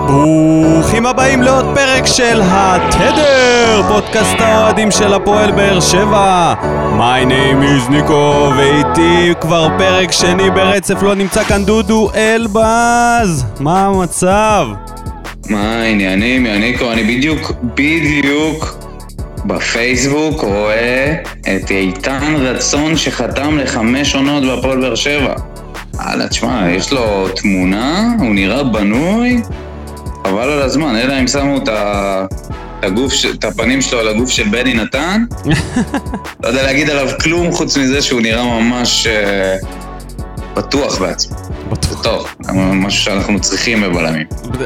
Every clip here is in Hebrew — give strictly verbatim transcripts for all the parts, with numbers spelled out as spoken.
ברוכים הבאים לעוד פרק של התדר, פודקאסט האוהדים של הפועל באר שבע. My name is ניקו, ואיתי כבר פרק שני ברצף לא נמצא כאן דודו אלבז. מה המצב? מה העניינים, ניקו? אני בדיוק, בדיוק בפייסבוק רואה את איתן רצון שחתם לחמש עונות בהפועל באר שבע. הלאה, תשמע, יש לו תמונה, הוא נראה בנוי, אבל על הזמן, אלא אם שמו את, הגוף, את הפנים שלו על הגוף של בני נתן, לא יודע להגיד עליו כלום חוץ מזה שהוא נראה ממש uh, בטוח בעצמו. בטוח. טוב, משהו שאנחנו צריכים בבלמים.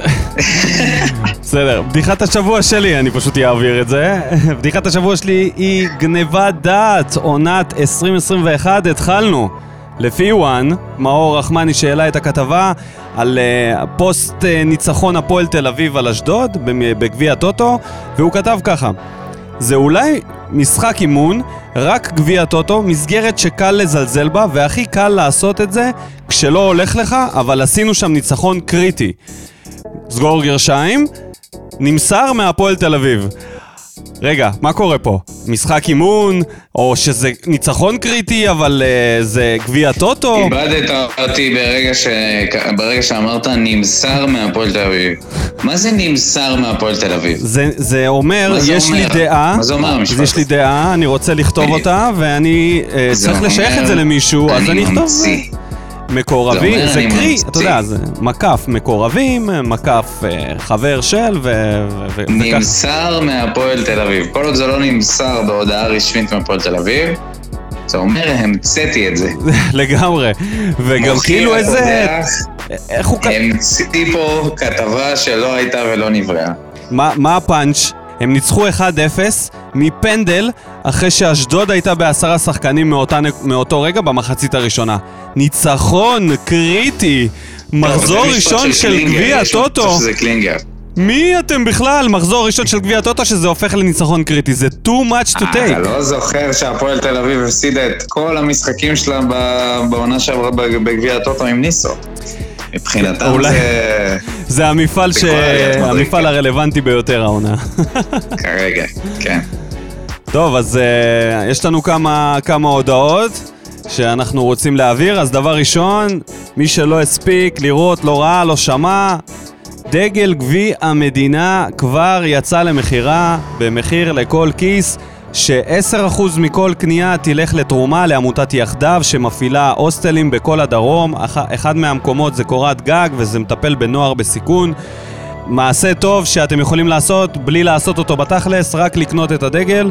בסדר, בדיחת השבוע שלי, אני פשוט אעביר את זה. בדיחת השבוע שלי היא גניבת דעת, עונת עשרים עשרים ואחת, התחלנו. לפי וואן, מאור רחמני שאלה את הכתבה על uh, פוסט uh, ניצחון הפועל תל אביב על אשדוד בגביע טוטו, והוא כתב ככה: זה אולי משחק אימון, רק גביע טוטו, מסגרת שקל לזלזל בה, והכי קל לעשות את זה כשלא הולך לך, אבל עשינו שם ניצחון קריטי. סגור גרשיים, נמסר מהפועל תל אביב. רגע, מה קורה פה? משחק אימון, או שזה ניצחון קריטי, אבל uh, זה גביע טוטו? איבדת אותי ברגע, ש... ברגע שאמרת נמסר מהפועל תל אביב. מה זה נמסר מהפועל תל אביב? זה, זה אומר, זה יש אומר? לי דעה, מה זה אומר המשפט? יש לי דעה, אני רוצה לכתוב אותה, ואני uh, צריך אומר, לשייך את זה למישהו, אני אז אני אכתוב זה. מקורבים, זה, זה קרי, אתה יודע, זה מקף מקורבים, מקף uh, חבר של ו... ו- נמסר וכך. מהפועל תל אביב. כל עוד זה לא נמסר בהודעה רשמית מהפועל תל אביב, זה אומר, המצאתי את זה. לגמרי. וגם כאילו איזה... איך הוא... המצאתי פה כתבה שלא הייתה ולא נבראה. מה, מה הפאנץ'? הם ניצחו אחד אפס מפנדל אחרי שאשדוד הייתה בעשרה שחקנים מאותה, מאותו רגע במחצית הראשונה. ניצחון קריטי, מחזור ראשון של גביע טוטו. מי אתם בכלל? מחזור ראשון של גביע טוטו שזה הופך לניצחון קריטי, זה too much to take. אתה לא זוכר שהפועל תל אביב הפסידה את כל המשחקים שלה בעונה שעברה בגביע טוטו עם ניסו. מבחינתם זה... זה המפעל ש... המפעל הרלוונטי ביותר העונה. כרגע, כן. טוב, אז uh, יש לנו כמה, כמה הודעות שאנחנו רוצים להעביר. אז דבר ראשון, מי שלא הספיק לראות, לא ראה, לא שמע, דגל גביע המדינה כבר יצא למחירה במחיר לכל כיס, ש-עשרה אחוז מכל קנייה תלך לתרומה לעמותת יחדיו שמפעילה הוסטלים בכל הדרום. אחד מהמקומות זה קורת גג וזה מטפל בנוער בסיכון. מעשה טוב שאתם יכולים לעשות בלי לעשות אותו בתכלס, רק לקנות את הדגל.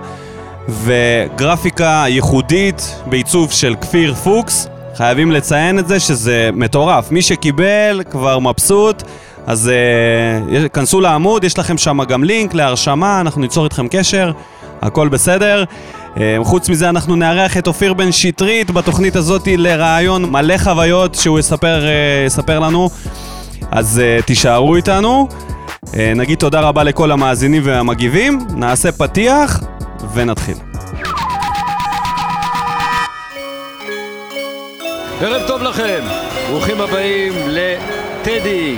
וגרפיקה ייחודית בעיצוב של כפיר פוקס, חייבים לציין את זה שזה מטורף. מי שקיבל כבר מבסוט, אז uh, כנסו לעמוד, יש לכם שם גם לינק להרשמה, אנחנו ניצור איתכם קשר, הכל בסדר. Uh, חוץ מזה אנחנו נארח את אופיר בן שטרית בתוכנית הזאת לרעיון מלא חוויות שהוא יספר, uh, יספר לנו, אז uh, תישארו איתנו. uh, נגיד תודה רבה לכל המאזינים והמגיבים, נעשה פתיח ונתחיל. ערב טוב לכם, ברוכים הבאים לטדי.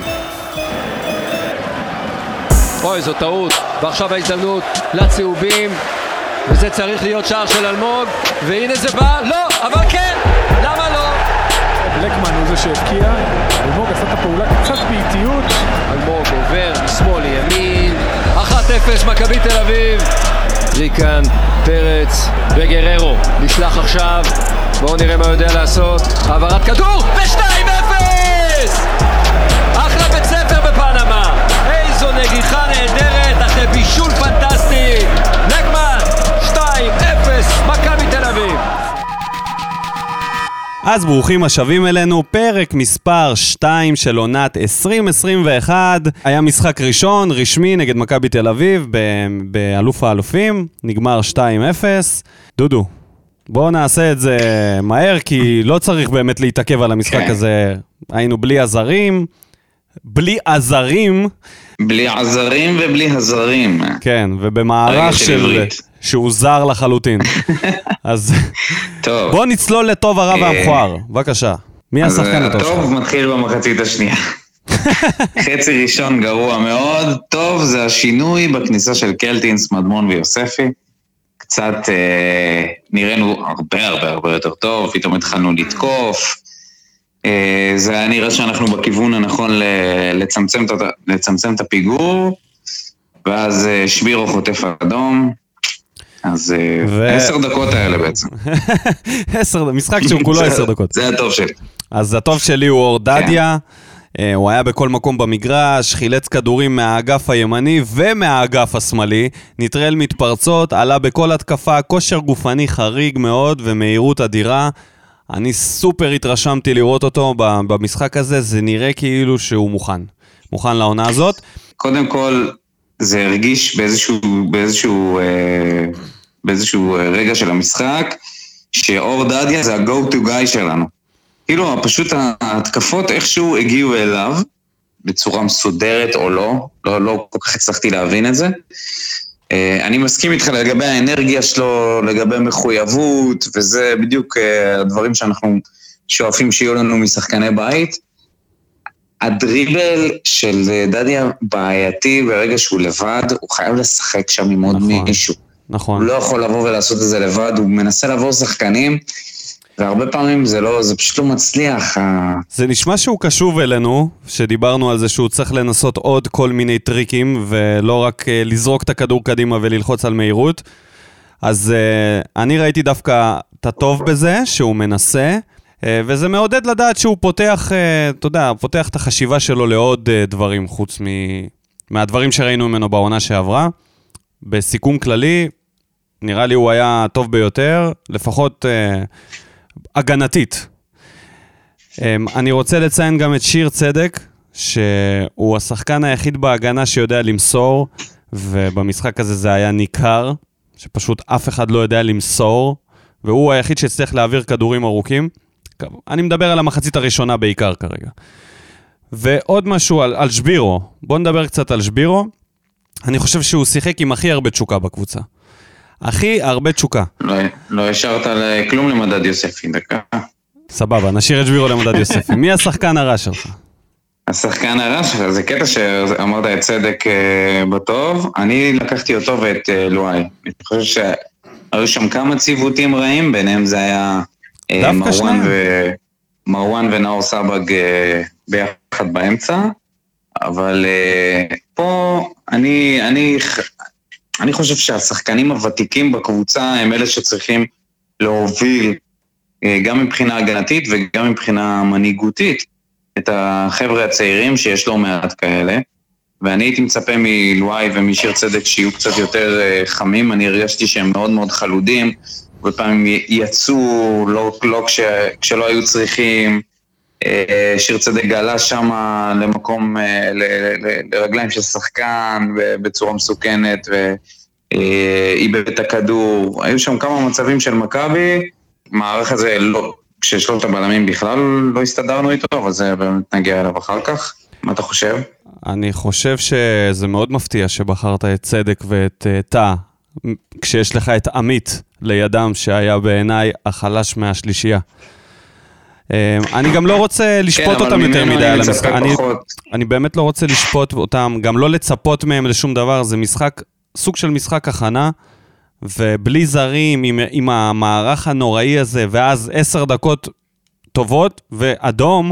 אוי, זו טעות, ועכשיו ההזדמנות לצהובים, וזה צריך להיות שער של אלמוג, והנה זה בא, לא, אבל כן, למה לא? בלקמן הוא זה שהבקיע, אלמוג עשה את הפעולה קצת באיטיות. אלמוג עובר משמאל לימין, אחת אפס מכבי תל אביב. ריקן, פרץ וגררו, נשלח עכשיו, בואו נראה מה הוא יודע לעשות, העברת כדור, ו-שתיים אפס! אחלה בית ספר בפנמה, איזו נגיחה נהדרת, אחרי בישול פנטסטי, בלקמן, שתיים אפס, מכבי תל אביב. אז ברוכים השבים אלינו, פרק מספר שתיים של עונת עשרים עשרים ואחת. היה משחק ראשון, רשמי, נגד מכבי תל אביב, באלוף האלופים, נגמר שתיים אפס. דודו, בואו נעשה את זה מהר, כי לא צריך באמת להתעכב על המשחק כן. הזה. היינו בלי עזרים, בלי עזרים. בלי עזרים ובלי הזרים. כן, ובמערך של... שהוא זר לחלוטין. אז בוא נצלול לטוב הרע והמכוער. בבקשה. מי השחקן הטוב שלך? טוב מתחיל במחצית השנייה. חצי ראשון גרוע מאוד, טוב זה השינוי בכניסה של קלטינס, מדמון ויוספי, קצת אה, נראינו הרבה הרבה הרבה יותר טוב, פתאום התחלנו לתקוף, אה, זה היה נראה שאנחנו בכיוון הנכון לצמצם, לצמצם את הפיגור, ואז אה, שבירו חוטף אדום, אז ו... עשר דקות האלה בעצם. עשר, משחק שהוא כולו עשר דקות. זה הטוב שלי. אז הטוב שלי הוא אור דדיה, כן. הוא היה בכל מקום במגרש, חילץ כדורים מהאגף הימני ומהאגף השמאלי, נטרל מתפרצות, עלה בכל התקפה, כושר גופני חריג מאוד ומהירות אדירה. אני סופר התרשמתי לראות אותו במשחק הזה, זה נראה כאילו שהוא מוכן. מוכן לעונה הזאת. קודם כל, זה הרגיש באיזשהו, באיזשהו, אה, באיזשהו רגע של המשחק, שאור דדיה זה ה-go to guy שלנו. כאילו, פשוט ההתקפות איכשהו הגיעו אליו, בצורה מסודרת או לא, לא, לא כל כך הצלחתי להבין את זה. אה, אני מסכים איתך לגבי האנרגיה שלו, לגבי מחויבות, וזה בדיוק אה, הדברים שאנחנו שואפים שיהיו לנו משחקני בית. הדריבל של דדיה בעייתי ברגע שהוא לבד, הוא חייב לשחק שם עם עוד נכון, מישהו. נכון. הוא לא יכול לבוא ולעשות את זה לבד, הוא מנסה לעבור שחקנים, והרבה פעמים זה לא, זה פשוט לא מצליח. זה נשמע שהוא קשוב אלינו, שדיברנו על זה שהוא צריך לנסות עוד כל מיני טריקים, ולא רק לזרוק את הכדור קדימה וללחוץ על מהירות. אז אני ראיתי דווקא את הטוב בזה, שהוא מנסה, וזה מעודד לדעת שהוא פותח, אתה יודע, פותח את החשיבה שלו לעוד דברים, חוץ מ... מהדברים שראינו ממנו בעונה שעברה. בסיכום כללי, נראה לי הוא היה טוב ביותר, לפחות אה, הגנתית. אה, אני רוצה לציין גם את שיר צדק, שהוא השחקן היחיד בהגנה שיודע למסור, ובמשחק הזה זה היה ניכר, שפשוט אף אחד לא יודע למסור, והוא היחיד שצריך להעביר כדורים ארוכים. אני מדבר על המחצית הראשונה בעיקר כרגע. ועוד משהו על, על שבירו. בוא נדבר קצת על שבירו. אני חושב שהוא שיחק עם הכי הרבה תשוקה בקבוצה. הכי הרבה תשוקה. לא, לא השארת כלום למדד יוספי, דקה. סבבה, נשאיר את שבירו למדד יוספי. מי השחקן הרע שלך? השחקן הרע שלך, זה קטע שאמרת את צדק בטוב. אני לקחתי אותו ואת לואי. אני חושב שהיו שם כמה ציוותים רעים, ביניהם זה היה מרואן, ו... מרואן ונאור סבג ביחד באמצע. אבל פה אני, אני, אני חושב שהשחקנים הוותיקים בקבוצה הם אלה שצריכים להוביל גם מבחינה הגנתית וגם מבחינה מנהיגותית את החבר'ה הצעירים שיש לו מעט כאלה, ואני הייתי מצפה מלואי ומשיר צדק שיהיו קצת יותר חמים. אני הרגשתי שהם מאוד מאוד חלודים, ופעמים יצאו לא, לא כש, כשלא היו צריכים. שיר צדק גלה שם למקום, לרגליים של שחקן בצורה מסוכנת, ואיבד את הכדור. היו שם כמה מצבים של מכבי, מערך הזה לא, כששלושת הבלמים בכלל לא הסתדרנו איתו, אבל זה באמת נגיע אליו אחר כך. מה אתה חושב? אני חושב שזה מאוד מפתיע שבחרת את צדק ואת תא, כשיש לך את עמית לידם, שהיה בעיניי החלש מהשלישייה. אני גם לא רוצה לשפוט אותם יותר מדי על המשחק. אני באמת לא רוצה לשפוט אותם, גם לא לצפות מהם לשום דבר. זה משחק, סוג של משחק הכנה, ובלי זרים, עם, עם המערך הנוראי הזה, ואז עשר דקות טובות ואדום,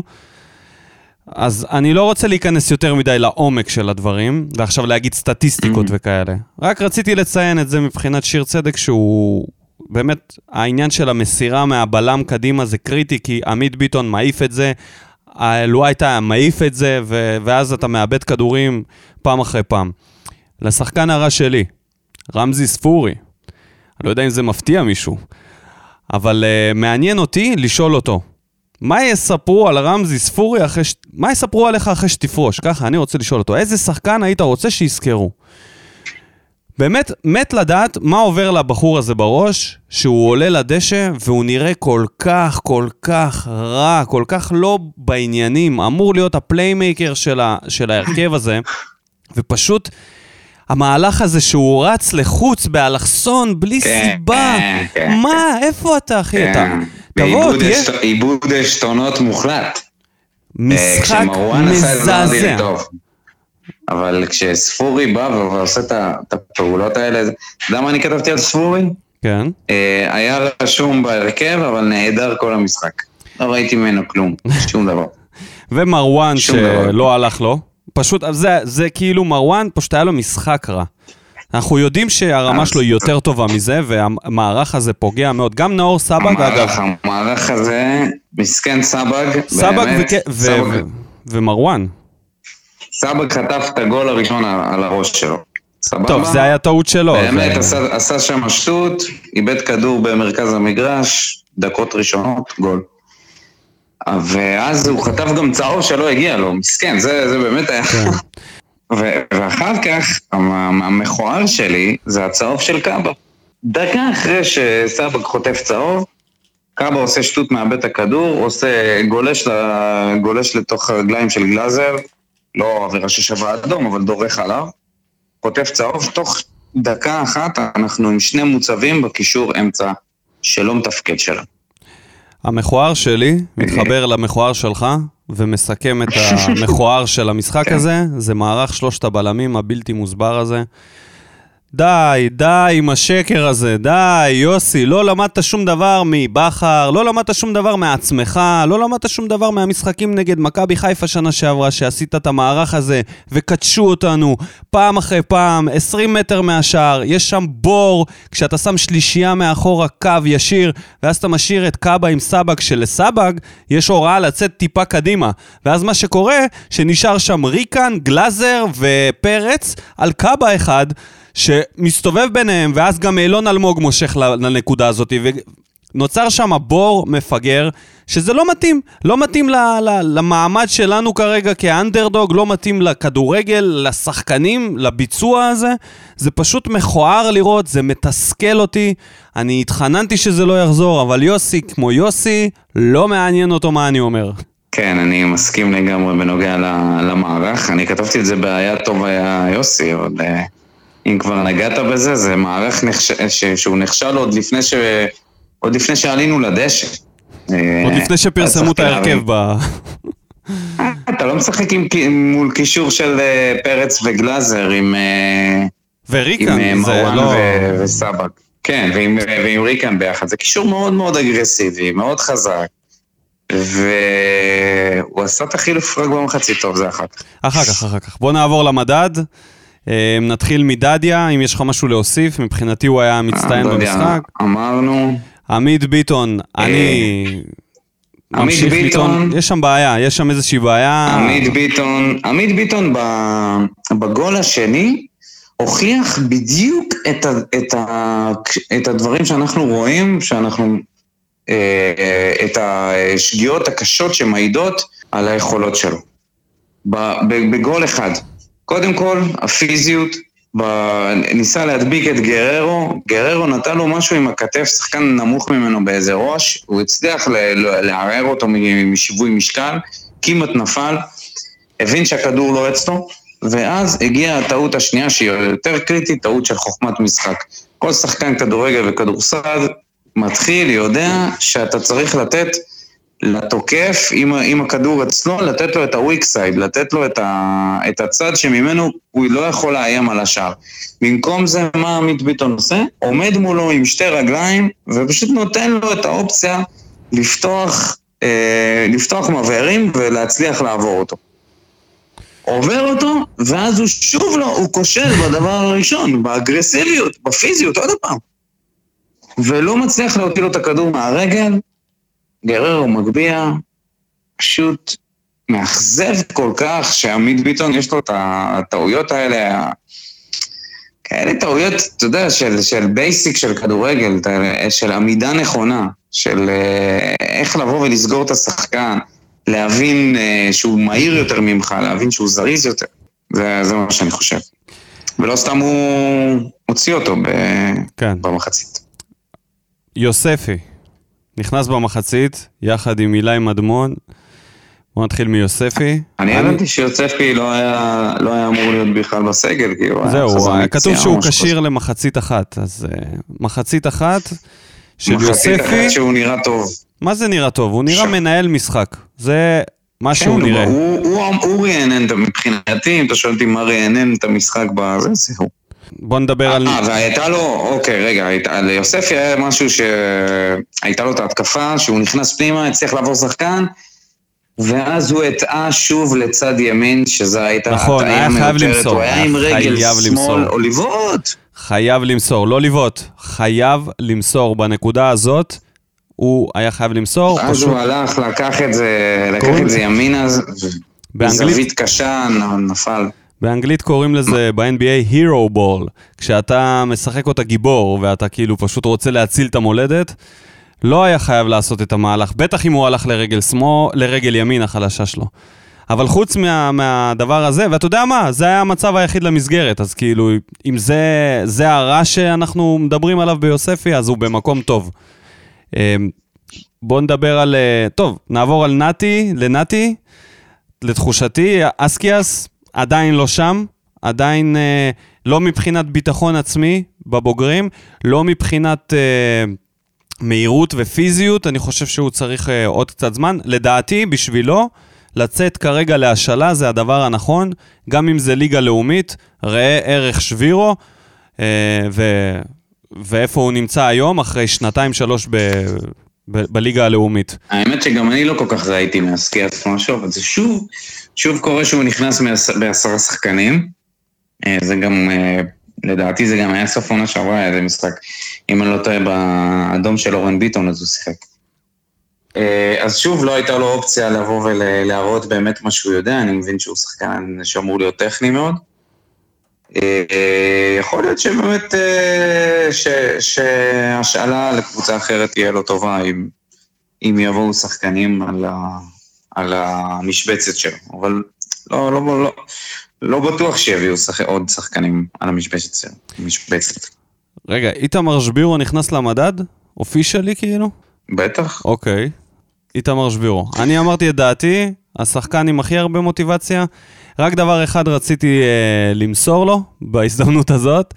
אז אני לא רוצה להיכנס יותר מדי לעומק של הדברים, ועכשיו להגיד סטטיסטיקות וכאלה. רק רציתי לציין את זה מבחינת שיר צדק, שהוא באמת, העניין של המסירה מהבלם קדימה זה קריטי, כי עמית ביטון מעיף את זה, לא הייתה מעיף את זה, ואז אתה מאבד כדורים פעם אחרי פעם. לשחקן הרע שלי, רמזי ספורי, אני לא יודע אם זה מפתיע מישהו, אבל uh, מעניין אותי לשאול אותו, מה יספרו על רמזי ספורי אחרי ש... מה יספרו עליך אחרי שתפרוש? ככה, אני רוצה לשאול אותו, איזה שחקן היית רוצה שיזכרו? באמת, מת לדעת מה עובר לבחור הזה בראש, שהוא עולה לדשא, והוא נראה כל כך, כל כך רע, כל כך לא בעניינים, אמור להיות הפליימייקר של, ה... של ההרכב הזה, ופשוט המהלך הזה שהוא רץ לחוץ באלכסון, בלי סיבה, מה, איפה אתה אחי? אתה... איבוד עשתונות מוחלט. משחק מזעזע. אבל כשספורי בא ועושה את הפעולות האלה, אתה יודע מה אני כתבתי על ספורי? כן. היה רשום בהרכב, אבל נהדר כל המשחק. לא ראיתי ממנו כלום, שום דבר. ומרואן שלא הלך לו, פשוט, זה, זה כאילו מרואן, פשוט היה לו משחק רע. אנחנו יודעים שהרמה שלו היא יותר טובה מזה, והמערך הזה פוגע מאוד. גם נאור סבג, אגב. המערך הזה, מסכן סבג, סבג ומרואן. סבג חטף את הגול הראשון על הראש שלו. סבבה? טוב, זה היה טעות שלו. באמת, עשה שם שטות, איבד כדור במרכז המגרש, דקות ראשונות, גול. ואז הוא חטף גם צהוב שלא הגיע לו, מסכן, זה, זה באמת היה... ואחר כך, המכוער שלי, זה הצהוב של קאבה. דקה אחרי שסבג חוטף צהוב, קאבה עושה שטות מאבד הכדור, עושה גולש, גולש לתוך הרגליים של גלאזר, לא עבירה ששווה אדום, אבל דורך עליו, חוטף צהוב, תוך דקה אחת אנחנו עם שני מוצבים בקישור אמצע שלא מתפקד שלה. המכוער שלי מתחבר למכוער שלך, ומסכם את המכוער של המשחק הזה, זה מערך שלושת הבלמים הבלתי מוסבר הזה. די, די עם השקר הזה, די, יוסי, לא למדת שום דבר מבחר, לא למדת שום דבר מעצמך, לא למדת שום דבר מהמשחקים נגד מכבי חיפה שנה שעברה, שעשית את המערך הזה וקדשו אותנו פעם אחרי פעם, עשרים מטר מהשאר, יש שם בור, כשאתה שם שלישייה מאחורה קו ישיר, ואז אתה משאיר את קאבה עם סבג, שלסבג יש הוראה לצאת טיפה קדימה, ואז מה שקורה, שנשאר שם ריקן, גלאזר ופרץ על קאבה אחד, שמסתובב ביניהם, ואז גם אילון אלמוג מושך לנקודה הזאת, ונוצר שם בור מפגר, שזה לא מתאים, לא מתאים ל- ל- למעמד שלנו כרגע כאנדרדוג, לא מתאים לכדורגל, לשחקנים, לביצוע הזה, זה פשוט מכוער לראות, זה מתסכל אותי, אני התחננתי שזה לא יחזור, אבל יוסי כמו יוסי, לא מעניין אותו מה אני אומר. כן, אני מסכים לגמרי בנוגע למערך, אני כתבתי את זה בעיה טוב היה יוסי, עוד... אם כבר נגעת בזה, זה מערך נחש... ש... שהוא נכשל עוד לפני, ש... עוד לפני שעלינו לדשא. עוד לפני שפרסמו את ההרכב ב... אתה לא משחק עם... מול קישור של פרץ וגלאזר, עם... וריקן, עם זה מרואן לא... ו... וסבק. כן, ועם... ועם ריקן ביחד. זה קישור מאוד מאוד אגרסיבי, מאוד חזק. והוא עשה את החילוף רק במחצית טוב, זה אחר כך. אחר כך, אחר כך. בוא נעבור למדד. נתחיל מדדיה, אם יש לך משהו להוסיף, מבחינתי הוא היה מצטיין במשחק. אמרנו. עמית ביטון, אני ממשיך ביטון, יש שם בעיה, יש שם איזושהי בעיה. עמית ביטון, עמית ביטון בגול השני, הוכיח בדיוק את, ה, את, ה, את הדברים שאנחנו רואים, שאנחנו, את השגיאות הקשות שמעידות על היכולות שלו. בגול אחד. קודם כל, הפיזיות, ניסה להדביק את גררו, גררו נתן לו משהו עם הכתף, שחקן נמוך ממנו באיזה ראש, הוא הצליח לערער אותו משיווי משקל, כמעט נפל, הבין שהכדור לא אצלו, ואז הגיעה הטעות השנייה שהיא יותר קריטית, טעות של חוכמת משחק. כל שחקן כדורגל וכדורסל מתחיל, יודע שאתה צריך לתת לתוקף, עם, עם הכדור אצלו, לתת לו את ה-weak side, לתת לו את, ה, את הצד שממנו הוא לא יכול לאיים על השאר. במקום זה, מה עמית ביטון עושה? עומד מולו עם שתי רגליים, ופשוט נותן לו את האופציה לפתוח, אה, לפתוח מבערים ולהצליח לעבור אותו. עובר אותו, ואז הוא שוב לא, הוא כושל בדבר הראשון, באגרסיביות, בפיזיות, עוד פעם. ולא מצליח להוציא לו את הכדור מהרגל, גררו מגביע, פשוט מאכזב כל כך שעמית ביטון יש לו את הטעויות האלה, כאלה טעויות, אתה יודע, של, של בייסיק של כדורגל, של עמידה נכונה, של איך לבוא ולסגור את השחקן, להבין שהוא מהיר יותר ממך, להבין שהוא זריז יותר, זה, זה מה שאני חושב. ולא סתם הוא הוציא אותו ב, כן. במחצית. יוספי. נכנס במחצית, יחד עם אילי מדמון. בוא נתחיל מיוספי. אני הבנתי שיוספי לא היה, לא היה אמור להיות בכלל בסגל, כי הוא היה חזר מקציע. כתוב שהוא קשיר למחצית אחת, אז מחצית אחת של יוספי. מחצית אחת שהוא נראה טוב. מה זה נראה טוב? הוא נראה מנהל משחק. זה מה שהוא נראה. הוא רענן מבחינתי, אם אתה שואל אותי מה רענן את המשחק בזה, זהו. בוא נדבר על... אה, והייתה לו, אוקיי, רגע, ליוספי היה משהו שהייתה לו את ההתקפה, שהוא נכנס פנימה, הצליח לעבור שחקן, ואז הוא הטעה שוב לצד ימין, שזה הייתה... נכון, היה חייב למסור. הוא היה עם רגל שמאל או לבעוט. חייב למסור, לא לבעוט, חייב למסור בנקודה הזאת, הוא היה חייב למסור. אז פשוט... הוא הלך, לקח את זה, לקח את זה ימינה, בזווית קשה, נפל. באנגלית קוראים לזה ב-אן בי איי Hero Ball, כשאתה משחק אותה גיבור, ואתה כאילו פשוט רוצה להציל את המולדת, לא היה חייב לעשות את המהלך, בטח אם הוא הלך לרגל שמאל, לרגל ימין החלשה שלו. אבל חוץ מה, מהדבר הזה, ואתה יודע מה, זה היה המצב היחיד למסגרת, אז כאילו, אם זה, זה הרע שאנחנו מדברים עליו ביוספי, אז הוא במקום טוב. בואו נדבר על, טוב, נעבור על נתי, לנתי, לתחושתי, אסקיאס עדיין לא שם, עדיין לא מבחינת ביטחון עצמי בבוגרים, לא מבחינת מהירות ופיזיות, אני חושב שהוא צריך עוד קצת זמן, לדעתי בשבילו, לצאת כרגע להשאלה, זה הדבר הנכון, גם אם זה ליגה לאומית, ראה ערך שבירו, ו... ואיפה הוא נמצא היום, אחרי שנתיים שלוש ב... ב... בליגה הלאומית. האמת שגם אני לא כל כך ראיתי מהסקיאס משהו, אבל זה שוב, שוב קורה שהוא נכנס בעשרה שחקנים, זה גם, לדעתי זה גם היה סוף עונה שעברה, היה זה משחק, אם אני לא טועה באדום של אורן ביטון, אז הוא שיחק. אז שוב, לא הייתה לו אופציה לבוא ולהראות באמת מה שהוא יודע, אני מבין שהוא שחקן שאמור להיות טכני מאוד. יכול להיות שבאמת, שהשאלה לקבוצה אחרת תהיה לו טובה, אם יבואו שחקנים על המשבצת שלו, אבל לא, לא, לא, לא בטוח שיביאו עוד שחקנים על המשבצת. רגע, איתמר שבירו נכנס למדד? אופישלי כאילו? בטח. אוקיי. איתמר שבירו. אני אמרתי את דעתי, השחקן עם הכי הרבה מוטיבציה, רק דבר אחד רציתי אה, למסור לו, בהזדמנות הזאת,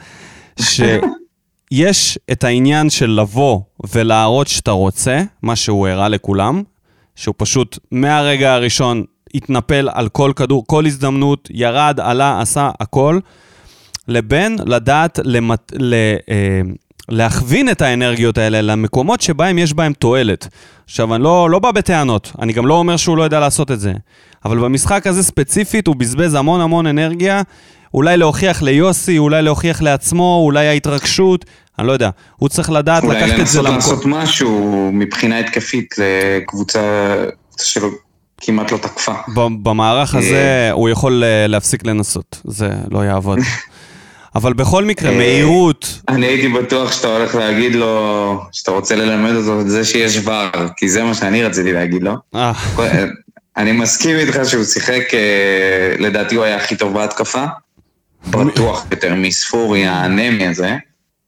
שיש את העניין של לבוא ולהראות שאתה רוצה, מה שהוא הראה לכולם, שהוא פשוט מהרגע הראשון התנפל על כל כדור, כל הזדמנות, ירד, עלה, עשה הכל, לבין לדעת למת... ל... אה, להכווין את האנרגיות האלה למקומות שבהם יש בהם תועלת. עכשיו, אני לא, לא בא בטענות, אני גם לא אומר שהוא לא יודע לעשות את זה, אבל במשחק הזה ספציפית הוא בזבז המון המון אנרגיה, אולי להוכיח ליוסי, אולי להוכיח לעצמו, אולי ההתרגשות, אני לא יודע, הוא צריך לדעת לקחת את זה למקום. אולי לנסות לעשות משהו מבחינה התקפית לקבוצה שלו כמעט לא תקפה. במערך הזה הוא יכול להפסיק לנסות, זה לא יעבוד. אבל בכל מקרה, מהירות... אני הייתי בטוח שאתה הולך להגיד לו, שאתה רוצה ללמד אותו את זה שיש ור, כי זה מה שאני רציתי להגיד לו. אני מסכים איתך שהוא שיחק, לדעתי הוא היה הכי טוב בהתקפה, בטוח יותר מספורי, האנמי הזה,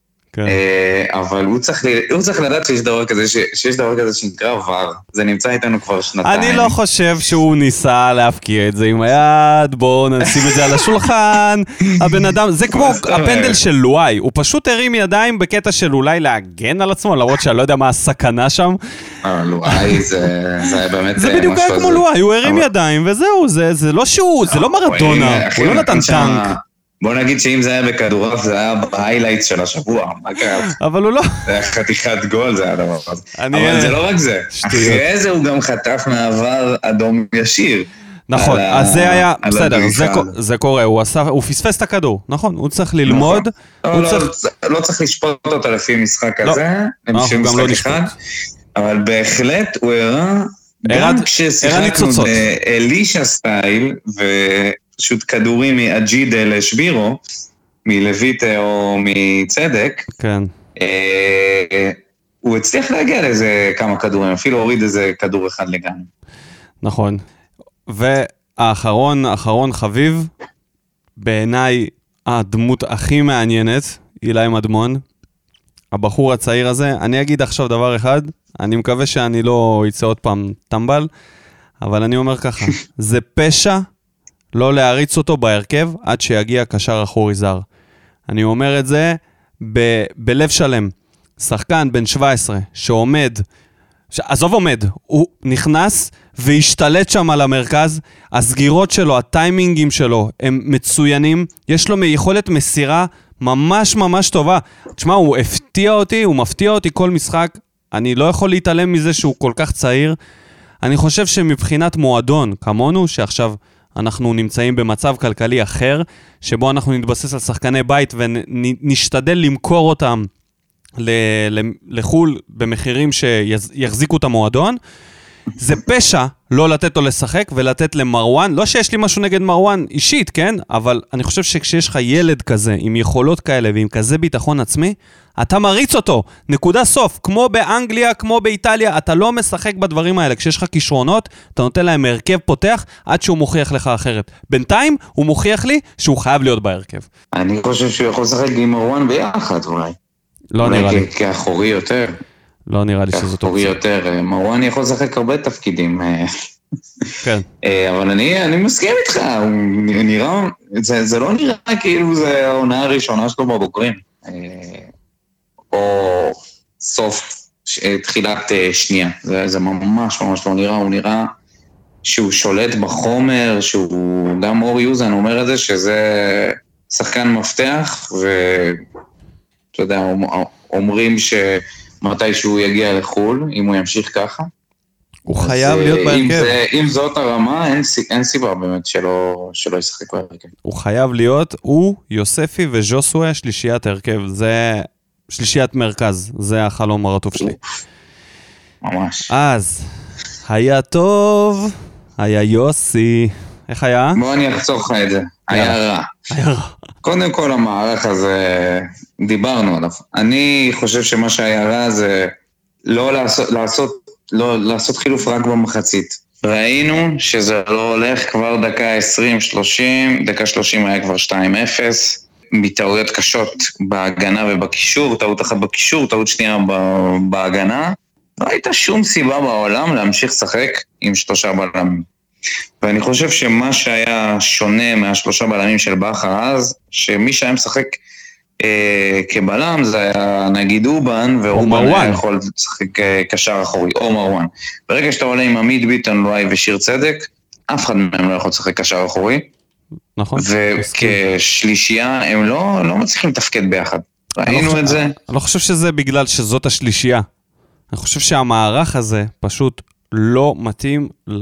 אבל הוא צריך לדעת שיש דבר כזה, שיש דבר כזה שנקרא ור, זה נמצא איתנו כבר שנתיים. אני לא חושב שהוא ניסה להפקיע את זה עם היד, בואו נשים את זה על השולחן, הבן אדם, זה כמו הפנדל של לואי, הוא פשוט הרים ידיים בקטע של אולי להגן על עצמו, למרות שאני לא יודע מה הסכנה שם. לואי זה באמת... זה בדיוק היה כמו לואי, הוא הרים ידיים וזהו, זה לא שהוא, זה לא מרדונה, הוא לא נתן טנק. בוא נגיד שאם זה היה בכדורף, זה היה בהיילייטס של השבוע, מה קרה? אבל הוא לא... זה היה חתיכת גול, זה היה דבר הזה. אבל זה לא רק זה. אחרי זה הוא גם חטף מעבר אדום ישיר. נכון, אז זה היה, בסדר, זה קורה, הוא פספס את הכדור, נכון, הוא צריך ללמוד. לא צריך לשפוט אותו לפי משחק הזה, לפי משחק אחד, אבל בהחלט הוא הראה, גם כששיחקנו באלישה סטייל, ו... פשוט כדורים מאג'ידה לשבירו, מלויטה או מצדק, כן. אה, הוא הצליח להגיע לאיזה כמה כדורים, אפילו הוריד איזה כדור אחד לגן. נכון. והאחרון, אחרון חביב, בעיניי הדמות הכי מעניינת, אילי מדמון, הבחור הצעיר הזה, אני אגיד עכשיו דבר אחד, אני מקווה שאני לא יצא עוד פעם טמבל, אבל אני אומר ככה, זה פשע, לא להריץ אותו בהרכב עד שיגיע קשר אחורי זר. אני אומר את זה ב- בלב שלם. שחקן בן שבע עשרה שעומד, ש- עזוב עומד, הוא נכנס והשתלט שם על המרכז, הסגירות שלו, הטיימינגים שלו, הם מצוינים, יש לו יכולת מסירה ממש ממש טובה. תשמע, הוא הפתיע אותי, הוא מפתיע אותי כל משחק, אני לא יכול להתעלם מזה שהוא כל כך צעיר. אני חושב שמבחינת מועדון, כמונו, שעכשיו אנחנו נמצאים במצב כלכלי אחר, שבו אנחנו נתבסס על שחקני בית ונשתדל למכור אותם לחול במחירים שיחזיקו את המועדון, זה פשע לא לתת לו לשחק ולתת למרואן, לא שיש לי משהו נגד מרואן אישית, כן? אבל אני חושב שכשיש לך ילד כזה, עם יכולות כאלה ועם כזה ביטחון עצמי, אתה מריץ אותו, נקודה סוף, כמו באנגליה, כמו באיטליה, אתה לא משחק בדברים האלה, כשיש לך כישרונות, אתה נותן להם הרכב פותח, עד שהוא מוכיח לך אחרת. בינתיים, הוא מוכיח לי שהוא חייב להיות בהרכב. אני חושב שהוא יכול לשחק עם מרואן ביחד אולי. לא נראה לי. כאחורי יותר. לא נראה לי שזאת כאחורי יותר. מרואן יכול לשחק הרבה תפקידים. כן. אבל אני, אני מסכים איתך, הוא נראה, זה, זה לא נראה כאילו זה העונה הראשונה שלו בבוגרים. או סוף, תחילת שנייה. זה, זה ממש ממש לא נראה, הוא נראה שהוא שולט בחומר, שהוא, גם אור יוזן אומר את זה, שזה שחקן מפתח, ואתה יודע, אומרים שמתי שהוא יגיע לחול, אם הוא ימשיך ככה. הוא חייב להיות בהרכב. אם זאת הרמה, אין, אין סיבה באמת שלא, שלא ישחק בהרכב. הוא חייב להיות, הוא, יוספי וז'וסווה, שלישיית הרכב. זה שלישיית מרכז, זה החלום הרטוב שלי. ממש. אז, היה טוב, היה יוסי. איך היה? בוא אני אחצור לך את זה. היה רע. היה רע. קודם כל המערך הזה, דיברנו עליו. אני חושב שמה שהיה רע זה לא לעשות, לעשות, לא, לעשות חילוף רק במחצית. ראינו שזה לא הולך כבר דקה עשרים שלושים, דקה שלושים היה כבר שתיים אפס, מטעויות קשות בהגנה ובקישור, טעות אחת בקישור, טעות שנייה בהגנה. לא הייתה שום סיבה בעולם להמשיך לשחק עם שלושה בלמים. ואני חושב שמה שהיה שונה מהשלושה בלמים של בכר אז, שמי שהיה משחק אה, כבלם, זה היה נגיד אובן, ואובן היה יכול לשחק אה, קשר אחורי, או מרואן. ברגע שאתה עולה עם עמית ביטון, לואי ושיר צדק, אף אחד מהם לא יכול לשחק קשר אחורי. נכון. וכשלישייה הם לא, לא מצליחים לתפקד ביחד. ראינו לא את זה. אני לא חושב שזה בגלל שזאת השלישייה. אני חושב שהמערך הזה פשוט לא מתאים ל...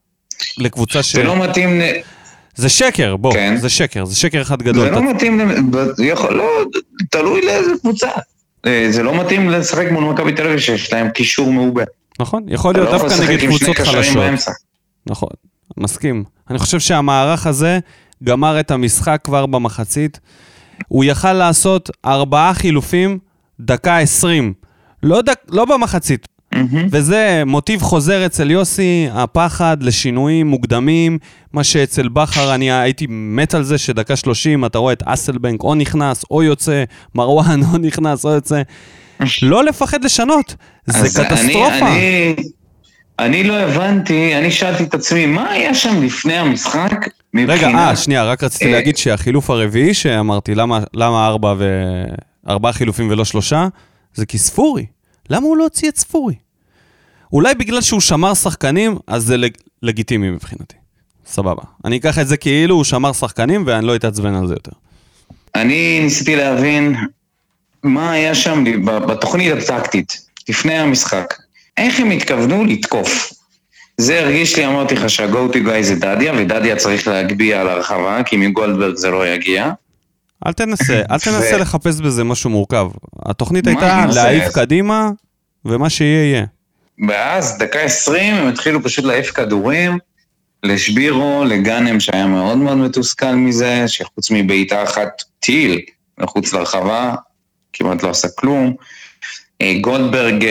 לקבוצה ש... זה לא מתאים... זה שקר, בוא, כן. זה שקר, זה שקר אחד גדול. זה לא מתאים, יכול, לא, תלוי לאיזה קבוצה. זה לא מתאים לשחק מול מכבי תל אביב שיש להם קישור מעובה. נכון, יכול להיות דווקא נגד קבוצות חלשות. נכון, מסכים. אני חושב שהמערך הזה גמר את המשחק כבר במחצית. הוא יכל לעשות ארבעה חילופים, דקה עשרים. לא, דק, לא במחצית. וזה מוטיב חוזר אצל יוסי, הפחד לשינויים מוקדמים, מה שאצל בכר אני הייתי מת על זה שדקה שלושים אתה רואה את אסלבנק או נכנס או יוצא, מרואן או נכנס או יוצא, לא לפחד לשנות, זה קטסטרופה. אני, אני, אני לא הבנתי, אני שאלתי את עצמי, מה היה שם לפני המשחק? רגע, אה, שנייה, רק רציתי להגיד שהחילוף הרביעי שאמרתי, למה, למה ארבע ו... ארבעה חילופים ולא שלושה, זה כי ספורי. למה הוא לא הוציא את ספורי? אולי בגלל שהוא שמר שחקנים, אז זה לג... לגיטימי מבחינתי. סבבה. אני אקח את זה כאילו הוא שמר שחקנים, ואני לא אתעצבן על זה יותר. אני ניסיתי להבין מה היה שם בתוכנית הטקטית, לפני המשחק. איך הם התכוונו לתקוף? זה הרגיש לי, אמרתי לך, שהגו-טו גאי זה דדיה, ודדיה צריך להגביע על הרחבה, כי מגולדברג זה לא יגיע. אל תנסה, אל תנסה לחפש בזה משהו מורכב. התוכנית הייתה להעיף קדימה, ומה שיהיה יהיה. ואז, דקה עשרים, הם התחילו פשוט להעיף כדורים, לשבירו, לגנם שהיה מאוד מאוד מתוסכל מזה, שחוץ מבעיטה אחת טיל, מחוץ לרחבה, כמעט לא עשה כלום. גולדברג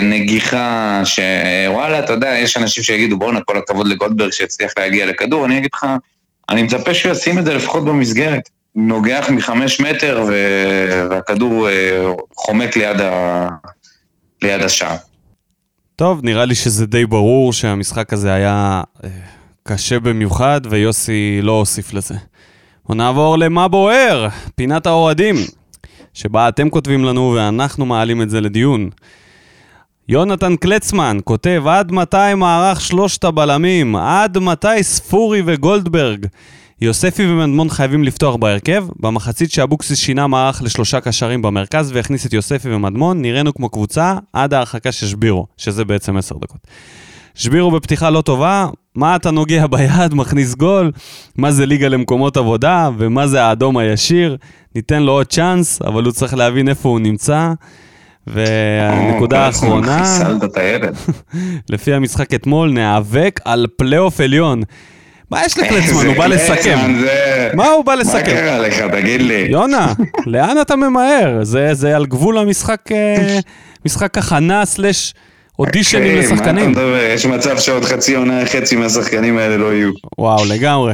נגיחה, שוואלה, אתה יודע, יש אנשים שיגידו, בואו נקול הכבוד לגולדברג שהצליח להגיע לכדור, אני אגיד לך, אני מצפה שהוא ישים את זה לפחות במסגרת. נוגח מחמש מטר, והכדור חומק ליד, ה... ליד השער. טוב, נראה לי שזה די ברור שהמשחק הזה היה קשה במיוחד, ויוסי לא הוסיף לזה. בוא נעבור למה בוער, פינת האוהדים, שבה אתם כותבים לנו ואנחנו מעלים את זה לדיון. יונתן קלצמן כותב, עד מתי מערך שלושת הבלמים? עד מתי ספורי וגולדברג? יוספי ומדמון חייבים לפתוח בהרכב. במחצית שאבוקסיס שינה מערך לשלושה קשרים במרכז והכניס את יוספי ומדמון, נראינו כמו קבוצה עד ההרחקה של שבירו, שזה בעצם עשר דקות. שבירו בפתיחה לא טובה, מה אתה נוגע ביד, מכניס גול, מה זה ליגה למקומות עבודה, ומה זה האדום הישיר, ניתן לו עוד צ'אנס, אבל הוא צריך להבין איפה הוא נמצא, והנקודה האחרונה, לפי המשחק אתמול, נאבק על פלייאוף עליון. מה יש לקלצמן? הוא בא לסכם. מה הוא בא לסכם? מה קרה לך? תגיד לי. יונה, לאן אתה ממהר? זה על גבול המשחק, משחק הכנה סלש אודישנים לשחקנים. יש מצב שעוד חצי עונה, חצי מהשחקנים האלה לא יהיו. וואו, לגמרי.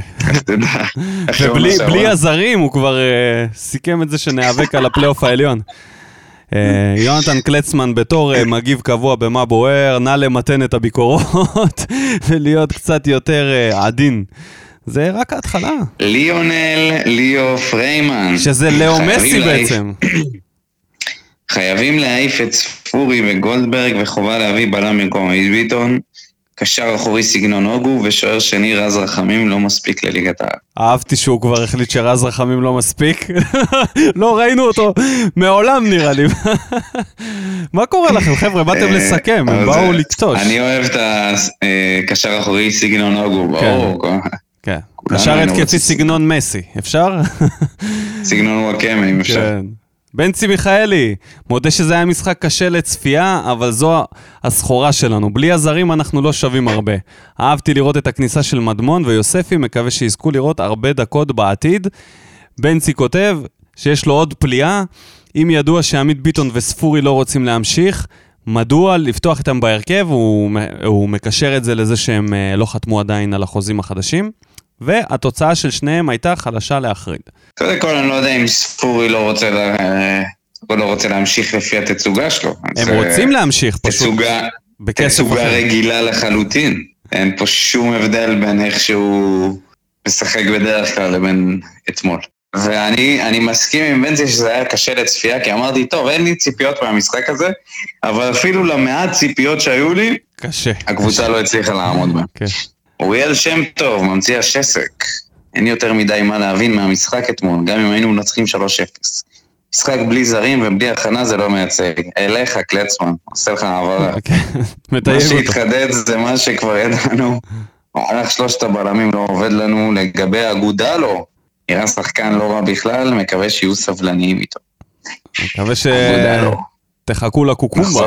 ובלי הזרים הוא כבר סיכם את זה שנאבק על הפלייאוף העליון. יונתן קלצמן בתור מגיב קבוע במה בוער, נא למתן את הביקורות ולהיות קצת יותר עדין. זה רק ההתחלה. ליונל ליאו פריימן. שזה לאו מסי בעצם. חייבים להעיף את ספורי וגולדברג וחובה להביא בלם במקום עיד ביטון. קשר אחורי סגנון אוגו ושוער שני רז רחמים לא מספיק לליגת העל. אהבתי שהוא כבר החליט שרז רחמים לא מספיק. לא ראינו אותו מעולם נראה לי. מה קורה לכם חבר'ה? באתם לסכם, הם באו לקטוש. אני אוהב את הקשר אחורי סגנון אוגו, ברור. כן, קשר התקפי סגנון מסי, אפשר? סגנון וואקמה, אם אפשר. בנצי מיכאלי, מודה שזה היה משחק קשה לצפייה, אבל זו הסחורה שלנו. בלי הזרים אנחנו לא שווים הרבה. אהבתי לראות את הכניסה של מדמון ויוספי, מקווה שיזכו לראות הרבה דקות בעתיד. בנצי כותב שיש לו עוד פליאה, אם ידוע שעמית ביטון וספורי לא רוצים להמשיך, מדוע לפתוח איתם בהרכב, הוא, הוא מקשר את זה לזה שהם לא חתמו עדיין על החוזים החדשים. והתוצאה של שניהם הייתה חלשה להחריד. קודם כל אני לא יודע אם ספורי לא רוצה, לה... לא רוצה להמשיך לפי התצוגה שלו. הם רוצים להמשיך פשוט. תצוגה, תצוגה רגילה לחלוטין. אין פה שום הבדל בין איך שהוא משחק בדרך כלל לבין אתמול. ואני אני מסכים עם בנצי שזה היה קשה לצפייה, כי אמרתי, טוב, אין לי ציפיות מהמשחק הזה, אבל אפילו למעט ציפיות שהיו לי, קשה. הקבוצה קשה. לא הצליחה לעמוד בה. כן. אוריאל שם טוב, ממציא השסק. אין יותר מדי מה להבין מהמשחק אתמול, גם אם היינו מנצחים שלוש אפס. משחק בלי זרים ובלי הכנה זה לא מייצג. אליך, קלצמן, עושה לך העברה. מה שהתחדד זה מה שכבר ידענו. מערך שלושת הבלמים לא עובד לנו, לגבי אגודה לא. נראה שחקן לא רע בכלל, מקווה שיהיו סבלניים איתו. מקווה שתחכו לקוקומבה.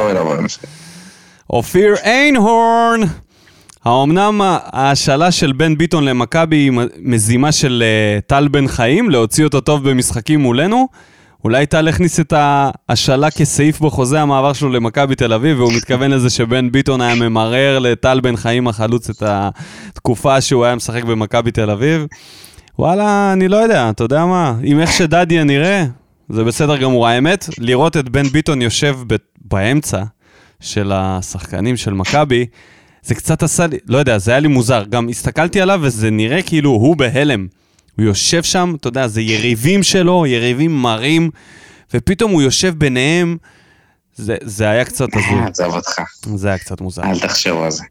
אופיר איינהורן. האמנם ההשאלה של בן ביטון למכבי היא מזימה של טל בן חיים, להוציא אותו טוב במשחקים מולנו? אולי טל הכניס את ההשאלה כסעיף בחוזה המעבר שלו למכבי תל אביב, והוא מתכוון לזה שבן ביטון היה ממרר לטל בן חיים החלוץ את התקופה שהוא היה משחק במכבי תל אביב. וואלה, אני לא יודע, אתה יודע מה? אם איך שדדיה נראה, זה בסדר גמור. האמת, לראות את בן ביטון יושב באמצע של השחקנים של מכבי, זה קצת עשה לי, לא יודע, זה היה לי מוזר. גם הסתכלתי עליו וזה נראה כאילו הוא בהלם. הוא יושב שם, אתה יודע, זה יריבים שלו, יריבים מרים, ופתאום הוא יושב ביניהם. זה, זה היה קצת הזוי. עזב אותך. זה היה קצת מוזר. אל תחשבו על זה.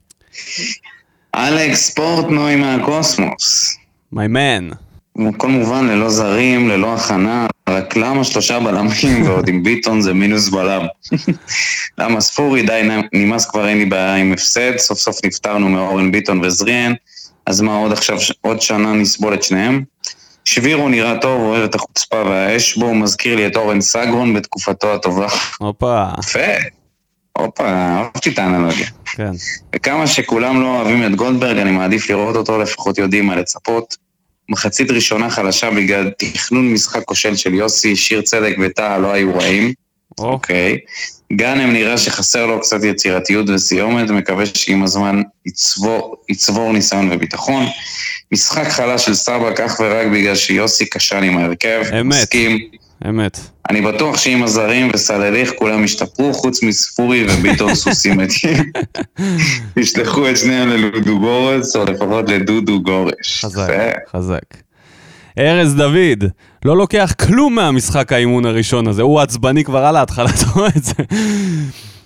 אלכס פורטנוי מהקוסמוס. My man. כל מובן, ללא זרים, ללא הכנה, רק למה שלושה בלמים ועוד עם ביטון זה מינוס בלם. למה ספורי, די נמאס כבר, אין לי בעיה עם הפסד, סוף סוף נפטרנו מאורן ביטון וזריאן, אז מה עוד עכשיו, עוד שנה נסבול את שניהם. שבירו נראה טוב, אוהב את החוצפה והאש בו, הוא מזכיר לי את אורן סגרון בתקופתו הטובה. הופה. יפה. הופה, אהבתי את האנלוגיה. כן. וכמה שכולם לא אוהבים את גולדברג, אני מעדיף לראות אותו, לפחות יודעים מה לצפות. מחצית ראשונה חלשה בגלל תכנון משחק כושל של יוסי, שיר צדק וטעה לא היו רעים. אוקיי. גאנם נראה שחסר לו קצת יצירתיות וסיומת, מקווה שעם הזמן יצבור, יצבור ניסיון וביטחון. משחק חלש של סבא כך ורק בגלל שיוסי קשן עם ההרכב. אמת. מסכים. אמת. אני בטוח שעם הזרים וסלליך כולם השתפרו, חוץ מספורי וביטון סוסים מתים. תשלחו את שניהם ללודו גורש, או לפחות לדודו גורש. חזק, חזק. ארז דוד, לא לוקח כלום מהמשחק האימון הראשון הזה, הוא עצבני כבר על ההתחלה, אתה רואה את זה.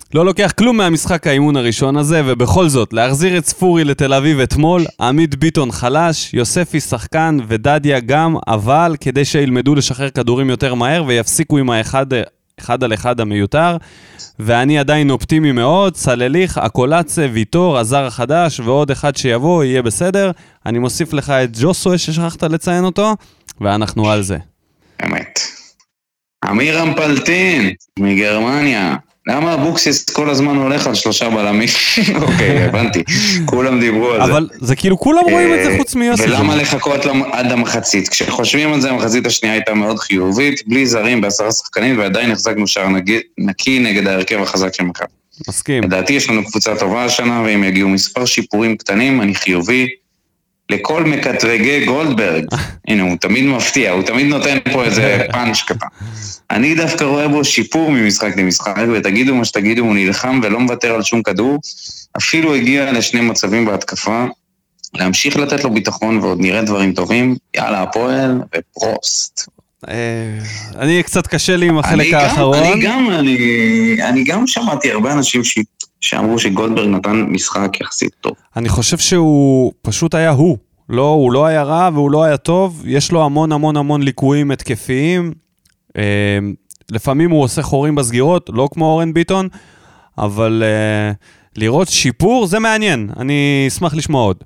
לא לוקח כלום מהמשחק האימון הראשון הזה, ובכל זאת, להחזיר את ספורי לתל אביב אתמול, עמית ביטון חלש, יוספי שחקן ודדיה גם, אבל כדי שילמדו לשחרר כדורים יותר מהר, ויפסיקו עם האחד אחד על אחד המיותר, ואני עדיין אופטימי מאוד, סלליך, אקולצה, ויטור, הזר החדש, ועוד אחד שיבוא, יהיה בסדר. אני מוסיף לך את ג'וסוי ששכחת לציין אותו, ואנחנו על זה. אמת. אמיר אמפלטין, מגרמניה. למה אבוקסיס כל הזמן הולך על שלושה בלמים? אוקיי, הבנתי. כולם דיברו על זה. אבל זה כאילו כולם רואים את זה חוץ מיוסי. ולמה לחכות עד המחצית? כשחושבים על זה, המחצית השנייה הייתה מאוד חיובית, בלי זרים בעשרה שחקנים, ועדיין החזקנו שער נקי נגד ההרכב החזק של מכבי. מסכים. לדעתי יש לנו קבוצה טובה השנה, ואם יגיעו מספר שיפורים קטנים, אני חיובי. לכל מקטרגי גולדברג, הנה הוא תמיד מפתיע, הוא תמיד נותן פה איזה פאנץ' קטן. אני דווקא רואה בו שיפור ממשחק למשחק, ותגידו מה שתגידו, הוא נלחם ולא מוותר על שום כדור, אפילו הגיע לשני מצבים בהתקפה, להמשיך לתת לו ביטחון ועוד נראה דברים טובים, יאללה הפועל ופרוסט. אני קצת קשה לי עם החלק האחרון. אני גם, אני גם שמעתי הרבה אנשים ש... שאמרו שגולדברג נתן משחק יחסית טוב. אני חושב שהוא פשוט היה הוא. לא, הוא לא היה רע והוא לא היה טוב. יש לו המון המון המון ליקויים התקפיים. אה, לפעמים הוא עושה חורים בסגירות, לא כמו אורן ביטון, אבל אה, לראות שיפור זה מעניין. אני אשמח לשמוע עוד.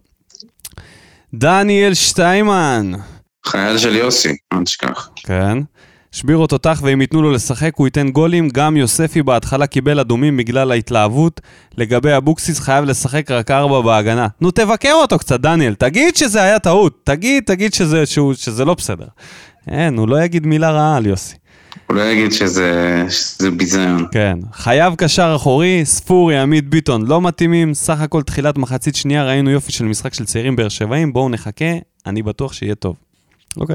דניאל שטיימן. חייל של יוסי, אל תשכח. כן. שבירו תותח, ואם ייתנו לו לשחק, הוא ייתן גולים. גם יוספי בהתחלה קיבל אדומים בגלל ההתלהבות. לגבי אבוקסיס חייב לשחק רק ארבע בהגנה. נו, תבקר אותו קצת, דניאל. תגיד שזה היה טעות. תגיד, תגיד שזה, שהוא, שזה לא בסדר. אין, הוא לא יגיד מילה רעה על יוסי. הוא לא יגיד שזה, שזה ביזיון. כן. חייב קשר אחורי, ספורי, עמית ביטון, לא מתאימים. סך הכל תחילת מחצית שנייה, ראינו יופי של משחק של צעירים באר שבעים. בואו נחכה, אני בטוח שיהיה טוב. אוקיי.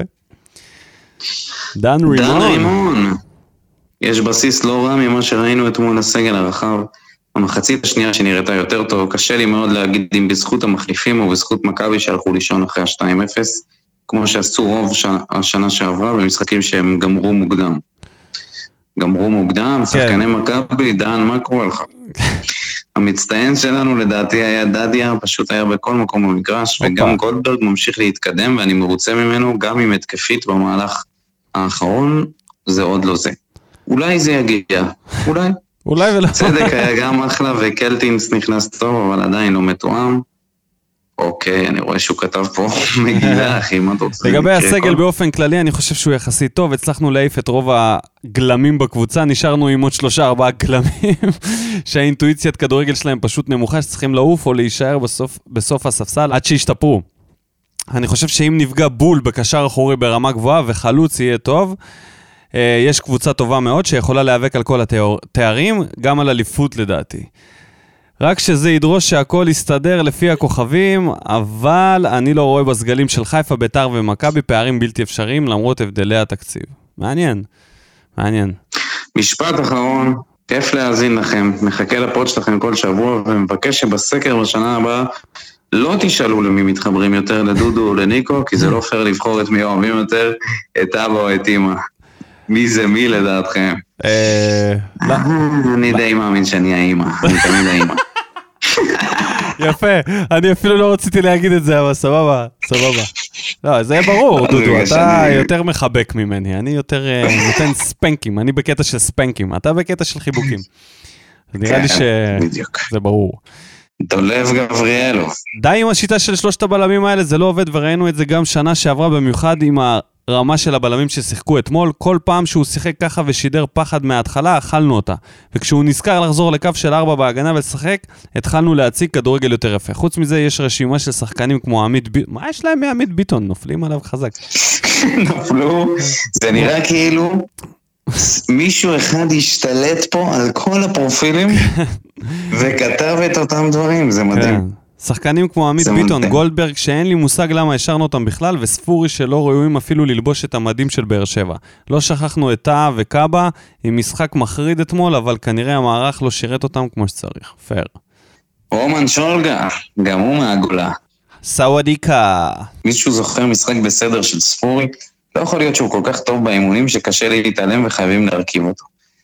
דן רימון. דן רימון. יש בסיס לא רע ממה שראינו אתמול הסגל הרחב. המחצית השנייה שנראתה יותר טוב, קשה לי מאוד להגיד אם בזכות המחליפים או בזכות מכבי שהלכו לישון אחרי ה-שתיים אפס, כמו שעשו רוב השנה שעברה במשחקים שהם גמרו מוקדם. גמרו מוקדם, שחקני מכבי, דן, מה קורה לך? המצטיין שלנו לדעתי היה דדיה, פשוט היה בכל מקום במגרש, וגם גולדברג ממשיך להתקדם, ואני מרוצה ממנו, גם עם התקפית במהלך האחרון, זה עוד לא זה. אולי זה יגיע, אולי. אולי ולא. צדק היה גם אחלה, וקלטינס נכנס טוב, אבל עדיין לא מתואם. אוקיי, אני רואה שהוא כתב פה מגילה, אחי, מה אתה רוצה? לגבי הסגל באופן כללי, אני חושב שהוא יחסית טוב, הצלחנו להעיף את רוב הגלמים בקבוצה, נשארנו עם עוד שלושה ארבעה גלמים, שהאינטואיציית כדורגל שלהם פשוט נמוכה, שצריכים לעוף או להישאר בסוף, בסוף הספסל, עד שישתפרו. אני חושב שאם נפגע בול בקשר אחורי ברמה גבוהה, וחלוץ יהיה טוב, יש קבוצה טובה מאוד, שיכולה להיאבק על כל התארים, גם על אליפות לדעתי. רק שזה ידרוש שהכל יסתדר לפי הכוכבים, אבל אני לא רואה בסגלים של חיפה, ביתר ומכבי פערים בלתי אפשריים, למרות הבדלי התקציב. מעניין, מעניין. משפט אחרון, כיף להאזין לכם, מחכה לפוד שלכם כל שבוע, ומבקש שבסקר בשנה הבאה, לא תשאלו למי מתחברים יותר, לדודו או לניקו, כי זה לא פייר לבחור את מי אוהבים יותר, את אבא או את אמא. מי זה מי לדעתכם? אני די מאמין שאני האמא, אני תמיד האמא. יפה, אני אפילו לא רציתי להגיד את זה, אבל סבבה, סבבה. לא, זה ברור, דודו, אתה יותר מחבק ממני, אני יותר נותן ספנקים, אני בקטע של ספנקים, אתה בקטע של חיבוקים. נראה לי שזה ברור. דולב גבריאלו. די עם השיטה של שלושת הבלמים האלה, זה לא עובד, וראינו את זה גם שנה שעברה, במיוחד עם הרמה של הבלמים ששיחקו אתמול, כל פעם שהוא שיחק ככה ושידר פחד מההתחלה, אכלנו אותה. וכשהוא נזכר לחזור לקו של ארבע בהגנה ולשחק, התחלנו להציג כדורגל יותר יפה. חוץ מזה יש רשימה של שחקנים כמו עמית ביטון, מה יש להם מעמית ביטון? נופלים עליו חזק. נפלו, זה נראה כאילו מישהו אחד השתלט פה על כל הפרופילים וכתב את אותם דברים, זה מדהים. שחקנים כמו עמית ביטון, גולדברג, שאין לי מושג למה השארנו אותם בכלל, וספורי שלא ראויים אפילו ללבוש את המדים של באר שבע. לא שכחנו את טאה וקאבה, עם משחק מחריד אתמול, אבל כנראה המערך לא שירת אותם כמו שצריך. פייר. רומן שולגה, גם הוא מהגולה. סוואדיקה. מישהו זוכר משחק בסדר של ספורי? לא יכול להיות שהוא כל כך טוב באימונים שקשה לי להתעלם וחייבים להרכיב אותו.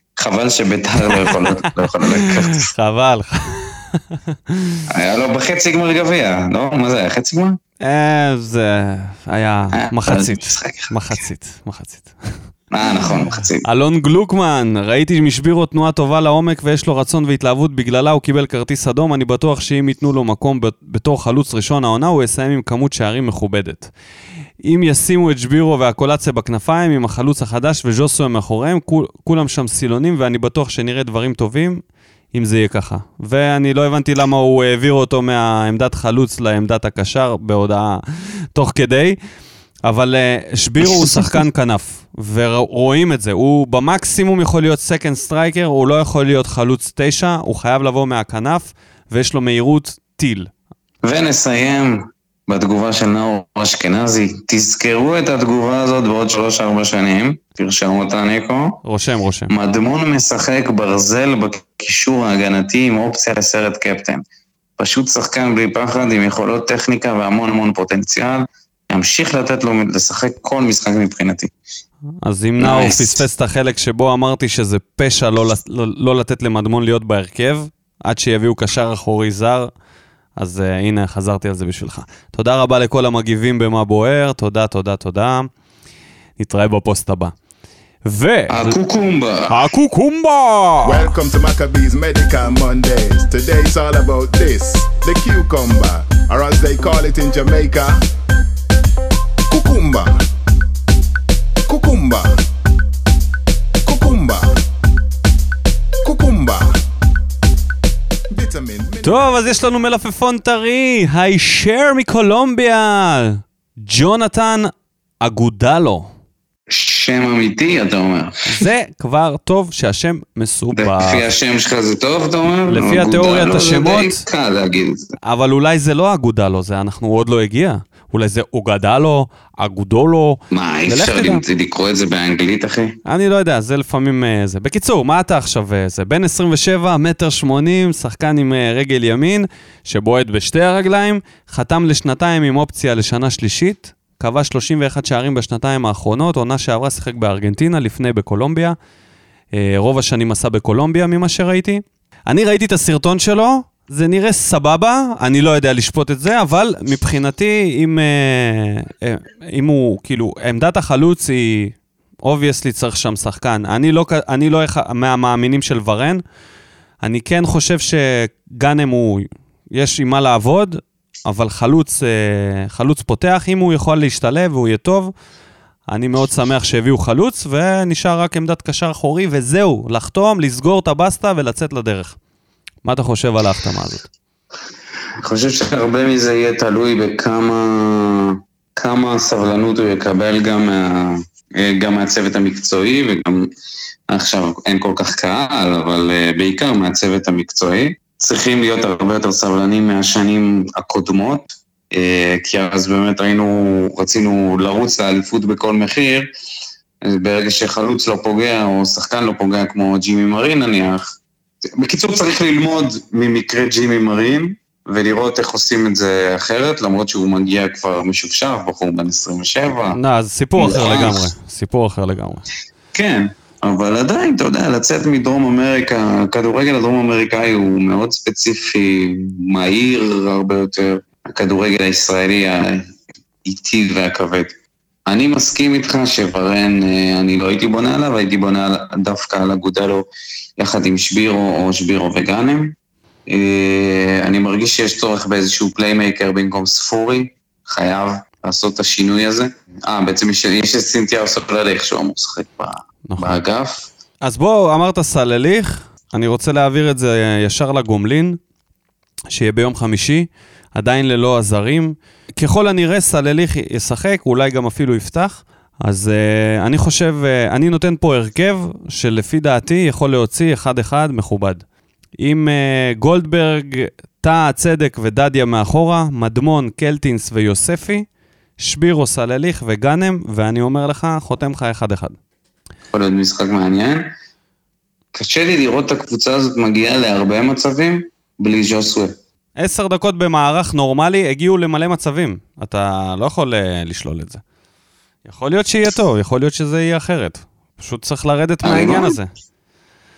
חבל שביתר לא יכולה לקחת. חבל. היה לו בחצי גמר גביע, לא? מה זה היה? חצי גמר? זה היה מחצית. מחצית, מחצית. אה, נכון, מחצית. אלון גלוקמן, ראיתי משבירו תנועה טובה לעומק ויש לו רצון והתלהבות בגללה, הוא קיבל כרטיס אדום, אני בטוח שאם ייתנו לו מקום בתור חלוץ ראשון העונה, הוא יסיים עם כמות שערים מכובדת. אם ישימו את שבירו והקולציה בכנפיים, עם החלוץ החדש וז'וסו מאחוריהם, כולם שם סילונים, ואני בטוח שנראה דברים טובים, אם זה יהיה ככה. ואני לא הבנתי למה הוא העביר אותו מהעמדת חלוץ לעמדת הקשר, בהודעה תוך כדי, אבל שבירו הוא שחקן כנף, ורואים את זה, הוא במקסימום יכול להיות סקנד סטרייקר, הוא לא יכול להיות חלוץ תשע, הוא חייב לבוא מהכנף, ויש לו מהירות טיל. ונסיים בתגובה של נאור אשכנזי, תזכרו את התגובה הזאת בעוד שלוש ארבע שנים, תרשמו אותה ניקו. רושם, רושם. מדמון משחק ברזל בקישור ההגנתי עם אופציה לסרט קפטן. פשוט שחקן בלי פחד עם יכולות טכניקה והמון המון פוטנציאל, ימשיך לתת לו לשחק כל משחק מבחינתי. אז אם נאור פספס את החלק שבו אמרתי שזה פשע לא, לא, לא לתת למדמון להיות בהרכב, עד שיביאו קשר אחורי זר, אז uh, הנה, חזרתי על זה בשבילך. תודה רבה לכל המגיבים במה בוער, תודה, תודה, תודה. נתראה בפוסט הבא. ו... הקוקומבה. הקוקומבה! Welcome to Maccabees Medical Mondays. Today it's all about this, the cucumber, or as they call it in Jamaica, cucumba. Cucumba. Cucumba. Cucumba. טוב, אז יש לנו מלפפון טרי, הישר מקולומביה, ג'ונתן אגודלו. שם אמיתי, אתה אומר. זה כבר טוב שהשם מסובך. לפי השם שלך זה טוב, אתה אומר? לפי התיאוריית השמות. זה די קל להגיד את זה. אבל אולי זה לא אגודלו, זה אנחנו עוד לא הגיע. אולי זה אוגדלו, אגודולו. מה, אי אפשר לקרוא את זה באנגלית, אחי? אני לא יודע, זה לפעמים זה. בקיצור, מה אתה עכשיו זה? בין עשרים ושבע, מטר שמונים, שחקן עם רגל ימין, שבועט בשתי הרגליים, חתם לשנתיים עם אופציה לשנה שלישית, קבע שלושים ואחד שערים בשנתיים האחרונות, עונה שעברה שיחק בארגנטינה, לפני בקולומביה, רוב השנים עשה בקולומביה ממה שראיתי. אני ראיתי את הסרטון שלו, זה נראה סבבה, אני לא יודע לשפוט את זה, אבל מבחינתי, אם, אם הוא, כאילו, עמדת החלוץ היא, obviously צריך שם שחקן. אני לא, אני לא מהמאמינים של ורן, אני כן חושב שגאנם הוא, יש עם מה לעבוד, אבל חלוץ, חלוץ פותח, אם הוא יכול להשתלב והוא יהיה טוב, אני מאוד שמח שהביאו חלוץ, ונשאר רק עמדת קשר אחורי, וזהו, לחתום, לסגור את הבסטה ולצאת לדרך. מה אתה חושב על ההחתמה הזאת? אני חושב שהרבה מזה יהיה תלוי בכמה כמה סבלנות הוא יקבל גם, מה, גם מהצוות המקצועי, וגם עכשיו אין כל כך קהל, אבל בעיקר מהצוות המקצועי. צריכים להיות הרבה יותר סבלנים מהשנים הקודמות, כי אז באמת ראינו, רצינו לרוץ לאליפות בכל מחיר, ברגע שחלוץ לא פוגע, או שחקן לא פוגע כמו ג'ימי מרין נניח, בקיצור צריך ללמוד ממקרה ג'ימי מרין, ולראות איך עושים את זה אחרת, למרות שהוא מגיע כבר משופשף, בחור בן עשרים ושבע. לא, זה סיפור אחר לגמרי, סיפור אחר לגמרי. כן, אבל עדיין, אתה יודע, לצאת מדרום אמריקה, הכדורגל הדרום אמריקאי הוא מאוד ספציפי, מהיר הרבה יותר, הכדורגל הישראלי האיטי והכבד. אני מסכים איתך שוורן, אני לא הייתי בונה עליו, הייתי בונה דווקא על אגודלו יחד עם שבירו או שבירו וגאנם. אני מרגיש שיש צורך באיזשהו פליימייקר במקום ספורי, חייב לעשות את השינוי הזה. אה, בעצם יש את סינתיהו סלליך שהוא אמור לשחק באגף. אז בוא, אמרת סלליך, אני רוצה להעביר את זה ישר לגומלין, שיהיה ביום חמישי, עדיין ללא הזרים. ככל הנראה סלליך ישחק, אולי גם אפילו יפתח. אז uh, אני חושב, uh, אני נותן פה הרכב שלפי דעתי יכול להוציא אחד אחד מכובד. עם uh, גולדברג, תא צדק ודדיה מאחורה, מדמון, קלטינס ויוספי, שבירו, סלליך וגאנם, ואני אומר לך, חותם לך אחד אחד. יכול להיות משחק מעניין. קשה לי לראות את הקבוצה הזאת מגיעה להרבה מצבים, בלי ז'וסווה. עשר דקות במערך נורמלי הגיעו למלא מצבים. אתה לא יכול לשלול את זה. יכול להיות שיהיה טוב, יכול להיות שזה יהיה אחרת. פשוט צריך לרדת מהעניין הזה.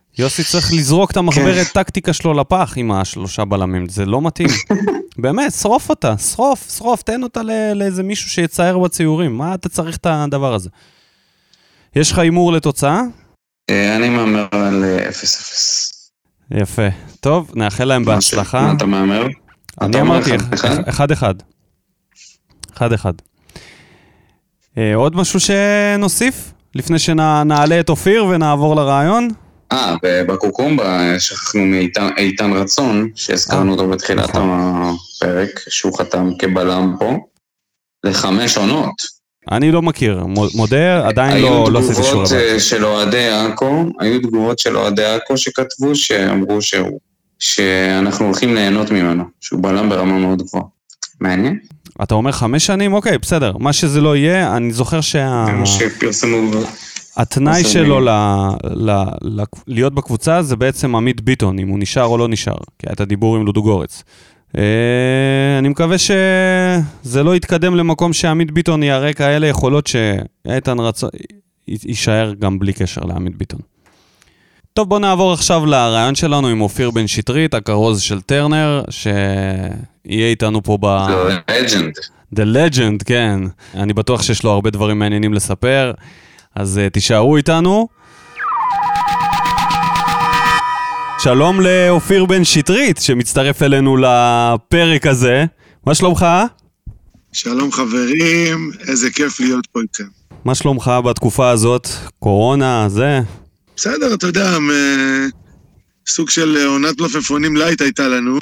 יוסי צריך לזרוק את המחברת טקטיקה שלו לפח עם השלושה בלמים, זה לא מתאים. באמת, שרוף אותה, שרוף, שרוף, תן אותה לאיזה מישהו שיצייר בציורים, מה אתה צריך את הדבר הזה? יש לך אימור לתוצאה? אני מאמר על אפס אפס. יפה, טוב, נאחל להם בהצלחה. מה אתה מאמר? אני אמרתי אחד אחד. אחד אחד. עוד משהו שנוסיף? לפני שנעלה את אופיר ונעבור לרעיון? אה, בקוקומבה שכחנו מאיתן רצון, שהזכרנו אותו בתחילת הפרק, שהוא חתם כבלם פה, לחמש עונות. אני לא מכיר, מודה, עדיין לא עשיתי שור הבא. היו תגובות של אוהדי עכו, היו תגובות של אוהדי עכו שכתבו, שאמרו שאנחנו הולכים ליהנות ממנו, שהוא בלם ברמה מאוד גבוהה. מעניין? אתה אומר חמש שנים? אוקיי, בסדר. מה שזה לא יהיה, אני זוכר שה... מה שפרסמו... התנאי שלו להיות בקבוצה זה בעצם עמית ביטון, אם הוא נשאר או לא נשאר, כי היה את הדיבור עם לודוגורץ. אני מקווה שזה לא יתקדם למקום שעמית ביטון יראה כאלה יכולות שאיתן רצון יישאר גם בלי קשר לעמית ביטון. טוב, בוא נעבור עכשיו לרעיון שלנו עם אופיר בן שטרית, הכרוז של טרנר, שיהיה איתנו פה ב... The Legend. The Legend, כן. אני בטוח שיש לו הרבה דברים מעניינים לספר, אז תישארו איתנו. שלום לאופיר בן שטרית, שמצטרף אלינו לפרק הזה. מה שלומך? שלום חברים, איזה כיף להיות פה איתכם. מה שלומך בתקופה הזאת? קורונה, זה? בסדר, אתה יודע, סוג של עונת מלפפונים לייט הייתה לנו.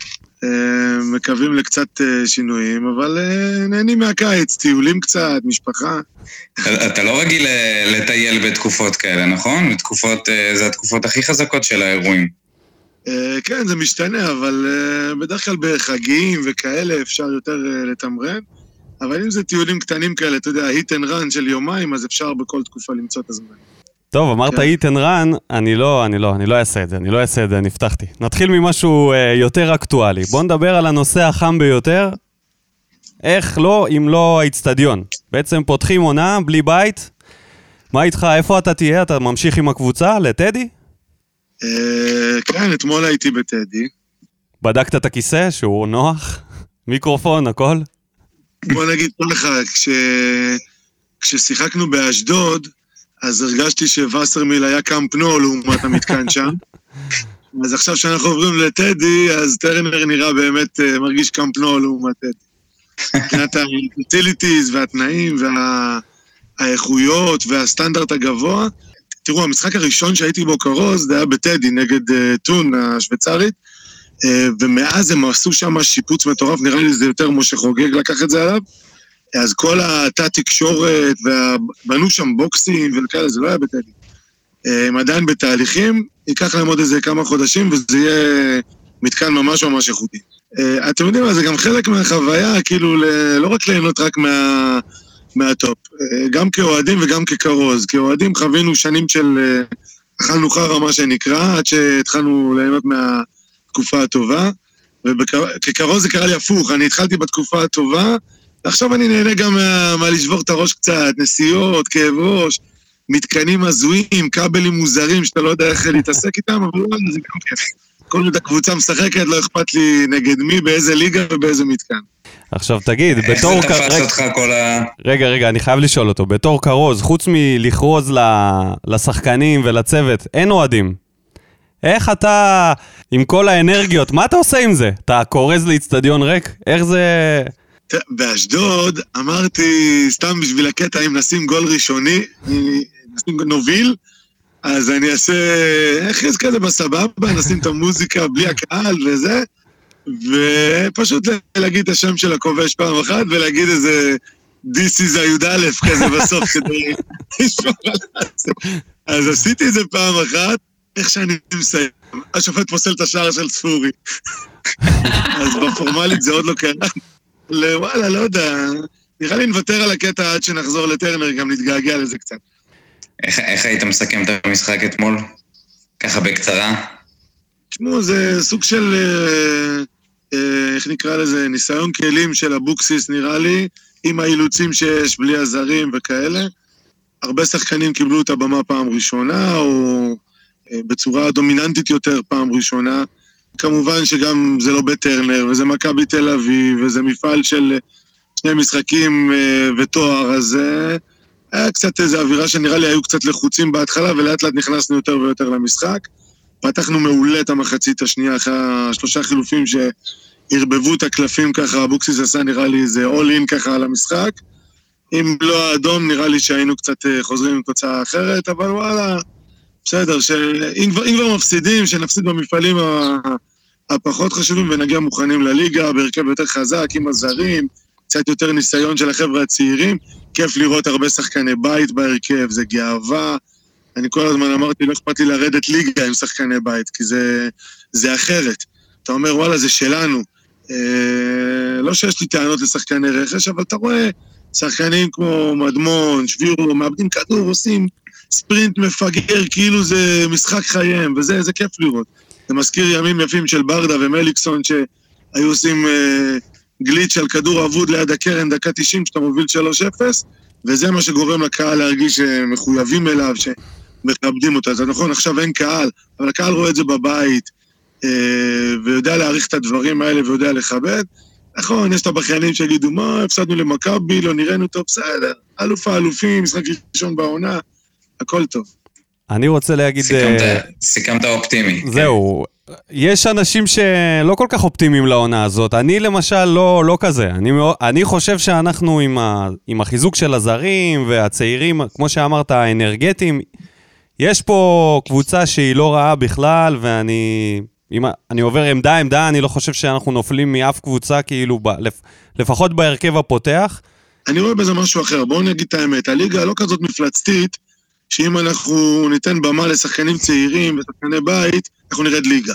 מקווים לקצת שינויים, אבל נהנים מהקיץ, טיולים קצת, משפחה. אתה לא רגיל לטייל בתקופות כאלה, נכון? בתקופות, זה התקופות הכי חזקות של האירועים. כן, זה משתנה, אבל בדרך כלל בחגים וכאלה אפשר יותר לתמרן. אבל אם זה טיולים קטנים כאלה, אתה יודע, hit and run של יומיים, אז אפשר בכל תקופה למצוא את הזמן. טוב, אמרת hit and run, אני לא, אני לא, אני לא אעשה את זה, אני לא אעשה את זה, אני הבטחתי. נתחיל ממשהו אה, יותר אקטואלי. בוא נדבר על הנושא החם ביותר. איך לא, אם לא האצטדיון. בעצם פותחים עונה, בלי בית. מה איתך, איפה אתה תהיה? אתה ממשיך עם הקבוצה לטדי? אה, כן, אתמול הייתי בטדי. בדקת את הכיסא שהוא נוח? מיקרופון, הכל? בוא נגיד פה לך, כש... כששיחקנו באשדוד, אז הרגשתי שווסרמיל היה קאמפ נו לעומת המתקן שם. אז עכשיו שאנחנו עוברים לטדי, אז טרנר נראה באמת מרגיש קאמפ נו לעומת טדי. מבחינת ה-utilities והתנאים והאיכויות והסטנדרט הגבוה. תראו, המשחק הראשון שהייתי בו כרוז, זה היה בטדי נגד טון השוויצרית, ומאז הם עשו שם שיפוץ מטורף, נראה לי זה יותר משה חוגג לקח את זה עליו. אז כל התא תקשורת, ובנו שם בוקסים וכאלה, זה לא היה בטדי. הם עדיין בתהליכים, ייקח להם עוד איזה כמה חודשים, וזה יהיה מתקן ממש ממש איכותי. אתם יודעים מה, זה גם חלק מהחוויה, כאילו, לא רק ליהנות רק מה, מהטופ, גם כאוהדים וגם ככרוז. כאוהדים חווינו שנים של אכלנו חרא, מה שנקרא, עד שהתחלנו ליהנות מהתקופה הטובה, וככרוז זה קרה לי הפוך, אני התחלתי בתקופה הטובה, עכשיו אני נהנה גם מה, מה לשבור את הראש קצת, נסיעות, כאב ראש, מתקנים הזויים, כבלים מוזרים שאתה לא יודע איך להתעסק איתם, אבל לא, זה גם כיף. כל עוד הקבוצה משחקת, לא אכפת לי נגד מי, באיזה ליגה ובאיזה מתקן. עכשיו תגיד, בתור... איך זה תפס אותך כל ה... רגע, רגע, אני חייב לשאול אותו, בתור כרוז, חוץ מלכרוז לשחקנים ולצוות, אין אוהדים. איך אתה, עם כל האנרגיות, מה אתה עושה עם זה? אתה קורז לאצטדיון ריק? איך זה... באשדוד אמרתי, סתם בשביל הקטע, אם נשים גול ראשוני, נשים נוביל, אז אני אעשה, איך יש כזה בסבבה, נשים את המוזיקה בלי הקהל וזה, ופשוט להגיד את השם של הכובש פעם אחת, ולהגיד איזה This is הי"א כזה בסוף, כדי לשמור על זה. אז עשיתי את זה פעם אחת, איך שאני מסיים. השופט פוסל את השער של ספורי. אז בפורמלית זה עוד לא קרה. וואלה, לא יודע, נראה לי נוותר על הקטע עד שנחזור לטרנר, גם נתגעגע לזה קצת. איך, איך היית מסכם את המשחק אתמול? ככה בקצרה? תשמעו, זה סוג של, אה, אה, איך נקרא לזה, ניסיון כלים של הבוקסיס נראה לי, עם האילוצים שיש בלי הזרים וכאלה. הרבה שחקנים קיבלו את הבמה פעם ראשונה, או בצורה דומיננטית יותר פעם ראשונה. כמובן שגם זה לא בטרנר, וזה מכבי תל אביב, וזה מפעל של שני משחקים ותואר, אז היה קצת איזו אווירה שנראה לי היו קצת לחוצים בהתחלה, ולאט לאט נכנסנו יותר ויותר למשחק. פתחנו מעולה את המחצית השנייה, אחרי השלושה חילופים שהרבבו את הקלפים ככה, אבוקסיס עשה נראה לי איזה all in ככה על המשחק. אם לא האדום, נראה לי שהיינו קצת חוזרים עם תוצאה אחרת, אבל וואלה, בסדר, שאם כבר, כבר מפסידים, שנפסיד במפעלים הפחות חשובים ונגיע מוכנים לליגה, בהרכב יותר חזק, עם הזרים, קצת יותר ניסיון של החבר'ה הצעירים, כיף לראות הרבה שחקני בית בהרכב, זה גאווה. אני כל הזמן אמרתי, לא אכפת לי לרדת ליגה עם שחקני בית, כי זה, זה אחרת. אתה אומר, וואלה, זה שלנו. אה, לא שיש לי טענות לשחקני רכש, אבל אתה רואה שחקנים כמו מדמון, שבירו, מאבדים כדור, עושים ספרינט מפגר, כאילו זה משחק חייהם, וזה זה כיף לראות. זה מזכיר ימים יפים של ברדה ומליקסון, שהיו עושים אה, גליץ' על כדור אבוד ליד הקרן, דקה תשעים, שאתה מוביל שלוש אפס, וזה מה שגורם לקהל להרגיש שמחויבים אליו, שמכבדים אותו. אז נכון, עכשיו אין קהל, אבל הקהל רואה את זה בבית, ויודע להעריך את הדברים האלה, ויודע לכבד. נכון, יש את הבחיינים שיגידו, מה, הפסדנו למכבי, לא נראינו טוב, בסדר, אלוף האלופים, משחק ראשון בעונה, הכל טוב. אני רוצה להגיד... סיכמת אופטימי. זהו, יש אנשים שלא כל כך אופטימיים לעונה הזאת. אני למשל לא, לא כזה. אני, אני חושב שאנחנו עם, ה, עם החיזוק של הזרים והצעירים, כמו שאמרת, האנרגטיים, יש פה קבוצה שהיא לא רעה בכלל, ואני אם, אני עובר עמדה עמדה, אני לא חושב שאנחנו נופלים מאף קבוצה, כאילו, ב, לפ, לפחות בהרכב הפותח. אני רואה בזה משהו אחר. בואו נגיד את האמת. הליגה לא כזאת מפלצתית, שאם אנחנו ניתן במה לשחקנים צעירים ושחקני בית, אנחנו נרד ליגה.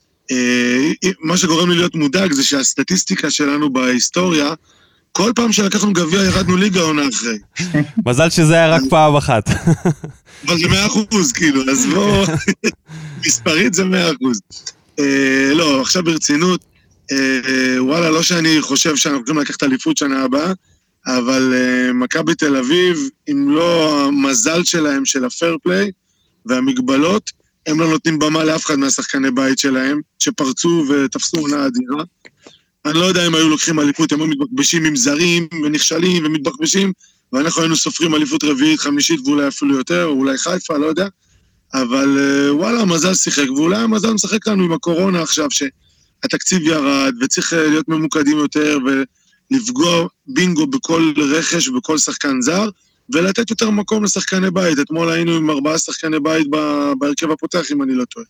מה שגורם לי להיות מודאג זה שהסטטיסטיקה שלנו בהיסטוריה, כל פעם שלקחנו גביע ירדנו ליגה עונה אחרי. מזל שזה היה רק פעם אחת. אבל זה מאה אחוז, כאילו, אז בוא, מספרית זה מאה אחוז. לא, עכשיו ברצינות, וואלה, לא שאני חושב שאנחנו יכולים לקחת אליפות שנה הבאה, אבל מכבי תל אביב, אם לא המזל שלהם של הפייר פליי והמגבלות, הם לא נותנים במה לאף אחד מהשחקני בית שלהם, שפרצו ותפסו עונה אדירה. אני לא יודע אם היו לוקחים אליפות, הם היו מתבקבשים עם זרים ונכשלים ומתבקבשים, ואנחנו היינו סופרים אליפות רביעית, חמישית ואולי אפילו יותר, או אולי חיפה, לא יודע. אבל וואלה, המזל שיחק, ואולי המזל משחק לנו עם הקורונה עכשיו, שהתקציב ירד וצריך להיות ממוקדים יותר ולפגוע בינגו בכל רכש ובכל שחקן זר, ולתת יותר מקום לשחקני בית. אתמול היינו עם ארבעה שחקני בית בהרכב הפותח, אם אני לא טועה.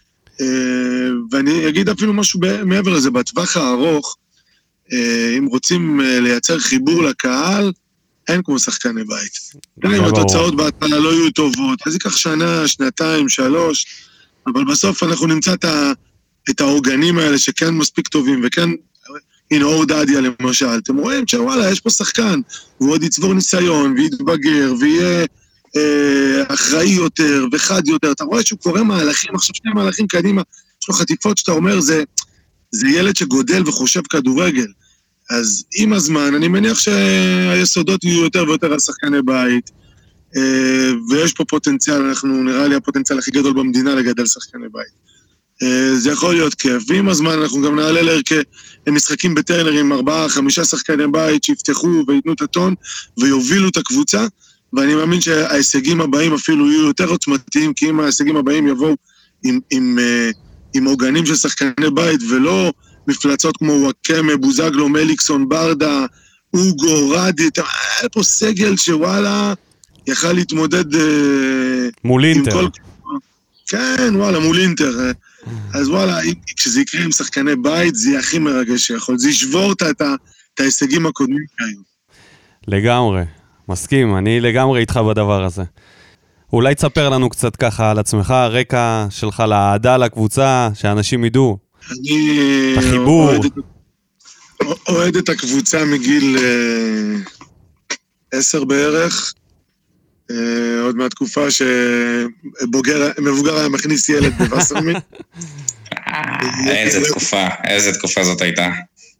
ואני אגיד אפילו משהו מעבר לזה, בטווח הארוך, אם רוצים לייצר חיבור לקהל, אין כמו שחקני בית. גם אם התוצאות בהתחלה לא יהיו טובות, אז ייקח שנה, שנתיים, שלוש, אבל בסוף אנחנו נמצא את העוגנים האלה שכן מספיק טובים, וכן, הנה אור דדיה למשל, אתם רואים שוואלה, יש פה שחקן, הוא עוד יצבור ניסיון, ויתבגר, ויהיה אה, אחראי יותר, וחד יותר, אתה רואה שהוא קורא מהלכים, עכשיו שני מהלכים קדימה, יש לו חטיפות שאתה אומר, זה, זה ילד שגודל וחושב כדורגל, אז עם הזמן, אני מניח שהיסודות יהיו יותר ויותר על שחקני בית, אה, ויש פה פוטנציאל, אנחנו נראה לי הפוטנציאל הכי גדול במדינה לגדל שחקני בית. זה יכול להיות כיף, ועם הזמן אנחנו גם נעלה לערכי משחקים בטרנר עם ארבעה, חמישה שחקני בית שיפתחו ויתנו את הטון ויובילו את הקבוצה, ואני מאמין שההישגים הבאים אפילו יהיו יותר עוצמתיים, כי אם ההישגים הבאים יבואו עם, עם, עם עוגנים של שחקני בית, ולא מפלצות כמו וואקמה, בוזגלו, מליקסון, ברדה, אוגו, רדי, היה פה סגל שוואלה יכל להתמודד מול אינטר. כל... כן, וואלה, מול אינטר. אז וואלה, כשזה יקרה עם שחקני בית, זה יהיה הכי מרגש שיכול. זה ישבור את ההישגים הקודמים היום. לגמרי, מסכים, אני לגמרי איתך בדבר הזה. אולי תספר לנו קצת ככה על עצמך, הרקע שלך להעדה לקבוצה, שאנשים ידעו. אני החיבור. אוהד, אוהד את הקבוצה מגיל אה, עשר בערך, אה, עוד מהתקופה שמבוגר היה מכניס ילד בווסרמין. איזה תקופה, איזה תקופה זאת הייתה.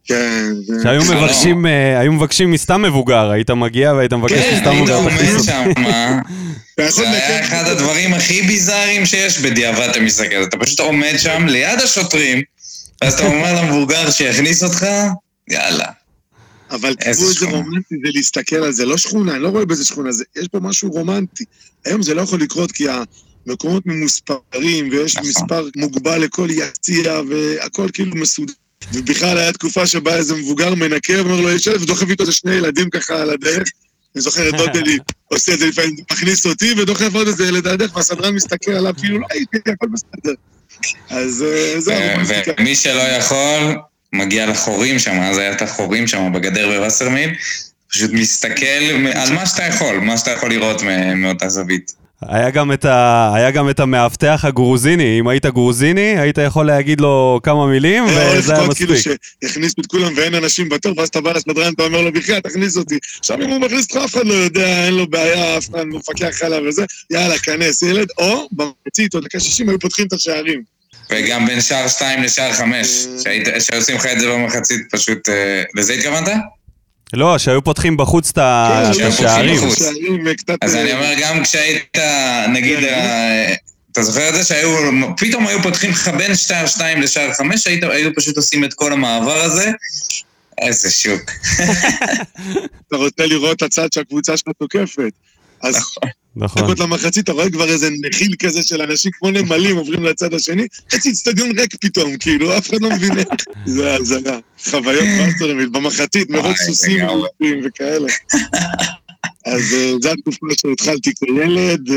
כן. שהיו מבקשים, היו מבקשים מסתם מבוגר, היית מגיע והיית מבקש מסתם מבוגר. כן, היית עומד שם, זה היה אחד הדברים הכי ביזאריים שיש בדיעבד המשחק הזה, אתה פשוט עומד שם ליד השוטרים, ואז אתה אומר למבוגר שיכניס אותך, יאללה. אבל תראו איזה רומנטי זה להסתכל על זה, לא שכונה, אני לא רואה באיזה שכונה, יש פה משהו רומנטי. היום זה לא יכול לקרות כי המקומות ממוספרים, ויש מספר מוגבל לכל יציע, והכל כאילו מסודר. ובכלל היה תקופה שבה איזה מבוגר מנקה, ואומר לו, יש ילד, ודוחף איתו זה שני ילדים ככה על הדרך. אני זוכר את דודלי, עושה את זה לפעמים, מכניס אותי, ודוחף עוד איזה ילד על הדרך, והסדרן מסתכל עליו, כאילו, לא הייתי, הכל בסדר. אז זה הרומנטיקה. ומי שלא יכול, מגיע לחורים שם, אז היה את החורים שם בגדר בווסרמיל, פשוט מסתכל על מה שאתה יכול, מה שאתה יכול לראות מאותה זווית. היה גם את ה... היה גם את המאבטח הגרוזיני, אם היית גרוזיני, היית יכול להגיד לו כמה מילים, וזה היה מספיק. כאילו שהכניסו את כולם ואין אנשים בתור, ואז אתה בא לסדרן, אתה אומר לו, בכלל, תכניס אותי. עכשיו אם הוא מכניס אותך, אף אחד לא יודע, אין לו בעיה, אף אחד מפקח עליו וזה, יאללה, כנס ילד, או במחצית, או דקה שישים, היו פותחים את השערים. וגם בין שער שתיים לשער חמש, שעושים לך את זה במחצית, פשוט... לזה התכוונת? לא, שהיו פותחים בחוץ את השערים. אז אני אומר, גם כשהיית, נגיד, אתה זוכר את זה שהיו, פתאום היו פותחים לך בין שער שתיים לשער חמש, היו פשוט עושים את כל המעבר הזה, איזה שוק. אתה רוצה לראות את הצד שהקבוצה שלך תוקפת. אז דקות למחצית, אתה רואה כבר איזה נחיל כזה של אנשים כמו נמלים עוברים לצד השני, חצי אצטדיון ריק פתאום, כאילו, אף אחד לא מבין. זה הזרה. חוויות מאסטרמית, במחצית, מרוב סוסים וכאלה. אז זו התקופה שהתחלתי כילד,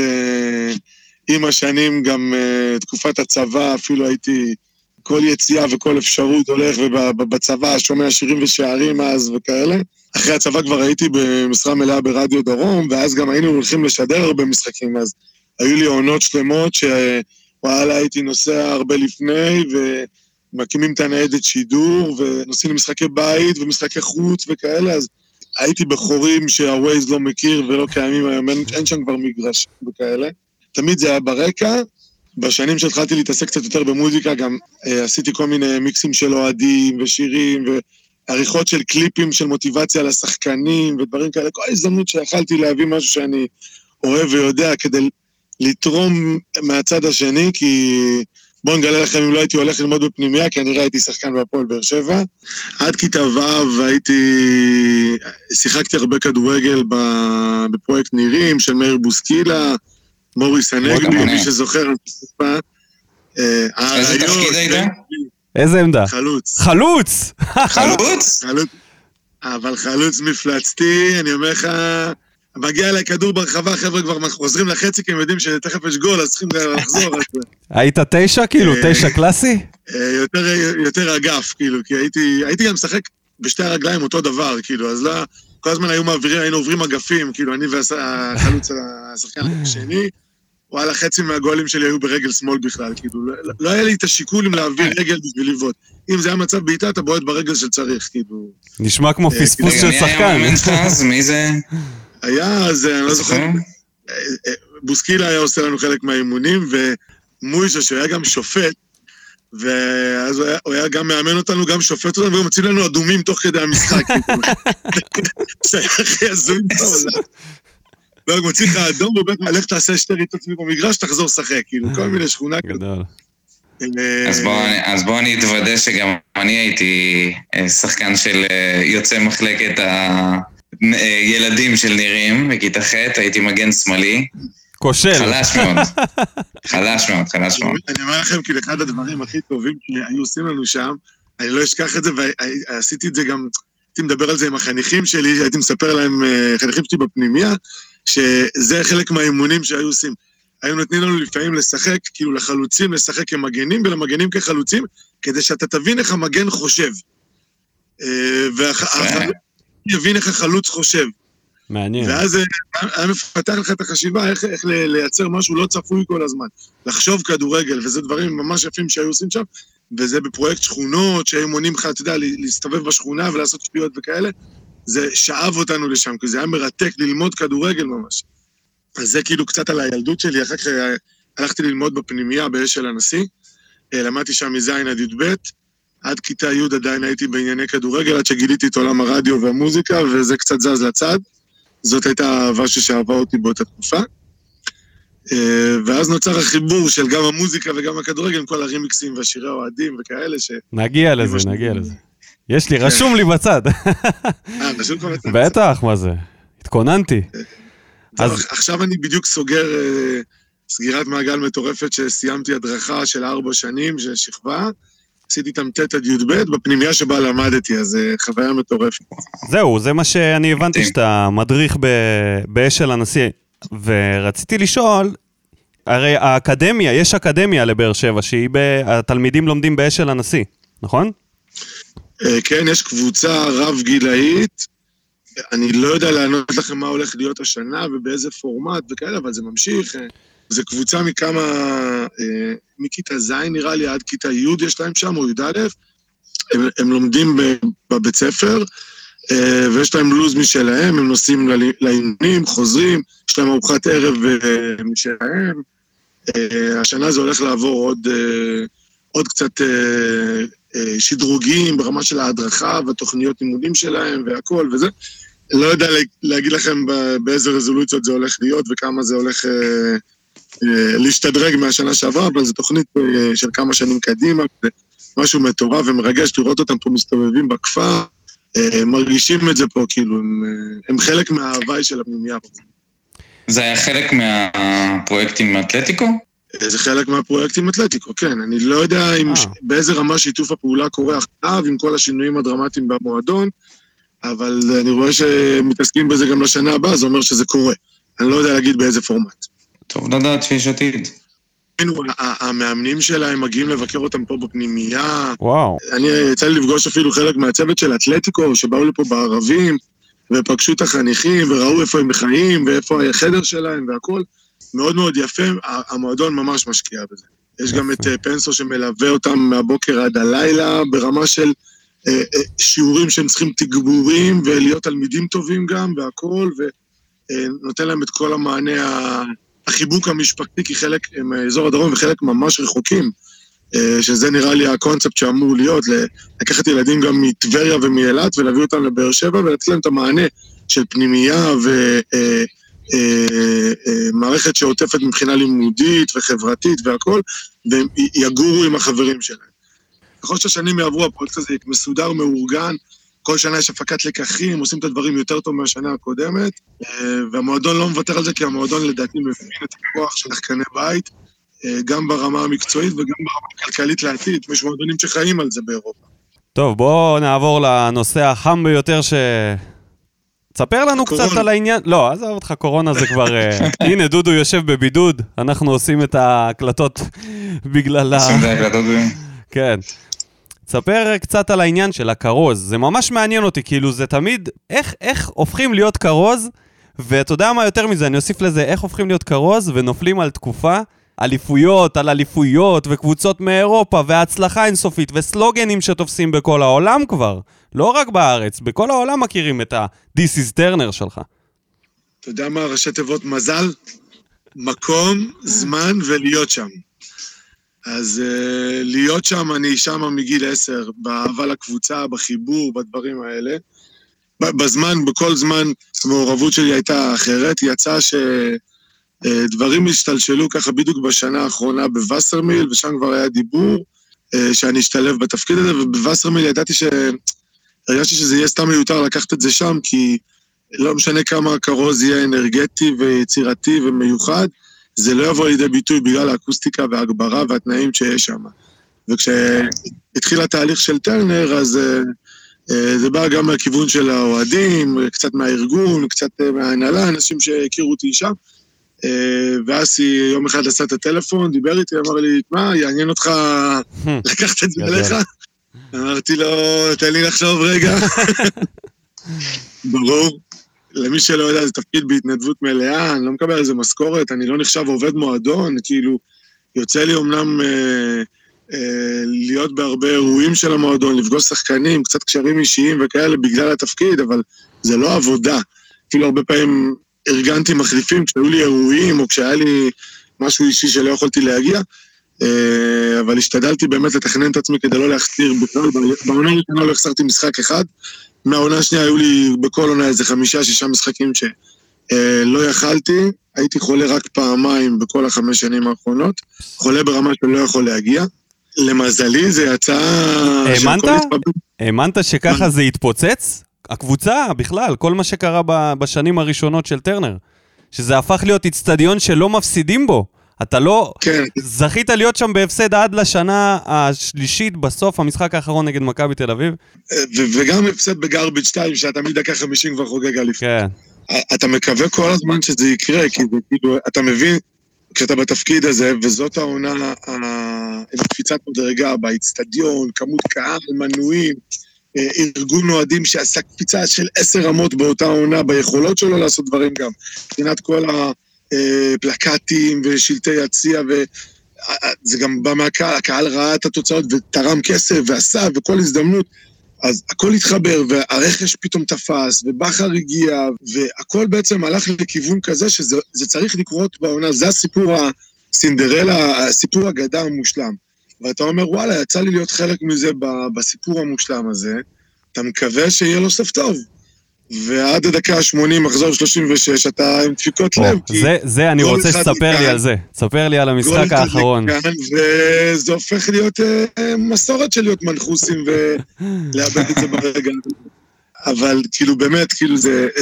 עם השנים גם תקופת הצבא, אפילו הייתי כל יציאה וכל אפשרות הולך, ובצבא שומע שירים ושערים אז וכאלה. אחרי הצבא כבר הייתי במשרה מלאה ברדיו דרום, ואז גם היינו הולכים לשדר הרבה משחקים, אז היו לי עונות שלמות שוואלה הייתי נוסע הרבה לפני, ומקימים את הניידת שידור, ונוסעים למשחקי בית ומשחקי חוץ וכאלה, אז הייתי בחורים שהווייז לא מכיר ולא קיימים היום, אין, אין שם כבר מגרש וכאלה. תמיד זה היה ברקע, בשנים שהתחלתי להתעסק קצת יותר במוזיקה, גם אה, עשיתי כל מיני מיקסים של אוהדים ושירים, ועריכות של קליפים של מוטיבציה לשחקנים ודברים כאלה, כל הזדמנות שיכלתי להביא משהו שאני אוהב ויודע, כדי לתרום מהצד השני, כי בואו נגלה לכם אם לא הייתי הולך ללמוד בפנימיה, כי אני ראיתי שחקן בהפועל באר שבע. עד כיתה ו' הייתי, שיחקתי הרבה כדורגל בפרויקט נירים של מאיר בוסקילה, מוריס הנגבי, מי שזוכר. איזה תפקיד היית? איזה עמדה? חלוץ. חלוץ! חלוץ? אבל חלוץ מפלצתי, אני אומר לך, מגיע אליי כדור ברחבה, חבר'ה כבר חוזרים לחצי, כי הם יודעים שתכף יש גול, אז צריכים לחזור. היית תשע, כאילו? תשע קלאסי? יותר אגף, כאילו, כי הייתי גם משחק בשתי הרגליים אותו דבר, כאילו, אז לא, כל הזמן היו מעבירים, היינו עוברים אגפים, כאילו, אני והחלוץ השחקן השני, וואלה, חצי מהגולים שלי היו ברגל שמאל בכלל, כאילו, לא היה לי את השיקול אם להעביר רגל בשביל לבעוט. אם זה היה מצב בעיטה, אתה בועט ברגל שצריך, כאילו. נשמע כמו פספוס של שחקן. מי זה? היה, אז אני לא זוכר, בוסקילה היה עושה לנו חלק מהאימונים, ומוישה, שהוא היה גם שופט, ואז הוא היה גם מאמן אותנו, גם שופט אותנו, וגם מציל לנו אדומים תוך כדי המשחק. זה היה הכי הזוי בעולם. והוא מוציא לך אדום, ובטח הלך תעשה שתי ריטות סביב במגרש, תחזור שחק, כאילו, כל מיני שכונה כזאת. אז בואו אני אתוודא שגם אני הייתי שחקן של יוצא מחלקת הילדים של נירים, בכיתה ח' הייתי מגן שמאלי. כושל. חלש מאוד. חלש מאוד, חלש מאוד. אני אומר לכם, כאילו, אחד הדברים הכי טובים שהיו עושים לנו שם, אני לא אשכח את זה, ועשיתי את זה גם, הייתי מדבר על זה עם החניכים שלי, הייתי מספר להם, חניכים שלי בפנימיה, שזה חלק מהאימונים שהיו עושים. היו נותנים לנו לפעמים לשחק, כאילו לחלוצים לשחק כמגנים, ולמגנים כחלוצים, כדי שאתה תבין איך המגן חושב. והחלוץ יבין איך החלוץ חושב. מעניין. ואז היה מפתח לך את החשיבה, איך, איך לייצר משהו לא צפוי כל הזמן. לחשוב כדורגל, וזה דברים ממש יפים שהיו עושים שם, וזה בפרויקט שכונות, שהיו מונים לך, אתה יודע, להסתובב בשכונה ולעשות שטויות וכאלה, זה שאב אותנו לשם, כי זה היה מרתק ללמוד כדורגל ממש. אז זה כאילו קצת על הילדות שלי, אחר כך הלכתי ללמוד בפנימייה באש של הנשיא, למדתי שם מזין עד י"ב, עד כיתה י' עדיין הייתי בענייני כדורגל, עד שגיליתי את עולם הרדיו והמוזיקה, וזה קצת זז לצד. זאת הייתה האהבה ששאהבה אותי באותה תקופה. ואז נוצר החיבור של גם המוזיקה וגם הכדורגל, עם כל הרימיקסים והשירי האוהדים וכאלה ש... נגיע לזה, נגיע לזה. יש לי, רשום לי בצד. אה, רשום לך בצד. בטח, מה זה? התכוננתי. עכשיו אני בדיוק סוגר סגירת מעגל מטורפת שסיימתי הדרכה של ארבע שנים, של שכבה, עשיתי איתם ת' עד י' ב' בפנימיה שבה למדתי, אז חוויה מטורפת. זהו, זה מה שאני הבנתי שאתה מדריך באשל הנשיא, ורציתי לשאול, הרי האקדמיה, יש אקדמיה לבאר שבע, שהתלמידים לומדים באשל הנשיא, נכון? כן, יש קבוצה רב גילאית, אני לא יודע לענות לכם מה הולך להיות השנה ובאיזה פורמט וכאלה, אבל זה ממשיך. זה קבוצה מכמה, מכיתה ז' נראה לי עד כיתה י' יש להם שם, או י' א', הם, הם לומדים בבית ספר, ויש להם לוז משלהם, הם נוסעים לאימונים, חוזרים, יש להם ארוחת ערב משלהם. השנה זה הולך לעבור עוד, עוד קצת שדרוגים ברמה של ההדרכה והתוכניות לימודים שלהם והכל וזה. לא יודע להגיד לכם באיזה רזולוציות זה הולך להיות וכמה זה הולך להשתדרג מהשנה שעברה, אבל זו תוכנית של כמה שנים קדימה, משהו מטורף ומרגש לראות אותם פה מסתובבים בכפר, מרגישים את זה פה, כאילו, הם, הם חלק מההוואי של הפנימיה. זה היה חלק מהפרויקטים אתלטיקו? זה חלק מהפרויקטים אתלטיקו, כן. אני לא יודע אם, באיזה רמה שיתוף הפעולה קורה עכשיו, עם כל השינויים הדרמטיים במועדון, אבל אני רואה שמתעסקים בזה גם לשנה הבאה, זה אומר שזה קורה. אני לא יודע להגיד באיזה פורמט. טוב לדעת שיש עתיד. המאמנים שלהם מגיעים לבקר אותם פה בפנימייה. וואו. אני יצא לי לפגוש אפילו חלק מהצוות של אתלטיקו, שבאו לפה בערבים, ופגשו את החניכים, וראו איפה הם חיים, ואיפה החדר שלהם, והכל. מאוד מאוד יפה, המועדון ממש משקיע בזה. יש גם את פנסו שמלווה אותם מהבוקר עד הלילה, ברמה של שיעורים שהם צריכים תגבורים, ולהיות תלמידים טובים גם, והכל, ונותן להם את כל המענה החיבוק המשפחתי, כי חלק הם אזור הדרום וחלק ממש רחוקים, שזה נראה לי הקונספט שאמור להיות, לקחת ילדים גם מטבריה ומאילת, ולהביא אותם לבאר שבע, ולתת להם את המענה של פנימייה ומערכת שעוטפת מבחינה לימודית וחברתית והכל, והם יגורו עם החברים שלהם. ככל שהשנים יעברו, הפרויקט הזה מסודר, מאורגן, כל שנה יש הפקת לקחים, עושים את הדברים יותר טוב מהשנה הקודמת, והמועדון לא מוותר על זה, כי המועדון לדעתי מבין את הכוח של שחקני בית, גם ברמה המקצועית וגם ברמה הכלכלית לעתיד, יש מועדונים שחיים על זה באירופה. טוב, בואו נעבור לנושא החם ביותר ש... תספר לנו קצת על העניין... לא, עזוב אותך, קורונה זה כבר... הנה, דודו יושב בבידוד, אנחנו עושים את ההקלטות בגלל ה... עושים את ההקלטות ב... כן. תספר קצת על העניין של הקרוז, זה ממש מעניין אותי, כאילו זה תמיד, איך, איך הופכים להיות קרוז, ואתה יודע מה יותר מזה, אני אוסיף לזה, איך הופכים להיות קרוז ונופלים על תקופה, אליפויות, על אליפויות וקבוצות מאירופה, וההצלחה אינסופית, וסלוגנים שתופסים בכל העולם כבר, לא רק בארץ, בכל העולם מכירים את ה-This is Turner שלך. אתה יודע מה, ראשי תיבות מזל? מקום, זמן ולהיות שם. אז uh, להיות שם, אני שם מגיל עשר, באהבה לקבוצה, בחיבור, בדברים האלה. בזמן, בכל זמן, המעורבות שלי הייתה אחרת. יצא שדברים uh, השתלשלו ככה בדיוק בשנה האחרונה בווסרמיל, ושם כבר היה דיבור uh, שאני אשתלב בתפקיד הזה, ובווסרמיל ידעתי ש... הרגשתי שזה יהיה סתם מיותר לקחת את זה שם, כי לא משנה כמה הקרוז יהיה אנרגטי ויצירתי ומיוחד, זה לא יבוא לידי ביטוי בגלל האקוסטיקה וההגברה והתנאים שיש שם. וכשהתחיל התהליך של טרנר, אז uh, uh, זה בא גם מהכיוון של האוהדים, קצת מהארגון, קצת מההנהלה, אנשים שהכירו אותי שם. Uh, ואסי יום אחד עשה את הטלפון, דיבר איתי, אמר לי, מה, יעניין אותך לקחת את זה עליך? אמרתי לו, תן לי לחשוב רגע. ברור. למי שלא יודע, זה תפקיד בהתנדבות מלאה, אני לא מקבל על זה משכורת, אני לא נחשב עובד מועדון, כאילו, יוצא לי אומנם אה, אה, להיות בהרבה אירועים של המועדון, לפגוש שחקנים, קצת קשרים אישיים וכאלה בגלל התפקיד, אבל זה לא עבודה. כאילו הרבה פעמים ארגנתי מחליפים, כשהיו לי אירועים, או כשהיה לי משהו אישי שלא יכולתי להגיע, אבל השתדלתי באמת לתכנן את עצמי כדי לא להחסיר בכלל, בעונה הראשונה לא החסרתי משחק אחד, מהעונה השנייה היו לי בכל עונה איזה חמישה, שישה משחקים שלא יכלתי, הייתי חולה רק פעמיים בכל החמש שנים האחרונות, חולה ברמה שלא יכול להגיע, למזלי זה יצא... האמנת? האמנת שככה זה יתפוצץ? הקבוצה בכלל, כל מה שקרה בשנים הראשונות של טרנר, שזה הפך להיות אצטדיון שלא מפסידים בו, אתה לא... כן. זכית להיות שם בהפסד עד לשנה השלישית בסוף המשחק האחרון נגד מכבי תל אביב? וגם הפסד בגרביץ' שתיים, שאתה מדקה חמישים כבר חוגג אליפות. כן. אתה מקווה כל הזמן שזה יקרה, כי כאילו, אתה מבין, כשאתה בתפקיד הזה, וזאת העונה, הקפיצת מדרגה באצטדיון, כמות קהל, מנויים, ארגון אוהדים שעשה קפיצה של עשר רמות באותה עונה, ביכולות שלו לעשות דברים גם. מבחינת כל הפלקטים ושלטי יציע, וזה גם בא מהקהל, הקהל ראה את התוצאות ותרם כסף ועשה, וכל הזדמנות, אז הכל התחבר, והרכש פתאום תפס, ובחר הגיע, והכל בעצם הלך לכיוון כזה, שזה צריך לקרות בעונה, זה הסיפור הסינדרלה, הסיפור הגדה המושלם. ואתה אומר, וואלה, יצא לי להיות חלק מזה בסיפור המושלם הזה, אתה מקווה שיהיה לו סוף טוב. ועד הדקה ה-שמונים, מחזור שלושים ושש, אתה עם דפיקות לב. זה, אני רוצה שתספר לי על זה. תספר לי על המשחק האחרון. וזה הופך להיות מסורת של להיות מנחוסים ולאבד את זה ברגע. אבל כאילו באמת, כאילו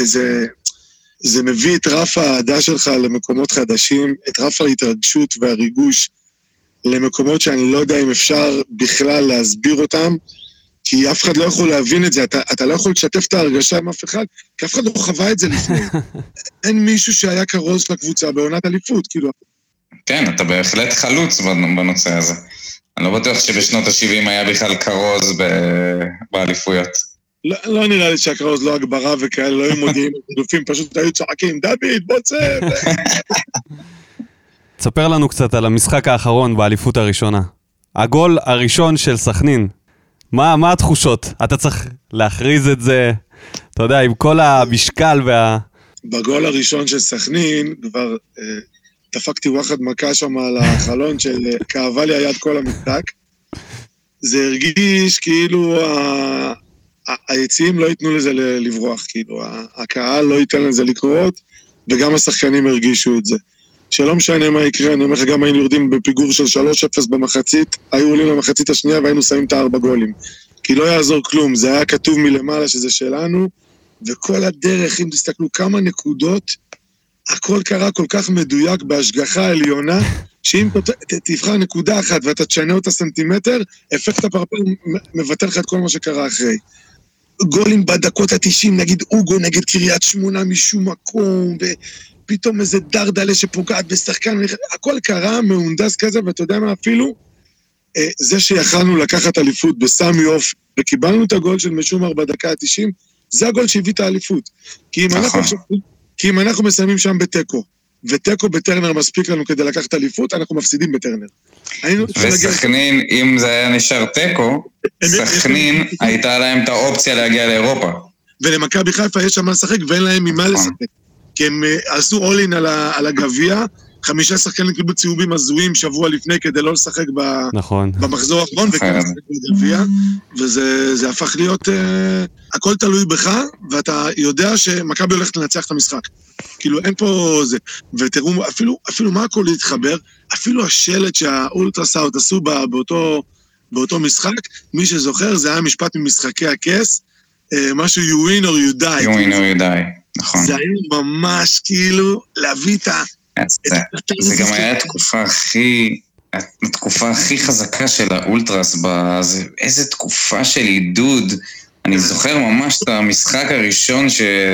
זה מביא את רף העדה שלך למקומות חדשים, את רף ההתרגשות והריגוש למקומות שאני לא יודע אם אפשר בכלל להסביר אותם, כי אף אחד לא יכול להבין את זה, אתה, אתה לא יכול לשתף את ההרגשה עם אף אחד, כי אף אחד לא חווה את זה לפני. אין מישהו שהיה כרוז של הקבוצה בעונת אליפות, כאילו. כן, אתה בהחלט חלוץ בנושא הזה. אני לא בטוח שבשנות ה-שבעים היה בכלל כרוז באליפויות. לא, לא נראה לי שהכרוז לא הגברה וכאלה, לא היו מודיעים, דופים, פשוט היו צועקים, דוד, בוצה! תספר לנו קצת על המשחק האחרון באליפות הראשונה. הגול הראשון של סכנין. מה, מה התחושות? אתה צריך להכריז את זה, אתה יודע, עם כל המשקל וה... בגול הראשון של סכנין, כבר אה, דפקתי וואחד מכה שם על החלון של אה, כאבה לי היד כל המשחק. זה הרגיש כאילו ה... היציאים לא ייתנו לזה לברוח, כאילו, הקהל לא ייתן לזה לקרות, וגם השחקנים הרגישו את זה. שלא משנה מה יקרה, אני אומר לך, גם היינו יורדים בפיגור של שלוש אפס במחצית, היו עולים למחצית השנייה והיינו שמים את הארבע גולים. כי לא יעזור כלום, זה היה כתוב מלמעלה שזה שלנו, וכל הדרך, אם תסתכלו כמה נקודות, הכל קרה כל כך מדויק בהשגחה העליונה, שאם תבחר נקודה אחת ואתה תשנה אותה סנטימטר, אפקט הפרפר מבטל לך את כל מה שקרה אחרי. גולים בדקות ה-תשעים, נגיד אוגו נגד קריית שמונה משום מקום, ופתאום איזה דרדלה שפוגעת בשחקן, הכל קרה מהונדס כזה, ואתה יודע מה אפילו? זה שיכלנו לקחת אליפות בסמי אוף, וקיבלנו את הגול של משומר בדקה ה-תשעים, זה הגול שהביא את האליפות. כי אם אנחנו, כי אם אנחנו מסיימים שם בטקו, וטקו בטרנר מספיק לנו כדי לקחת אליפות, אנחנו מפסידים בטרנר. וסכנין, אם זה היה נשאר טקו, סכנין הייתה להם את האופציה להגיע לאירופה. ולמכבי חיפה יש שם מה לשחק, ואין להם ממה לשחק. כי הם עשו אולין על הגביע, חמישה שחקנים קיבלו ציובים הזויים שבוע לפני כדי לא לשחק במחזור האחרון, וכן לשחק בגביע, וזה הפך להיות, הכל תלוי בך, ואתה יודע שמכבי הולכת לנצח את המשחק. כאילו אין פה זה, ותראו, אפילו, אפילו מה הכל להתחבר, אפילו השלט שהאולטרסאוט עשו באותו, באותו משחק, מי שזוכר, זה היה משפט ממשחקי הכס, משהו you win or you die. you win or you die, נכון. זה היה ממש כאילו להביא את ה... זה גם היה התקופה הכי, התקופה הכי חזקה של האולטרס, איזה תקופה של עידוד, אני זוכר ממש את המשחק הראשון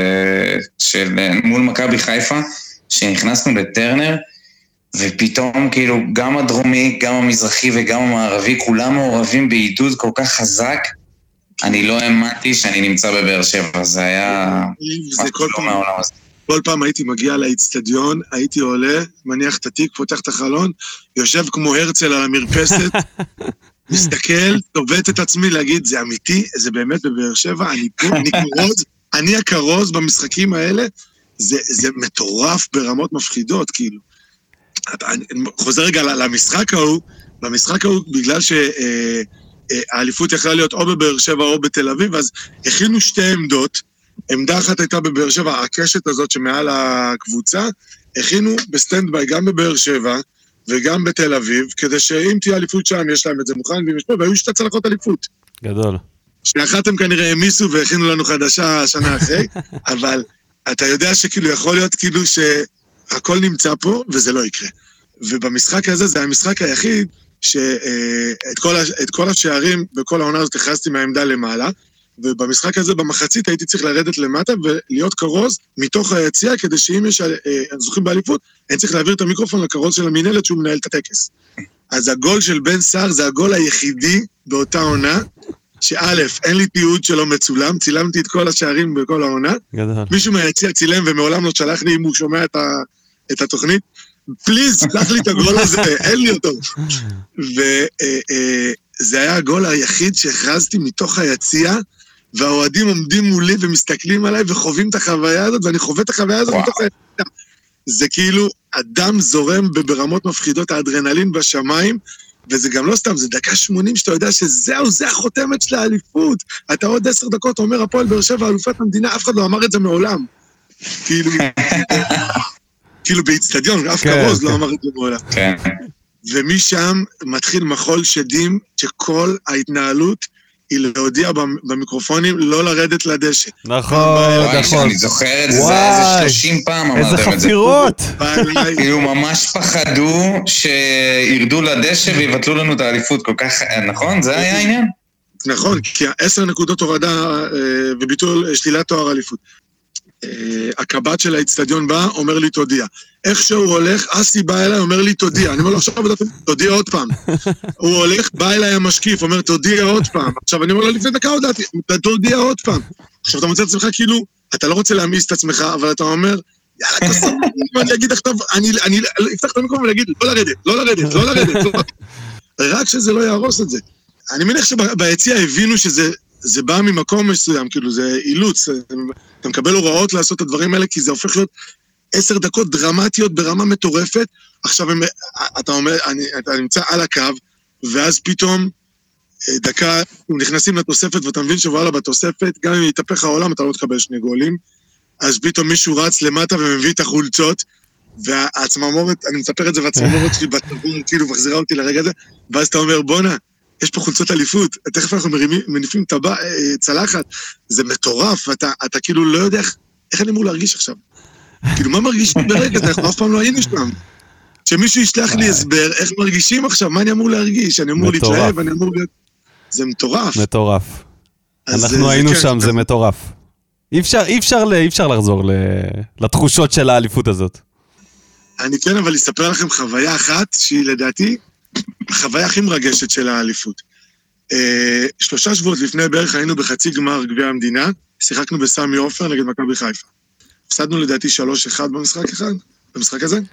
של מול מכבי חיפה, שנכנסנו לטרנר, ופתאום כאילו גם הדרומי, גם המזרחי וגם המערבי, כולם מעורבים בעידוד כל כך חזק, אני לא האמנתי שאני נמצא בבאר שבע, זה היה משהו לא מהעולם הזה. כל פעם הייתי מגיע לאצטדיון, הייתי עולה, מניח את התיק, פותח את החלון, יושב כמו הרצל על המרפסת, מסתכל, תובט את עצמי להגיד, זה אמיתי, זה באמת בבאר שבע, אני פה, אני כרוז, אני הכרוז במשחקים האלה, זה, זה מטורף ברמות מפחידות, כאילו. אני חוזר רגע למשחק ההוא, במשחק ההוא, בגלל שהאליפות יכלה להיות או בבאר שבע או בתל אביב, אז הכינו שתי עמדות, עמדה אחת הייתה בבאר שבע, הקשת הזאת שמעל הקבוצה, הכינו בסטנד ביי גם בבאר שבע וגם בתל אביב, כדי שאם תהיה אליפות שם, יש להם את זה מוכן, והם יש פה, והיו שתי צלחות אליפות. גדול. שאחת הם כנראה המיסו והכינו לנו חדשה שנה אחרי, אבל אתה יודע שכאילו יכול להיות כאילו שהכל נמצא פה, וזה לא יקרה. ובמשחק הזה, זה המשחק היחיד, שאת כל, את כל השערים בכל העונה הזאת הכרזתי מהעמדה למעלה, ובמשחק הזה, במחצית, הייתי צריך לרדת למטה ולהיות קרוז מתוך היציאה, כדי שאם יש זוכים באליפות, אני צריך להעביר את המיקרופון לקרוז של המנהלת שהוא מנהל את הטקס. אז הגול של בן סער זה הגול היחידי באותה עונה, שא', אין לי תיעוד שלו מצולם, צילמתי את כל השערים בכל העונה. גדול. מישהו מהיציע צילם ומעולם לא שלח לי אם הוא שומע את, ה, את התוכנית. פליז, שלח לי את הגול הזה, אין לי אותו. וזה היה הגול היחיד שהכרזתי מתוך היציע, והאוהדים עומדים מולי ומסתכלים עליי וחווים את החוויה הזאת, ואני חווה את החוויה הזאת מתוך היציע. זה כאילו, אדם זורם ברמות מפחידות, האדרנלין בשמיים, וזה גם לא סתם, זה דקה שמונים שאתה יודע שזהו, זה החותמת של האליפות. אתה עוד עשר דקות אומר, הפועל באר שבע, אלופת המדינה, אף אחד לא אמר את זה מעולם. כאילו, כאילו באצטדיון, אף כרוז לא אמר את זה מעולם. ומשם מתחיל מחול שדים, שכל ההתנהלות היא להודיע במיקרופונים לא לרדת לדשא. נכון, נכון. אני זוכר את זה, איזה שלושים פעם אמרתם את זה. איזה חפירות. כאילו ממש פחדו שירדו לדשא ויבטלו לנו את האליפות כל כך, נכון? זה היה העניין? נכון, כי עשר נקודות הורדה וביטול שלילת תואר אליפות. הקב"ט של האצטדיון בא, אומר לי תודיע. איך שהוא הולך, אסי בא אליי, אומר לי תודיע. אני אומר לו עכשיו, תודיע עוד פעם. הוא הולך, בא אליי המשקיף, אומר תודיע עוד פעם. עכשיו אני אומר לו לפני דקה הודעתי, תודיע עוד פעם. עכשיו אתה מוצא את עצמך כאילו, אתה לא רוצה להמיס את עצמך, אבל אתה אומר, יאללה, כסף, אני אגיד לך טוב, אני אפתח את המקום ולהגיד, לא לרדת, לא לרדת, לא לרדת. רק שזה לא יהרוס את זה. אני מניח שביציע הבינו שזה זה בא ממקום מסוים, כאילו זה אילוץ, אתה מקבל הוראות לעשות את הדברים האלה, כי זה הופך להיות עשר דקות דרמטיות ברמה מטורפת, עכשיו הם, אתה אומר, אני, אתה נמצא על הקו, ואז פתאום דקה, נכנסים לתוספת, ואתה מבין שוואלה בתוספת, גם אם יתהפך העולם, אתה לא תקבל שני גולים, אז פתאום מישהו רץ למטה ומביא את החולצות, והצמרמורת, אני מספר את זה, והצמרמורת שלי בתרגום, כאילו, מחזירה אותי לרגע הזה, ואז אתה אומר, בונה, יש פה חולצות אליפות, תכף אנחנו מניפים טבע, צלחת, זה מטורף, ואתה אתה כאילו לא יודע איך, איך אני אמור להרגיש עכשיו. כאילו, מה מרגישים ברגע? אנחנו אף פעם לא היינו שם. שמישהו ישלח לי הסבר, איך מרגישים עכשיו, מה אני אמור להרגיש? אני אמור להתלהב, אני אמור להיות... זה מטורף. מטורף. אנחנו היינו שם, זה מטורף. אי אפשר, אי אפשר, אי אפשר לחזור לתחושות של האליפות הזאת. אני כן, אבל אספר לכם חוויה אחת, שהיא לדעתי, החוויה הכי מרגשת של האליפות. שלושה שבועות לפני בערך היינו בחצי גמר גביע המדינה, שיחקנו בסמי עופר נגד מכבי חיפה. הפסדנו לדעתי שלוש אחד במשחק אחד, במשחק הזה.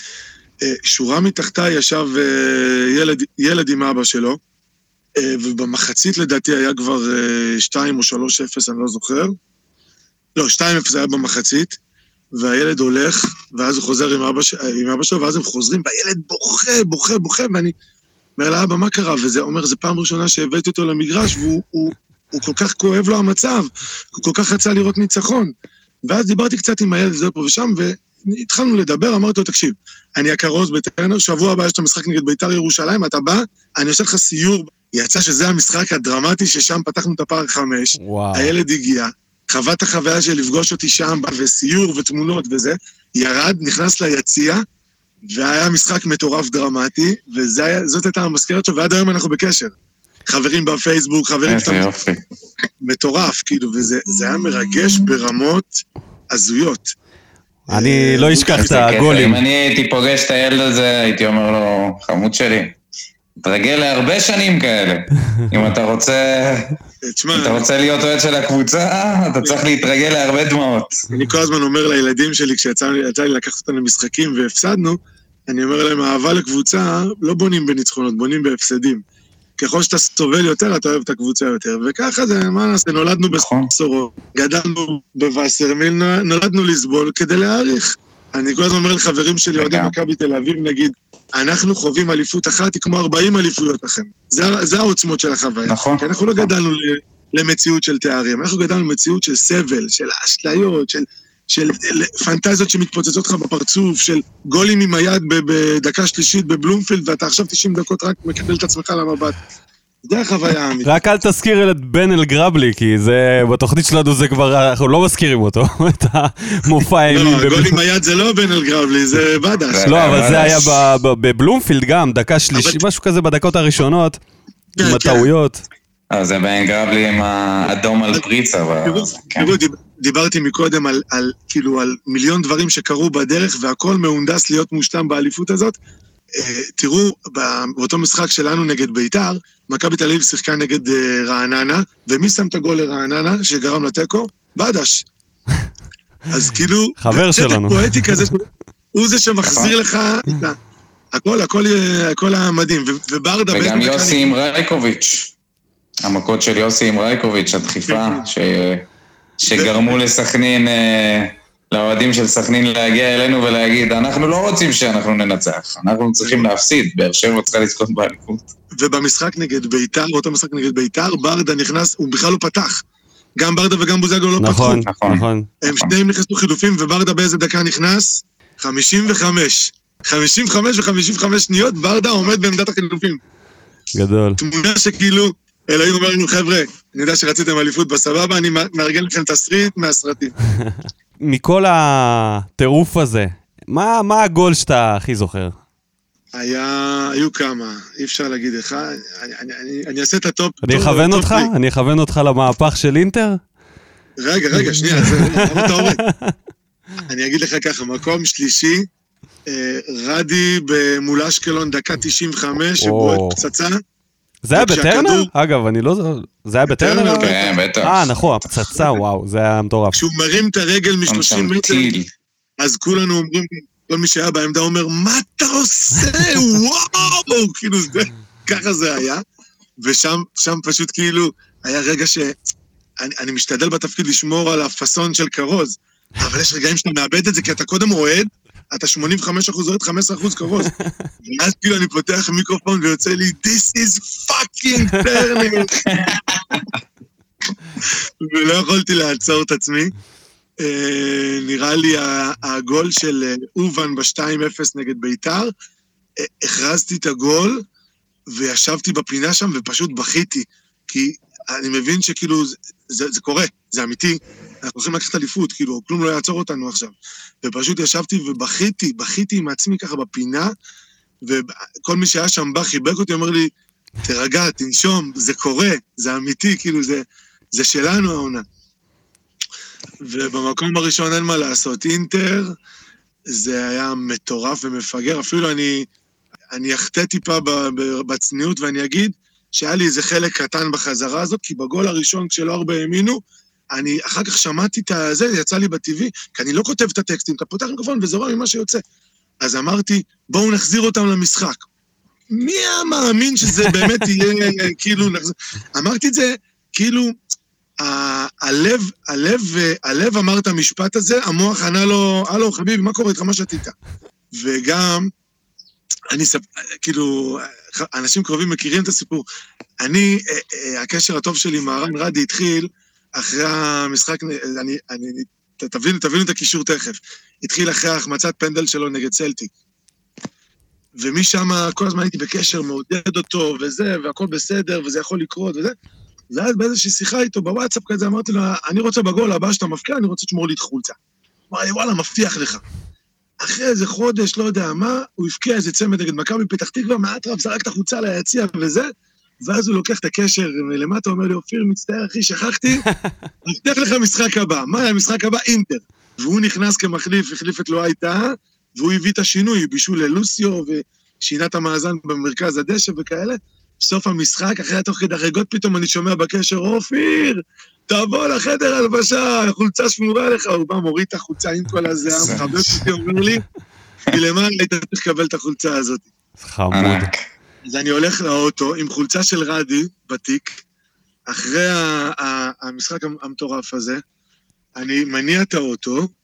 שורה מתחתה ישב ילד, ילד עם אבא שלו, ובמחצית לדעתי היה כבר שתיים או שלוש אפס, אני לא זוכר. לא, שתיים אפס היה במחצית, והילד הולך, ואז הוא חוזר עם אבא, עם אבא שלו, ואז הם חוזרים, והילד בוכה, בוכה, בוכה, ואני אומר לאבא, מה קרה? וזה אומר, זה פעם ראשונה שהבאתי אותו למגרש, והוא הוא, הוא כל כך כואב לו המצב, הוא כל כך רצה לראות ניצחון. ואז דיברתי קצת עם הילד, זה פה ושם, והתחלנו לדבר, אמרתי לו, תקשיב, אני הכרוז בטרנר, שבוע הבא יש את המשחק נגד בית"ר ירושלים, אתה בא, אני עושה לך סיור, יצא שזה המשחק הדרמטי, ששם פתחנו את הפער חמש, וואו. הילד הגיע, חווה את החוויה של לפגוש אותי שם, וסיור ותמונות וזה, ירד, נכנס ליציע, והיה משחק מטורף דרמטי, וזאת הייתה המזכרת שלו, ועד היום אנחנו בקשר. חברים בפייסבוק, חברים... יופי, יופי. מטורף, כאילו, וזה היה מרגש ברמות הזויות. אני לא אשכח את הגולים. אם אני הייתי פוגש את הילד הזה, הייתי אומר לו, חמוד שלי, תרגל להרבה שנים כאלה. אם אתה רוצה... אתה רוצה להיות אוהד של הקבוצה, אתה צריך להתרגל להרבה דמעות. אני כל הזמן אומר לילדים שלי, כשיצא לי לקחת אותם למשחקים והפסדנו, אני אומר להם, האהבה לקבוצה לא בונים בניצחונות, בונים בהפסדים. ככל שאתה סובל יותר, אתה אוהב את הקבוצה יותר. וככה זה, מה נעשה, נולדנו בסורו, גדלנו בווסרמיל, נולדנו לסבול כדי להעריך. אני כל הזמן אומר לחברים שלי, אוהדי מכבי תל אביב, נגיד, אנחנו חווים אליפות אחת, היא כמו ארבעים אליפויות לכם. זה, זה העוצמות של החוויה. נכון. כי אנחנו לא גדלנו למציאות של תארים, אנחנו גדלנו למציאות של סבל, של אשליות, של, של פנטזיות שמתפוצצות לך בפרצוף, של גולים עם היד בדקה שלישית בבלומפילד, ואתה עכשיו תשעים דקות רק מקבל את עצמך למבט. זה החוויה האמיתית. רק אל תזכיר את בן אל גרבלי, כי זה, בתוכנית שלנו זה כבר, אנחנו לא מזכירים אותו, את המופע הימין. לא, הגול עם היד זה לא בן אל גרבלי, זה בדש. לא, אבל זה היה בבלומפילד גם, דקה שלישית, משהו כזה בדקות הראשונות, עם הטעויות. זה בן גרבלי עם האדום על פריצה. תראו, דיברתי מקודם על, כאילו, על מיליון דברים שקרו בדרך, והכל מהונדס להיות מושלם באליפות הזאת. תראו, באותו משחק שלנו נגד ביתר, מכבי תל אביב שיחקה נגד רעננה, ומי שם את הגול לרעננה שגרם לתיקו? בדש. אז כאילו, חבר שלנו. פואטי כזה, הוא זה שמחזיר לך הכל, הכל, הכל המדהים. וברדה... וגם יוסי עם רייקוביץ'. המכות של יוסי עם רייקוביץ', הדחיפה, שגרמו לסכנין... לאוהדים של סכנין להגיע אלינו ולהגיד, אנחנו לא רוצים שאנחנו ננצח, אנחנו צריכים להפסיד, באר שבע צריכה לזכות באליפות. ובמשחק נגד ביתר, אותו משחק נגד ביתר, ברדה נכנס, הוא בכלל לא פתח. גם ברדה וגם בוזגלו לא פתחו. נכון, נכון. הם שניהם נכנסו חילופים, וברדה באיזה דקה נכנס? חמישים וחמש. חמישים וחמש ו-חמישים וחמש שניות, ברדה עומד בעמדת החילופים. גדול. תמונה שכאילו, אלוהים אומר לנו, חבר'ה, אני יודע שרציתם אליפות בסבבה, אני מארגן לכם תסריט מהסרטים. מכל הטירוף הזה, מה, מה הגול שאתה הכי זוכר? היה, היו כמה, אי אפשר להגיד לך, אני, אני, אני, אני אעשה את הטופ. אני אכוון אותך? פרי. אני אכוון אותך למהפך של אינטר? רגע, רגע, שנייה, זה, למה אתה אומר? אני אגיד לך ככה, מקום שלישי, רדי במול אשקלון, דקה תשעים וחמש, שבועט פצצה. זה היה בטרנר? אגב, אני לא... זה היה בטרנר? כן, בטח. אה, נכון, הפצצה, וואו, זה היה מטורף. כשהוא מרים את הרגל מ-שלושים מטר, אז כולנו אומרים, כל מי שהיה בעמדה אומר, מה אתה עושה? וואו! כאילו, ככה זה היה. ושם פשוט כאילו, היה רגע ש... אני משתדל בתפקיד לשמור על הפסון של קרוז, אבל יש רגעים שאתה מאבד את זה, כי אתה קודם אוהד, אתה שמונים וחמישה אחוז אוהד, חמישה עשר אחוז קרוז. ואז כאילו אני פותח מיקרופון ויוצא לי, This is fucking turning. ולא יכולתי לעצור את עצמי. נראה לי הגול של אובן ב-שתיים אפס נגד ביתר, הכרזתי את הגול, וישבתי בפינה שם ופשוט בכיתי, כי אני מבין שכאילו זה, זה קורה, זה אמיתי, אנחנו הולכים לקחת אליפות, כאילו, כלום לא יעצור אותנו עכשיו. ופשוט ישבתי ובכיתי, בכיתי עם עצמי ככה בפינה, וכל מי שהיה שם בא, חיבק אותי, אומר לי, תרגע, תנשום, זה קורה, זה אמיתי, כאילו, זה, זה שלנו העונה. ובמקום הראשון אין מה לעשות, אינטר, זה היה מטורף ומפגר, אפילו אני, אני אחטא טיפה בצניעות, ואני אגיד, שהיה לי איזה חלק קטן בחזרה הזאת, כי בגול הראשון, כשלא הרבה האמינו, אני אחר כך שמעתי את זה, יצא לי בטבעי, כי אני לא כותב את הטקסטים, אתה פותח מיקרופון וזורם ממה שיוצא. אז אמרתי, בואו נחזיר אותם למשחק. מי המאמין שזה באמת יהיה, כאילו, נחזיר... אמרתי את זה, כאילו, ה- הלב, הלב, הלב אמר את המשפט הזה, המוח ענה לו, הלו, חביבי, מה קורה איתך, מה שתית? וגם, אני, כאילו, אנשים קרובים מכירים את הסיפור. אני, הקשר הטוב שלי עם מהרן רדי התחיל, אחרי המשחק, אני, אני, תבינו, תבינו את הקישור תכף. התחיל אחרי ההחמצת פנדל שלו נגד סלטיק. ומשם כל הזמן הייתי בקשר, מעודד אותו, וזה, והכל בסדר, וזה יכול לקרות, וזה. ואז באיזושהי שיחה איתו בוואטסאפ כזה, אמרתי לו, אני רוצה בגול הבא שאתה מפקיע, אני רוצה שתשמור לי את חולצה. אמר לי, וואלה, מבטיח לך. אחרי איזה חודש, לא יודע מה, הוא הפקיע איזה צמד נגד מכבי פתח תקווה, מהאטרף זרק את החולצה ליציע וזה, ואז הוא לוקח את הקשר מלמטה, אומר לי, אופיר, מצטער, אחי, שכחתי, מבטיח לך משחק הבא. מה היה המשחק הבא? אינטר. והוא נכנס כמחליף, החליף את לו הייתה, והוא הביא את השינוי, בישול ללוסיו, ושינה את המאזן במרכז הדשא וכאלה. בסוף המשחק, אחרי התוך כדי הרגות, פתאום אני שומע בקשר, אופיר, תבוא לחדר הלבשה, החולצה שמורה לך, הוא בא מוריד את החולצה עם כל הזה, מחבק אותי, אומר לי, כי למעלה היית צריך לקבל את החולצה הזאת. חמוד. אז אני הולך לאוטו עם חולצה של רדי בתיק, אחרי המשחק המטורף הזה, אני מניע את האוטו,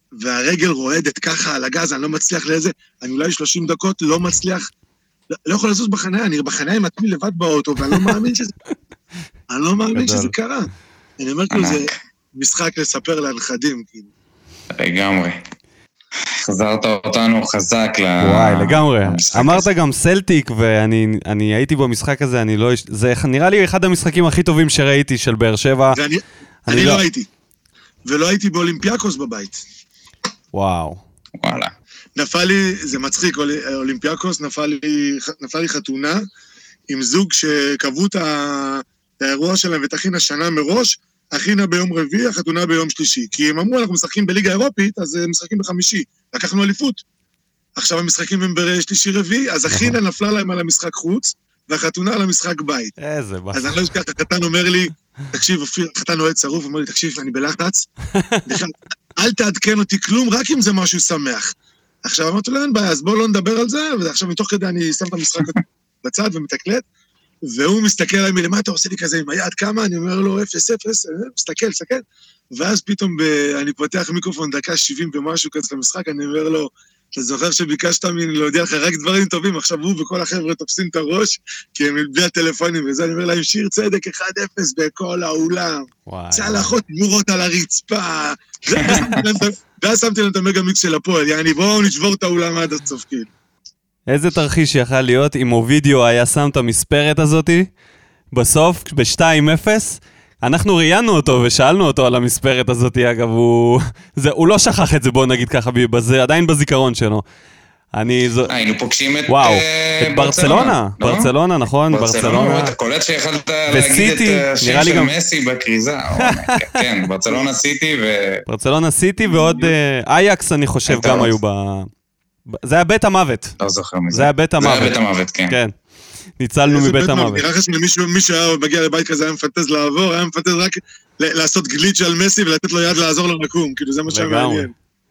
והרגל רועדת ככה על הגז, אני לא מצליח לאיזה, אני אולי שלושים דקות לא מצליח, לא, לא יכול לזוז בחניה, אני בחניה עם עצמי לבד באוטו, ואני לא מאמין שזה, אני לא מאמין שזה קרה. אני אומר כאילו, זה משחק לספר להנכדים, כאילו. לגמרי. חזרת אותנו חזק ל... וואי, לגמרי. אמרת גם סלטיק, ואני הייתי במשחק הזה, אני לא... זה נראה לי אחד המשחקים הכי טובים שראיתי של באר שבע. אני לא הייתי. ולא הייתי באולימפיאקוס בבית. וואו. וואלה. נפל לי, זה מצחיק, אולימפיאקוס, נפל לי, נפל לי חתונה עם זוג שקבעו את האירוע שלהם ותכין השנה מראש, הכינה ביום רביעי, החתונה ביום שלישי. כי הם אמרו, אנחנו משחקים בליגה אירופית, אז הם משחקים בחמישי. לקחנו אליפות. עכשיו המשחקים הם בשלישי רביעי, אז הכינה נפלה להם על המשחק חוץ, והחתונה על המשחק בית. איזה בא. אז אני לא אשכח, החתן אומר לי, תקשיב, החתן אוהד שרוף, אומר לי, תקשיב, אני בלחץ, אל תעדכן אותי כלום, רק אם זה משהו שמח. עכשיו אמרתי לו, אין בעיה, אז בואו לא נדבר על זה, ועכשיו מתוך כדי אני שם את המשחק בצד ומתקלט, והוא מסתכל עליי מלמטה, עושה לי כזה עם היד כמה, אני אומר לו, אפס, אפס, מסתכל, מסתכל, ואז פתאום אני פותח מיקרופון דקה שבעים ומשהו כזה למשחק, אני אומר לו, אתה זוכר שביקשת ממני להודיע לך רק דברים טובים, עכשיו הוא וכל החבר'ה תופסים את הראש, כי הם בלי הטלפונים וזה, אני אומר להם, שיר צדק אחד אפס בכל האולם, צלחות גמורות על הרצפה, ואז שמתי להם את המגה מיקס של הפועל, יעני, בואו נשבור את האולם עד הסוף, כאילו. איזה תרחיש יכל להיות אם אובידיו היה שם את המספרת הזאת, בסוף, ב-שתיים אפס, אנחנו ראיינו אותו ושאלנו אותו על המספרת הזאת, אגב, הוא, זה, הוא לא שכח את זה, בוא נגיד ככה, זה עדיין בזיכרון שלו. אני... היינו פוגשים את וואו, את ברצלונה, ברצלונה, נכון? ברצלונה. אתה קולט שיכלת להגיד את השם של מסי בקריזה. כן, ברצלונה סיטי ו... ברצלונה סיטי ועוד אייקס, אני חושב, גם היו ב... זה היה בית המוות. לא זוכר מזה. זה היה בית המוות. זה היה בית המוות, כן. כן. ניצלנו מבית המוות. נראה לך שמישהו היה מגיע לבית כזה, היה מפנטז לעבור, היה מפנטז רק לעשות גליץ' על מסי ולתת לו יד לעזור לו לקום, כאילו זה מה שהיה מעניין.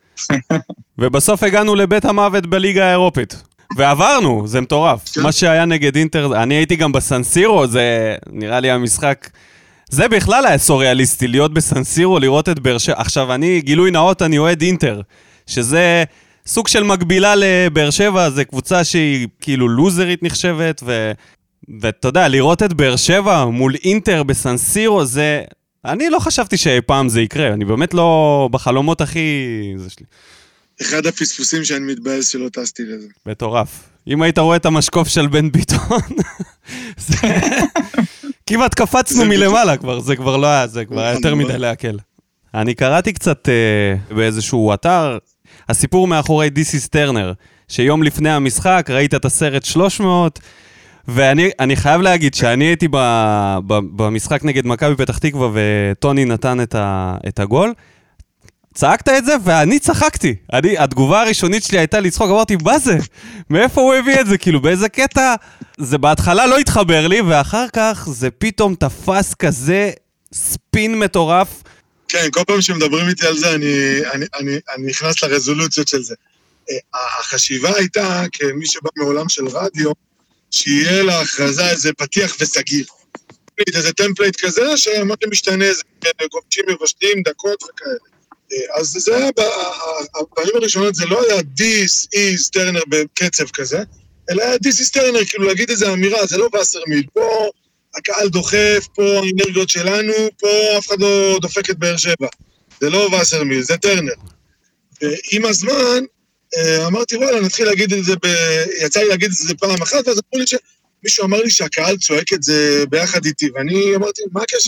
ובסוף הגענו לבית המוות בליגה האירופית. ועברנו, זה מטורף. מה שהיה נגד אינטר, אני הייתי גם בסנסירו, זה נראה לי המשחק... זה בכלל היה סוריאליסטי, להיות בסנסירו, לראות את באר שבע. עכשיו, אני, גילוי נאות, אני אוהד אינטר, שזה... סוג של מקבילה לבאר שבע, זה קבוצה שהיא כאילו לוזרית נחשבת, ו... ואתה יודע, לראות את באר שבע מול אינטר בסנסירו, זה... אני לא חשבתי שאי פעם זה יקרה, אני באמת לא בחלומות הכי... זה שלי. אחד הפספוסים שאני מתבאס שלא טסתי לזה. מטורף. אם היית רואה את המשקוף של בן ביטון, זה... כמעט קפצנו מלמעלה כבר, זה כבר לא היה, זה כבר היה יותר מדי להקל. אני קראתי קצת uh, באיזשהו אתר, הסיפור מאחורי This is Turner, שיום לפני המשחק ראית את הסרט שלוש מאות, ואני אני חייב להגיד שאני הייתי ב, ב, במשחק נגד מכבי פתח תקווה, וטוני נתן את, ה, את הגול, צעקת את זה ואני צחקתי. אני, התגובה הראשונית שלי הייתה לצחוק, אמרתי, מה זה? מאיפה הוא הביא את זה? כאילו, באיזה קטע? זה בהתחלה לא התחבר לי, ואחר כך זה פתאום תפס כזה ספין מטורף, כן, כל פעם שמדברים איתי על זה, אני, אני, אני, אני נכנס לרזולוציות של זה. החשיבה הייתה, כמי שבא מעולם של רדיו, שיהיה להכרזה איזה פתיח וסגיר. איזה טמפלייט כזה, שמה שמשתנה זה גובשים מבשלים, דקות וכאלה. אז זה היה, הפעמים הראשונות זה לא היה This is Turner בקצב כזה, אלא היה This is Turner, כאילו להגיד איזה אמירה, זה לא וסרמיל, פה... הקהל דוחף, פה האנרגיות שלנו, פה אף אחד לא דופק את באר שבע. זה לא וסרמיל, זה טרנר. ועם הזמן, אמרתי, וואלה, נתחיל להגיד את זה, ב... יצא לי להגיד את זה פעם אחת, ואז אמרו לי שמישהו אמר לי שהקהל צועק את זה ביחד איתי, ואני אמרתי, מה הקשר?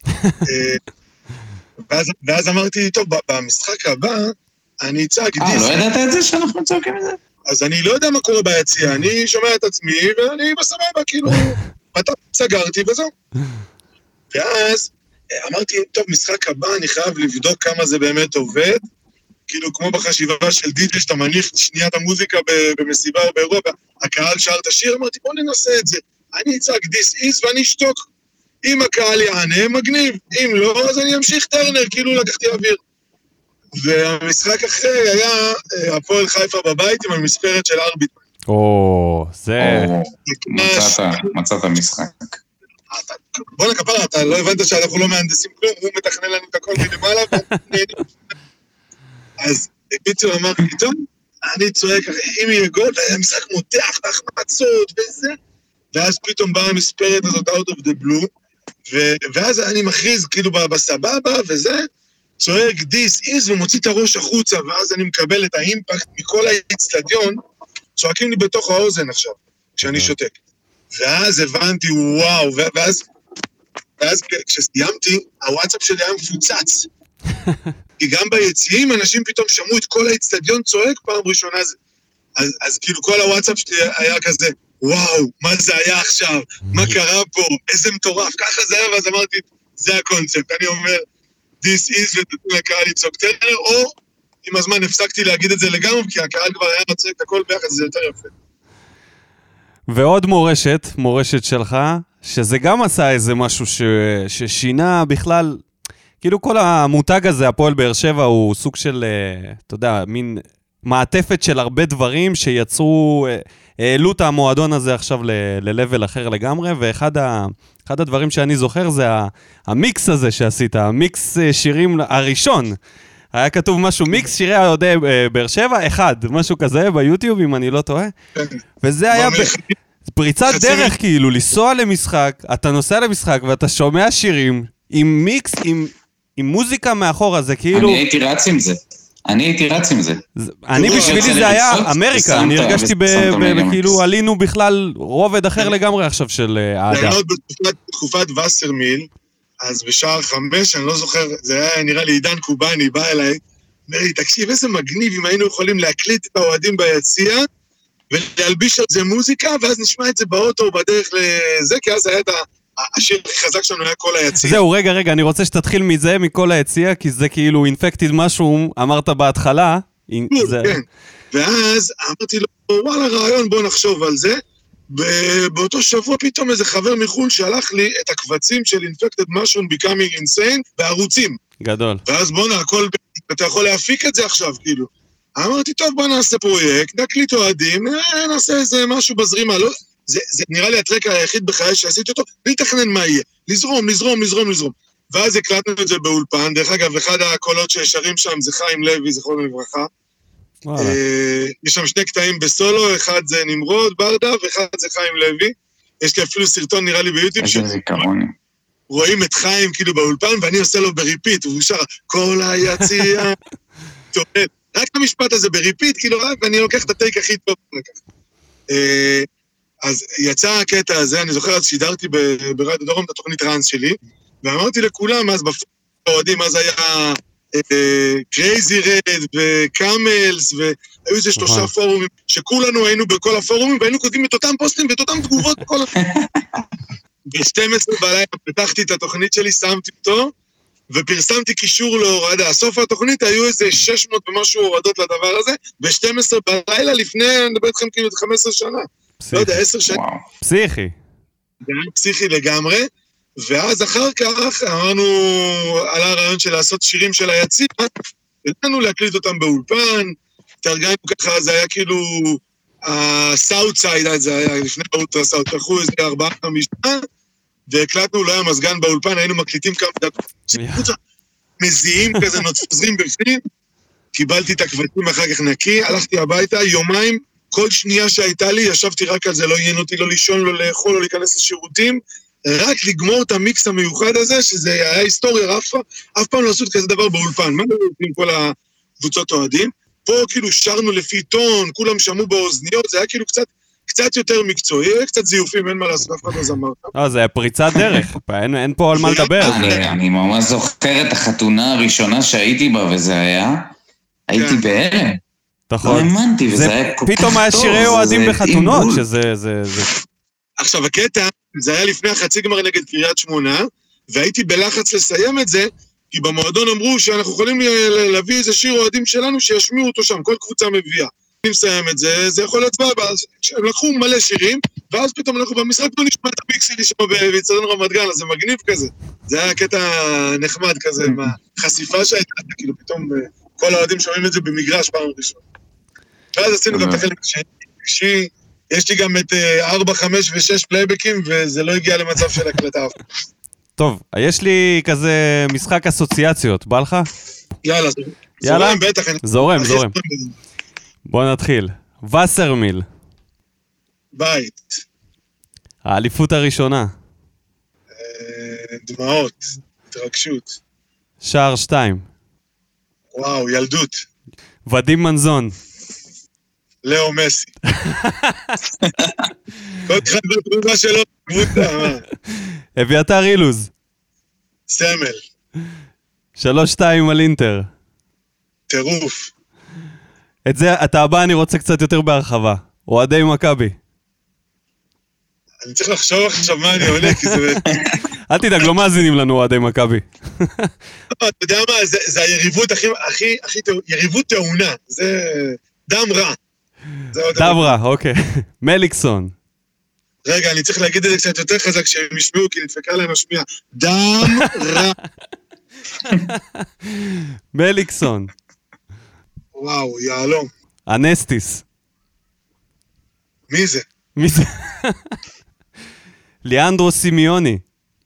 ואז, ואז אמרתי, טוב, במשחק הבא, אני אצעק... אה, לא ידעת את זה שאנחנו צועקים את זה? אז אני לא יודע מה קורה ביציאה, אני שומע את עצמי, ואני בסבבה, כאילו... אתה סגרתי וזהו. ואז אמרתי, טוב, משחק הבא, אני חייב לבדוק כמה זה באמת עובד, כאילו כמו בחשיבה של די-ג'יי, שאתה מניח שנייה את המוזיקה במסיבה או באירופה, הקהל שר את השיר, אמרתי, בוא ננסה את זה. אני אצעק This is ואני אשתוק. אם הקהל יענה, מגניב. אם לא, אז אני אמשיך טרנר, כאילו לקחתי אוויר. והמשחק אחרי היה הפועל חיפה בבית עם המספרת של ארביט. או, זה... מצאת המשחק. בוא נכפר, אתה לא הבנת שאנחנו לא מהנדסים כלום, הוא מתכנן לנו את הכל מלמעלה, אז קיצור אמרתי, טוב, אני צועק, אם יהיה גול, והיה משחק מותח והחמצות וזה, ואז פתאום באה המספרת הזאת out of the blue, ואז אני מכריז כאילו בסבבה וזה, צועק this is ומוציא את הראש החוצה, ואז אני מקבל את האימפקט מכל האצטדיון, צועקים לי בתוך האוזן עכשיו, כשאני שותק. ואז הבנתי, וואו, ואז, ואז כשסיימתי, הוואטסאפ שלי היה מפוצץ. כי גם ביציעים אנשים פתאום שמעו את כל האצטדיון צועק פעם ראשונה, אז, אז, אז כאילו כל הוואטסאפ שלי היה כזה, וואו, מה זה היה עכשיו? מה קרה פה? איזה מטורף, ככה זה היה, ואז אמרתי, זה הקונספט. אני אומר, this is, ותתנו לקהל לצעוק טרנר, או עם הזמן הפסקתי להגיד את זה לגמרי, כי הקהל כבר היה מצעק את הכל ביחד, זה יותר יפה. ועוד מורשת, מורשת שלך, שזה גם עשה איזה משהו ש... ששינה בכלל, כאילו כל המותג הזה, הפועל באר שבע, הוא סוג של, אתה יודע, מין מעטפת של הרבה דברים שיצרו, העלו את המועדון הזה עכשיו ל-level אחר לגמרי, ואחד ה... אחד הדברים שאני זוכר זה המיקס הזה שעשית, המיקס שירים הראשון. היה כתוב משהו, מיקס שירי האוהדי באר שבע, אחד, משהו כזה ביוטיוב, אם אני לא טועה. וזה היה פריצת דרך, כאילו, לנסוע למשחק, אתה נוסע למשחק ואתה שומע שירים עם מיקס, עם מוזיקה מאחורה, זה כאילו... אני הייתי רץ עם זה. אני הייתי רץ עם זה. אני בשבילי זה היה אמריקה, אני הרגשתי כאילו עלינו בכלל רובד אחר לגמרי עכשיו של העדה. זה היה עוד בתקופת וסרמיל, אז בשער חמש, אני לא זוכר, זה היה נראה לי עידן קובני, בא אליי, אומר לי, תקשיב, איזה מגניב אם היינו יכולים להקליט את האוהדים ביציע, ולהלביש על זה מוזיקה, ואז נשמע את זה באוטו בדרך לזה, כי אז היה את השיר הכי חזק שלנו, היה כל היציע. זהו, רגע, רגע, אני רוצה שתתחיל מזה, מכל היציע, כי זה כאילו אינפקטיד משהו, אמרת בהתחלה. כן, ואז אמרתי לו, וואלה, רעיון, בוא נחשוב על זה, באותו שבוע פתאום איזה חבר מחול שלח לי את הקבצים של Infected Mushroom Becoming Insane בערוצים. גדול. ואז בוא נעקול, אתה יכול להפיק את זה עכשיו, כאילו. אמרתי, טוב, בוא נעשה פרויקט, נקליט אוהדים, נעשה איזה משהו בזרימה, לא... זה, זה נראה לי הטרק היחיד בחיי שעשיתי אותו, להתכנן מה יהיה. לזרום, לזרום, לזרום, לזרום. ואז הקלטנו את זה באולפן, דרך אגב, אחד הקולות שישרים שם זה חיים לוי, זכרונו לברכה. יש שם שני קטעים בסולו, אחד זה נמרוד, ברדה, ואחד זה חיים לוי. יש לי אפילו סרטון נראה לי ביוטיוב. איזה זיכרון. רואים את חיים כאילו באולפן, ואני עושה לו בריפיט, והוא שר, כל היציע. רק המשפט הזה בריפיט, כאילו, ואני לוקח את הטייק הכי טוב. אז יצא הקטע הזה, אני זוכר, אז שידרתי ברדיו דרום את התוכנית רנס שלי, ואמרתי לכולם, אז בפורדים, אז היה קרייזי רד וקאמלס, והיו איזה שלושה פורומים, שכולנו היינו בכל הפורומים, והיינו כותבים את אותם פוסטים ואת אותם תגובות בכל הפורומים. ב-שתים עשרה בלילה פתחתי את התוכנית שלי, שמתי אותו, ופרסמתי קישור להורדה. סוף התוכנית היו איזה שש מאות ומשהו הורדות לדבר הזה, ב-שתים עשרה בלילה לפני, אני מדבר איתכם כאילו, חמש עשרה שנה. לא יודע, עשר שנים. פסיכי. זה היה פסיכי לגמרי, ואז אחר כך אמרנו, עלה הרעיון של לעשות שירים של היציע, ולנו להקליט אותם באולפן, תרגענו ככה, זה היה כאילו, הסאוט סייד, זה היה לפני האולטרה סאוט, תלכו איזה ארבעה חמישה, והקלטנו, לא היה מזגן באולפן, היינו מקליטים כמה דקות, מזיעים כזה, נוצרים בפנים, קיבלתי את הקבצים אחר כך נקי, הלכתי הביתה, יומיים, כל שנייה שהייתה לי, ישבתי רק על זה, לא עניין אותי, לא לישון, לא לאכול, לא להיכנס לשירותים, רק לגמור את המיקס המיוחד הזה, שזה היה היסטוריה, אף, אף פעם לא עשו את כזה דבר באולפן, מה עם כל הקבוצות אוהדים? פה כאילו שרנו לפי טון, כולם שמעו באוזניות, זה היה כאילו קצת, קצת יותר מקצועי, קצת זיופים, אין מה לעשות, אף אחד לא זמר. לא, זה היה פריצת דרך, אין, אין פה על מה לדבר. אני, אני ממש זוכר את החתונה הראשונה שהייתי בה, וזה היה, הייתי בהלם. לא האמנתי, וזה היה כל כך טוב. פתאום היה שירי אוהדים בחתונות, שזה... עכשיו, הקטע, זה היה לפני החצי גמר נגד קריית שמונה, והייתי בלחץ לסיים את זה, כי במועדון אמרו שאנחנו יכולים להביא איזה שיר אוהדים שלנו, שישמיעו אותו שם, כל קבוצה מביאה. אם נסיים את זה, זה יכול להיות סבבה, אז הם לקחו מלא שירים, ואז פתאום אנחנו במשחק לא נשמע את המיקסי שם באצטדיון רמת גן, אז זה מגניב כזה. זה היה קטע נחמד כזה, מהחשיפה שהייתה, כאילו פתאום כל האוהדים שומעים את זה במגרש פעם ראשונה. ואז עשינו גם את החלק שלי, יש לי גם את ארבע, חמש ושש פלייבקים, וזה לא הגיע למצב של הקלטה. טוב, יש לי כזה משחק אסוציאציות, בא לך? יאללה, יאללה, זורם, בטח. זורם, זורם. בוא נתחיל. וסרמיל. בית. האליפות הראשונה. דמעות. התרגשות. שער שתיים. וואו, ילדות. ודים מנזון. לאו מסי. כל אחד בתגובה שלו, קבוצה, מה? אביתר אילוז. סמל. שלוש שתיים על אינטר. טירוף. את זה, את הבא אני רוצה קצת יותר בהרחבה. אוהדי מכבי. אני צריך לחשוב עכשיו מה אני עונה, כי זה... אל תדאג, לא מאזינים לנו אוהדי מכבי. אתה יודע מה, זה היריבות הכי, הכי, הכי, יריבות טעונה. זה דם רע. דם רע, אוקיי. מליקסון. רגע, אני צריך להגיד את זה קצת יותר חזק שהם ישמעו, כי נדפקה להם השמיע. דם רע. מליקסון. וואו, יעלום. אנסטיס. מי זה? מי זה? ליאנדרו סימיוני.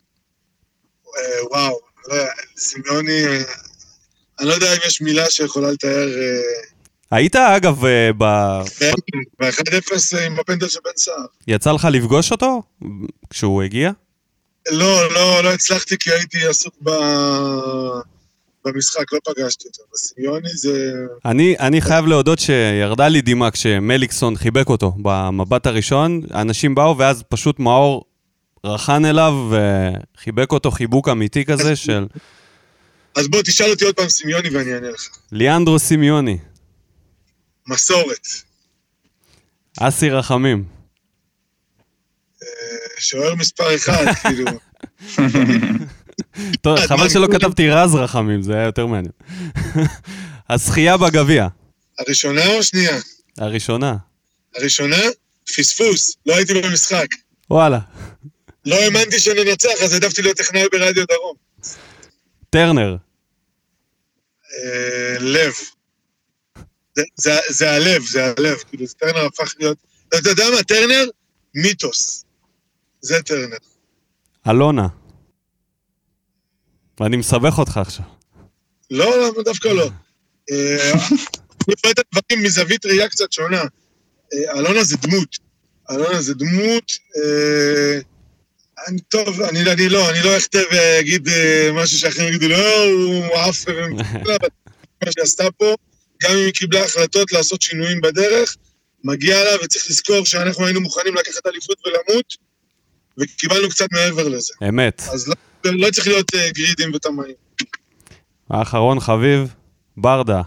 וואו, סימיוני, אני לא יודע אם יש מילה שיכולה לתאר... היית אגב ב... ב-אחד אפס עם הפנדל של בן סער. יצא לך לפגוש אותו כשהוא הגיע? לא, לא, לא הצלחתי כי הייתי עסוק ב... במשחק, לא פגשתי אותו. בסימיוני זה... אני, אני חייב להודות שירדה לי דימה כשמליקסון חיבק אותו במבט הראשון. האנשים באו ואז פשוט מאור רחן אליו וחיבק אותו חיבוק אמיתי כזה של... אז בוא תשאל אותי עוד פעם סימיוני ואני אענה לך. ליאנדרו סימיוני. מסורת. אסי רחמים. שוער מספר אחד, כאילו. טוב, חבל שלא כתבתי רז רחמים, זה היה יותר מעניין. הזכייה בגביע. הראשונה או שנייה? הראשונה. הראשונה? פספוס, לא הייתי במשחק. וואלה. לא האמנתי שננצח, אז העדפתי להיות טכנאי ברדיו דרום. טרנר. לב. זה הלב, זה הלב. כאילו, טרנר הפך להיות... אתה יודע מה? טרנר? מיתוס. זה טרנר. אלונה. ואני מסבך אותך עכשיו. לא, למה דווקא לא. אני רואה את הדברים מזווית ראייה קצת שונה. אלונה זה דמות. אלונה זה דמות... טוב, אני לא, אני לא אכתב ואגיד משהו שאחרים יגידו, לא, הוא עף מה שעשתה פה, גם אם היא קיבלה החלטות לעשות שינויים בדרך, מגיע לה וצריך לזכור שאנחנו היינו מוכנים לקחת אליפות ולמות, וקיבלנו קצת מעבר לזה. אמת. אז לא, לא צריך להיות uh, גרידים ותמאים. האחרון חביב, ברדה.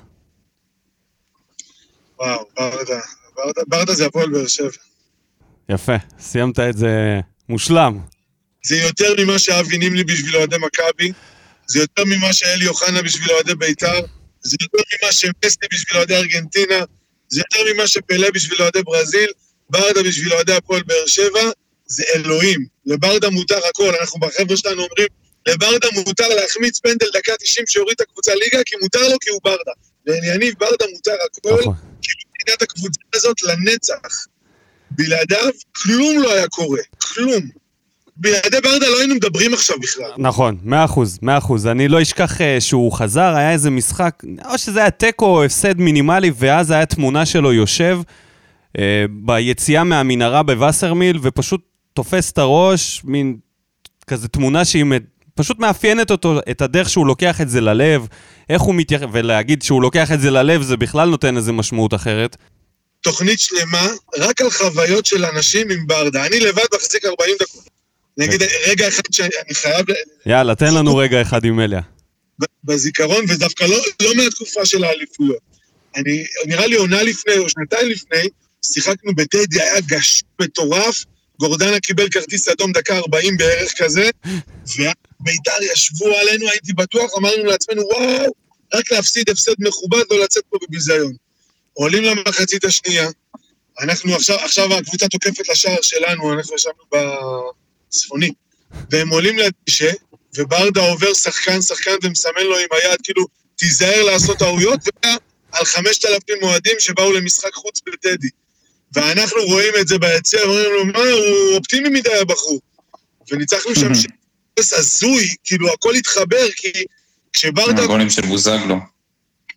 וואו, ברדה. ברדה, ברדה זה הפועל באר שבע. יפה, סיימת את זה מושלם. זה יותר ממה שאבי נימלי בשביל אוהדי מכבי, זה יותר ממה שאלי אוחנה בשביל אוהדי ביתר, זה יותר ממה שמסי בשביל אוהדי ארגנטינה, זה יותר ממה שפלה בשביל אוהדי ברזיל, ברדה בשביל אוהדי הפועל באר שבע, זה אלוהים. לברדה מותר הכל, אנחנו בחבר'ה שלנו אומרים, לברדה מותר להחמיץ פנדל דקה תשעים שיוריד את הקבוצה ליגה, כי מותר לו כי הוא ברדה. לענייניו ברדה מותר הכל, כי מבחינת הקבוצה הזאת לנצח. בלעדיו כלום לא היה קורה, כלום. בלעדי ברדה לא היינו מדברים עכשיו בכלל. נכון, מאה אחוז, מאה אחוז. אני לא אשכח שהוא חזר, היה איזה משחק, או שזה היה טקו או הפסד מינימלי, ואז היה תמונה שלו יושב אה, ביציאה מהמנהרה בווסרמיל, ופשוט תופס את הראש, מין כזה תמונה שהיא פשוט מאפיינת אותו, את הדרך שהוא לוקח את זה ללב, איך הוא מתייחס, ולהגיד שהוא לוקח את זה ללב, זה בכלל נותן איזה משמעות אחרת. תוכנית שלמה, רק על חוויות של אנשים עם ברדה. אני לבד מחזיק ארבעים דקות. נגיד, רגע אחד שאני חייב... יאללה, תן לנו רגע אחד עם אליה. בזיכרון, ודווקא לא, לא מהתקופה של האליפויות. אני, נראה לי עונה לפני, או שנתיים לפני, שיחקנו בטדי, היה גש מטורף, גורדנה קיבל כרטיס אדום דקה ארבעים בערך כזה, וביתר ישבו עלינו, הייתי בטוח, אמרנו לעצמנו, וואו, רק להפסיד הפסד מכובד, לא לצאת פה בביזיון. עולים למחצית השנייה, אנחנו עכשיו, עכשיו הקבוצה תוקפת לשער שלנו, אנחנו ישבנו בצפוני, והם עולים לדשא, וברדה עובר שחקן, שחקן ומסמן לו עם היד, כאילו, תיזהר לעשות טעויות, ועל חמשת אלפים מועדים שבאו למשחק חוץ בטדי. ואנחנו רואים את זה ביציע, ואומרים לו, מה, הוא אופטימי מדי הבחור. וניצחנו שם שפס הזוי, כאילו, הכל התחבר, כי כשברדה... הגולים של בוזגלו.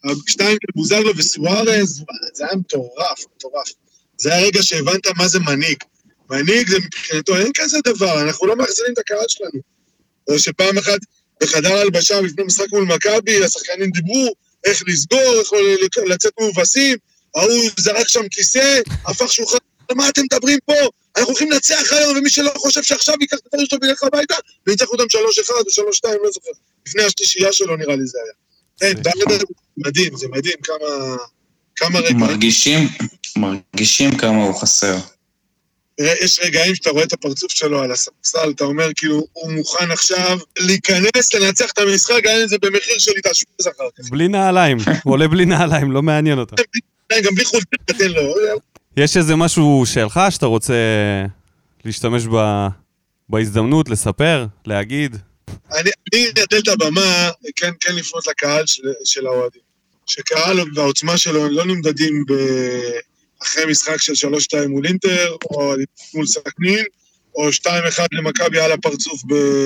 שתיים לבוזגלו וסוארז, זה היה מטורף, מטורף. זה הרגע שהבנת מה זה מנהיג. מנהיג זה מבחינתו, אין כזה דבר, אנחנו לא מאחזנים את הקהל שלנו. או שפעם אחת בחדר הלבשה, לפני משחק מול מכבי, השחקנים דיברו איך לסגור, איך לצאת מאובסים, ההוא זרק שם כיסא, הפך שולחן, מה אתם מדברים פה? אנחנו הולכים לנצח היום, ומי שלא חושב שעכשיו ייקח את הדברים שלו וילך הביתה, וינצח אותם שלוש אחד או שלוש שתיים, לא זוכר. לפני השלישייה שלו נראה לי זה היה. אין, זה מדהים, זה מדהים כמה, כמה רגעים. מרגישים, מרגישים כמה הוא חסר. יש רגעים שאתה רואה את הפרצוף שלו על הספסל, אתה אומר כאילו, הוא מוכן עכשיו להיכנס, לנצח את המשחק, גם אם זה במחיר של התאשפז אחר כך. בלי נעליים, הוא עולה בלי נעליים, לא מעניין אותה. גם בלי חולצה, תן לו. יש איזה משהו שלך שאתה רוצה להשתמש בהזדמנות, לספר, להגיד? אני נתן את הבמה, כן, כן לפנות לקהל של האוהדים. שקהל והעוצמה שלו לא נמדדים אחרי משחק של שלוש שתיים מול אינטר, או מול סכנין, או שתיים אחד למכבי על הפרצוף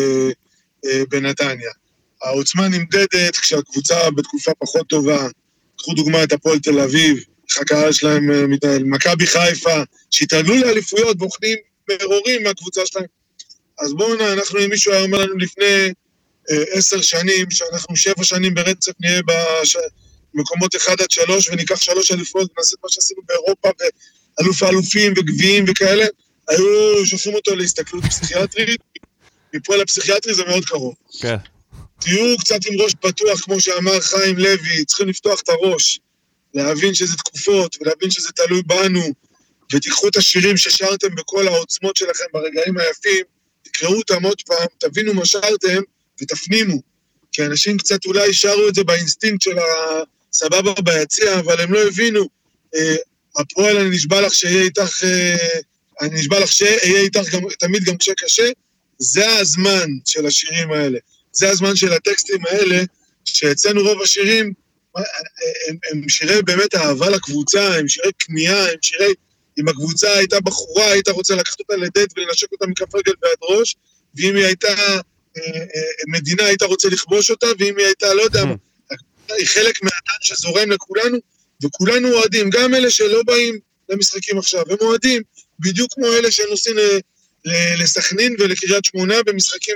בנתניה. העוצמה נמדדת כשהקבוצה בתקופה פחות טובה, קחו דוגמה את הפועל תל אביב, איך הקהל שלהם מתנהל, מכבי חיפה, שהתרגלו לאליפויות, בוחנים מרורים מהקבוצה שלהם. אז בואו נה, אנחנו, אם מישהו היה אומר לנו לפני אה, עשר שנים, שאנחנו שבע שנים ברצף נהיה במקומות אחד עד שלוש, וניקח שלוש אליפויות, ונעשה את מה שעשינו באירופה, ואלוף האלופים וגביעים וכאלה, היו שופכים אותו להסתכלות פסיכיאטרית, מפה לפסיכיאטרי זה מאוד קרוב. כן. תהיו קצת עם ראש פתוח, כמו שאמר חיים לוי, צריכים לפתוח את הראש, להבין שזה תקופות, ולהבין שזה תלוי בנו, ותיקחו את השירים ששרתם בכל העוצמות שלכם ברגעים היפים, תקראו אותם עוד פעם, תבינו מה שרתם, ותפנימו. כי אנשים קצת אולי שרו את זה באינסטינקט של הסבבה ביציע, אבל הם לא הבינו. אה, הפועל, אני נשבע לך שיהיה איתך, אה, אני נשבע לך שיהיה איתך גם, תמיד גם כשקשה, זה הזמן של השירים האלה. זה הזמן של הטקסטים האלה, שאצלנו רוב השירים, הם, הם שירי באמת אהבה לקבוצה, הם שירי כמיהה, הם שירי, אם הקבוצה הייתה בחורה, היית רוצה לקחת אותה לדד ולנשק אותה מכף רגל ועד ראש, ואם היא הייתה אה, אה, מדינה, היית רוצה לכבוש אותה, ואם היא הייתה, לא יודע, היא חלק מהאדם שזורם לכולנו, וכולנו אוהדים, גם אלה שלא באים למשחקים עכשיו, הם אוהדים, בדיוק כמו אלה שנוסעים לסכנין ולקריית שמונה במשחקים,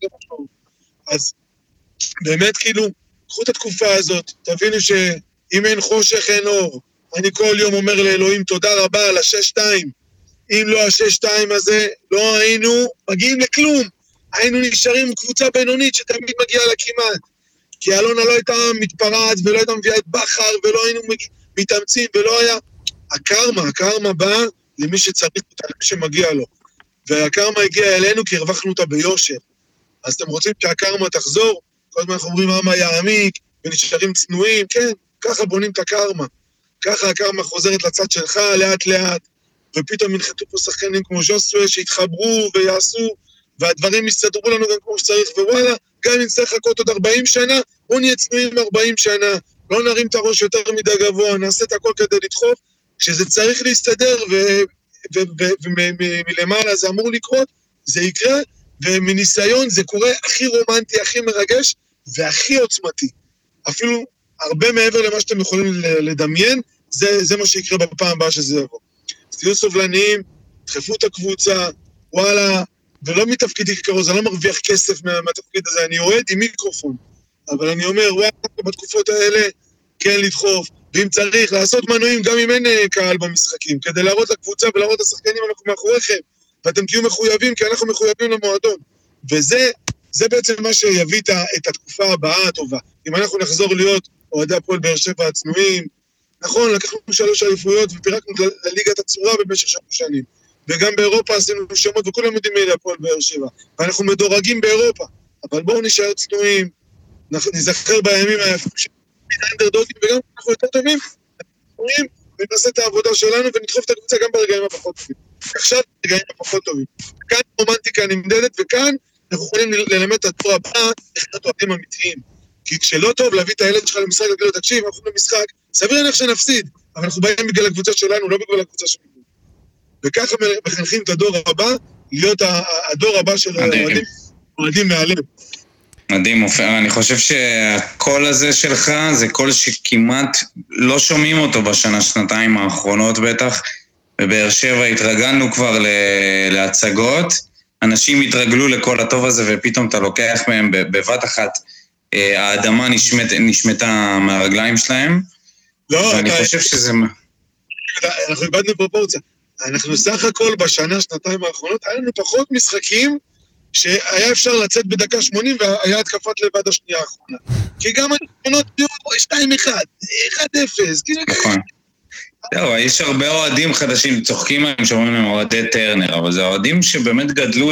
אז באמת כאילו, קחו את התקופה הזאת, תבינו שאם אין חושך אין אור, אני כל יום אומר לאלוהים תודה רבה על השש שתיים, אם לא השש שתיים הזה, לא היינו מגיעים לכלום, היינו נשארים קבוצה בינונית שתמיד מגיעה לכמעט, כי אלונה לא הייתה מתפרעת ולא הייתה מביאה את בחר ולא היינו מתאמצים ולא היה, הקרמה, הקרמה באה למי שצריך אותה, למי שמגיע לו, והקרמה הגיעה אלינו כי הרווחנו אותה ביושר, אז אתם רוצים שהקרמה תחזור, כל הזמן אנחנו אומרים אמה יעמיק, ונשארים צנועים, כן, ככה בונים את הקרמה. ככה הקרמה חוזרת לצד שלך לאט לאט, ופתאום ינחתו פה שחקנים כמו ז'וסווה שהתחברו ויעשו, והדברים יסתדרו לנו גם כמו שצריך, ווואלה, גם אם נצטרך לחכות עוד ארבעים שנה, בואו נהיה צנועים ארבעים שנה, לא נרים את הראש יותר מדי גבוה, נעשה את הכל כדי לדחוף, כשזה צריך להסתדר, ומלמעלה זה אמור לקרות, זה יקרה, ומניסיון זה קורה הכי רומנטי, הכי מרגש, והכי עוצמתי. אפילו הרבה מעבר למה שאתם יכולים לדמיין, זה, זה מה שיקרה בפעם הבאה שזה יבוא. אז תהיו סובלניים, דחפו את הקבוצה, וואלה, ולא מתפקידי ככרוז, אני לא מרוויח כסף מה, מהתפקיד הזה, אני אוהד עם מיקרופון, אבל אני אומר, וואלה, בתקופות האלה, כן לדחוף, ואם צריך, לעשות מנועים גם אם אין קהל במשחקים, כדי להראות לקבוצה ולהראות לשחקנים, אנחנו מאחוריכם, ואתם תהיו מחויבים, כי אנחנו מחויבים למועדון. וזה, זה בעצם מה שיביא את התקופה הבאה הטובה. אם אנחנו נחזור להיות אוהדי הפועל באר שבע הצנועים, נכון, לקחנו שלוש אליפויות ופירקנו לליגת הצורה במשך שלוש שנים. וגם באירופה עשינו שמות, וכולם יודעים מי הפועל באר שבע. ואנחנו מדורגים באירופה. אבל בואו נשאר צנועים, נזכר בימים היפים של אנדרדוגים, וגם אנחנו יותר טובים, ונעשה את העבודה שלנו ונדחוף את הקבוצה גם ברגעים הפחות טובים. עכשיו ברגעים הפחות טובים. כאן רומנטיקה נמדדת, וכאן אנחנו יכולים ללמד את הדור הבא איך להיות אוהדים אמיתיים. כי כשלא טוב להביא את הילד שלך למשחק, להגיד לו, תקשיב, אנחנו במשחק, סביר להניח שנפסיד, אבל אנחנו באים בגלל הקבוצה שלנו, לא בגלל הקבוצה שלנו. וככה מחנכים את הדור הבא, להיות הדור הבא של אוהדים, אוהדים מהלב. מדהים, אופיר. אני חושב שהקול הזה שלך זה קול שכמעט לא שומעים אותו בשנה, שנתיים האחרונות בטח. בבאר שבע התרגלנו כבר להצגות, אנשים התרגלו לקול הטוב הזה ופתאום אתה לוקח מהם בבת אחת, האדמה נשמת, נשמתה מהרגליים שלהם. לא, ואני אתה... חושב שזה... אנחנו איבדנו פרופורציה. אנחנו סך הכל בשנה, שנתיים האחרונות, היה לנו פחות משחקים שהיה אפשר לצאת בדקה שמונים והיה התקפת לבד השנייה האחרונה. כי גם האחרונות היו שתיים אחד, אחד אפס. נכון. זהו, יש הרבה אוהדים חדשים, צוחקים להם שאומרים להם אוהדי טרנר, אבל זה אוהדים שבאמת גדלו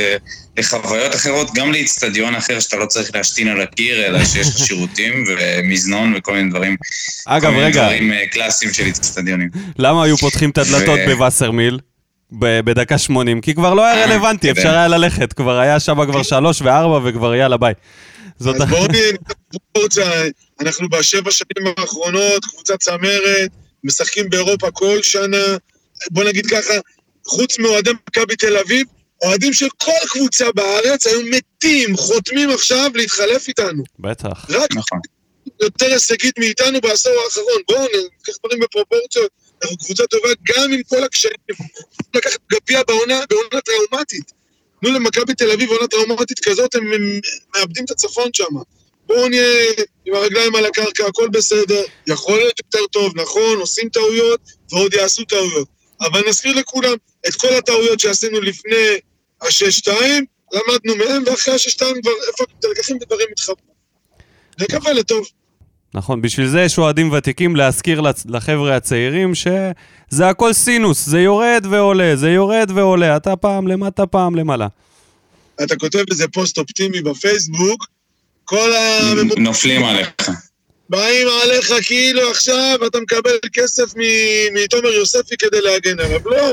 לחוויות אחרות, גם לאצטדיון אחר שאתה לא צריך להשתין על הקיר, אלא שיש לך שירותים ומזנון וכל מיני דברים. אגב, רגע. כל מיני דברים קלאסיים של אצטדיונים. למה היו פותחים את הדלתות בווסרמיל? בדקה שמונים, כי כבר לא היה רלוונטי, אפשר היה ללכת, כבר היה שם כבר שלוש וארבע וכבר יאללה ביי. אז בואו נהיה, אנחנו בשבע שנים האחרונות, קבוצת צמרת, משחקים באירופה כל שנה, בוא נגיד ככה, חוץ מאוהדי מכבי תל אביב, אוהדים של כל קבוצה בארץ היו מתים, חותמים עכשיו להתחלף איתנו. בטח. רק נכון. יותר הישגית מאיתנו בעשור האחרון, בואו נקח דברים בפרופורציות, אנחנו קבוצה טובה גם עם כל הקשיים, לקחת גביע בעונה, בעונה טראומטית. תנו למכבי תל אביב בעונה טראומטית כזאת, הם מאבדים את הצפון שם. בואו נהיה עם הרגליים על הקרקע, הכל בסדר, יכול להיות יותר טוב, נכון, עושים טעויות, ועוד יעשו טעויות. אבל נזכיר לכולם, את כל הטעויות שעשינו לפני השש שתיים, למדנו מהם, ואחרי השש שתיים כבר, איפה תלקחים ודברים מתחברו. נקווה לטוב. נכון, בשביל זה יש אוהדים ותיקים להזכיר לחבר'ה הצעירים שזה הכל סינוס, זה יורד ועולה, זה יורד ועולה, אתה פעם למטה, פעם למעלה. אתה כותב איזה פוסט אופטימי בפייסבוק, כל הממורים... נופלים עליך. באים עליך כאילו עכשיו אתה מקבל כסף מתומר יוספי כדי להגן עליו, לא?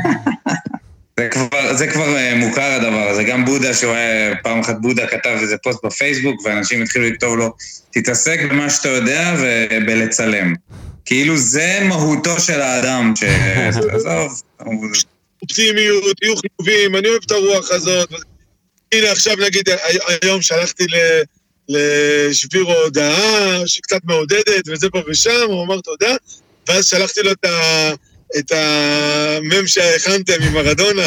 זה כבר, זה כבר מוכר הדבר הזה, גם בודה, שהוא היה פעם אחת בודה כתב איזה פוסט בפייסבוק, ואנשים התחילו לכתוב לו, תתעסק במה שאתה יודע ובלצלם. כאילו זה מהותו של האדם, שעזוב. אופטימיות, יהיו חיובים, אני אוהב את הרוח הזאת. הנה עכשיו נגיד, היום שלחתי לשבירו הודעה, שקצת מעודדת, וזה פה ושם, הוא אמר תודה, ואז שלחתי לו את ה... את המם שהכנתם עם מרדונה.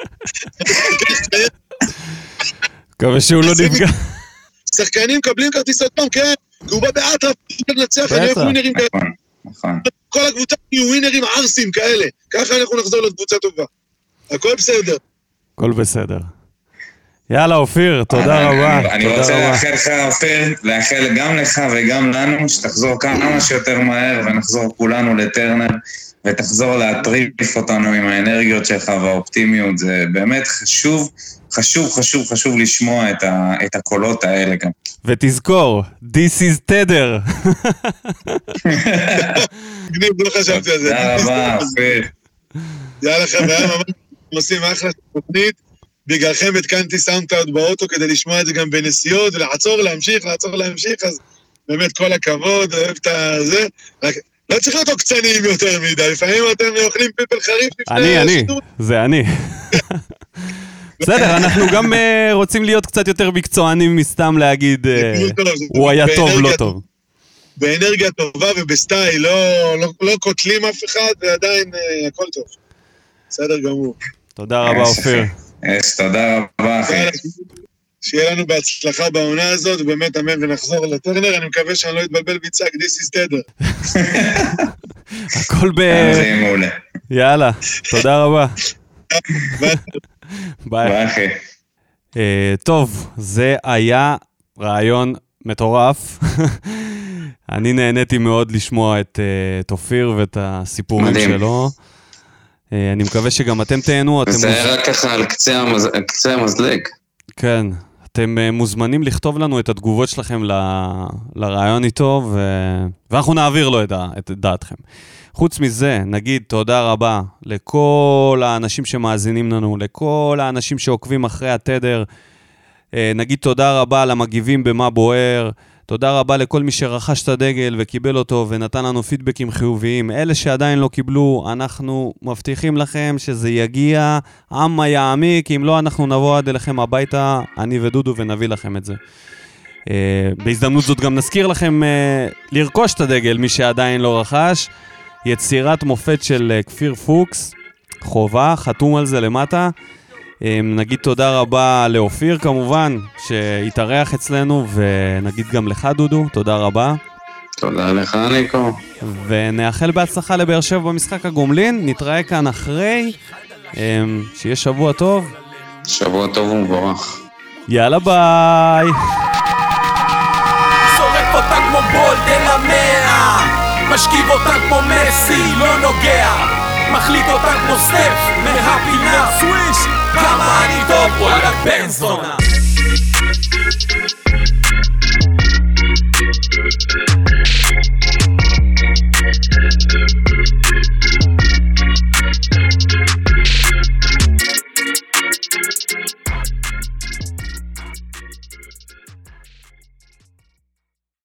מקווה שהוא לא נפגע. שחקנים מקבלים כרטיסות פעם, כן, כי הוא בא באטרף, לנצח, אני אוהב ווינרים כאלה. כל הקבוצה יהיו ווינרים ערסים כאלה. ככה אנחנו נחזור לקבוצה טובה. הכל בסדר. הכל בסדר. יאללה, אופיר, תודה רבה. אני רוצה לאחל לך, אופיר, לאחל גם לך וגם לנו, שתחזור כמה שיותר מהר, ונחזור כולנו לטרנר. ותחזור להטריף אותנו עם האנרגיות שלך והאופטימיות, זה באמת חשוב, חשוב, חשוב, חשוב לשמוע את, ה, את הקולות האלה גם. ותזכור, this is תדר. גניב, לא חשבתי על זה. תודה רבה, אופיר. יאללה חבר'ה, ממש עושים אחלה תוכנית, בגללכם התקנתי סאונדקלאוד באוטו כדי לשמוע את זה גם בנסיעות, ולעצור, להמשיך, לעצור, להמשיך, אז באמת כל הכבוד, אוהב את זה, רק... לא צריך להיות עוקצניים יותר מדי, לפעמים אתם אוכלים פלפל חריף לפני אני, אני, זה אני. בסדר, אנחנו גם רוצים להיות קצת יותר מקצוענים מסתם להגיד, הוא היה טוב, לא טוב. באנרגיה טובה ובסטייל, לא קוטלים אף אחד, ועדיין הכל טוב. בסדר גמור. תודה רבה, אופיר. תודה רבה, אחי. שיהיה לנו בהצלחה בעונה הזאת, ובאמת אמן ונחזור לטרנר, אני מקווה שאני לא אתבלבל ביצק, this is תדר. הכל ב... זה יהיה מעולה. יאללה, תודה רבה. ביי. ביי, אחי. טוב, זה היה רעיון מטורף. אני נהניתי מאוד לשמוע את אופיר ואת הסיפורים שלו. אני מקווה שגם אתם תהנו. זה היה רק ככה על קצה המזלג. כן, אתם מוזמנים לכתוב לנו את התגובות שלכם ל... לרעיון איתו, ו... ואנחנו נעביר לו את, ה... את דעתכם. חוץ מזה, נגיד תודה רבה לכל האנשים שמאזינים לנו, לכל האנשים שעוקבים אחרי התדר, נגיד תודה רבה למגיבים במה בוער, תודה רבה לכל מי שרכש את הדגל וקיבל אותו ונתן לנו פידבקים חיוביים. אלה שעדיין לא קיבלו, אנחנו מבטיחים לכם שזה יגיע עמה יעמי, כי אם לא אנחנו נבוא עד אליכם הביתה, אני ודודו, ונביא לכם את זה. בהזדמנות זאת גם נזכיר לכם לרכוש את הדגל, מי שעדיין לא רכש. יצירת מופת של כפיר פוקס, חובה, חתום על זה למטה. נגיד תודה רבה לאופיר כמובן, שהתארח אצלנו, ונגיד גם לך דודו, תודה רבה. תודה לך ניקו. ונאחל בהצלחה לבאר שבע במשחק הגומלין, נתראה כאן אחרי, שיהיה שבוע טוב. שבוע טוב ומבורך. יאללה ביי. שורק אותה כמו בולדן המאה, משכיב אותה כמו מסי, לא נוגע, מחליט אותה כמו סטף, מהפינה סוויש, כמה אני טוב, וואלה בן זונה.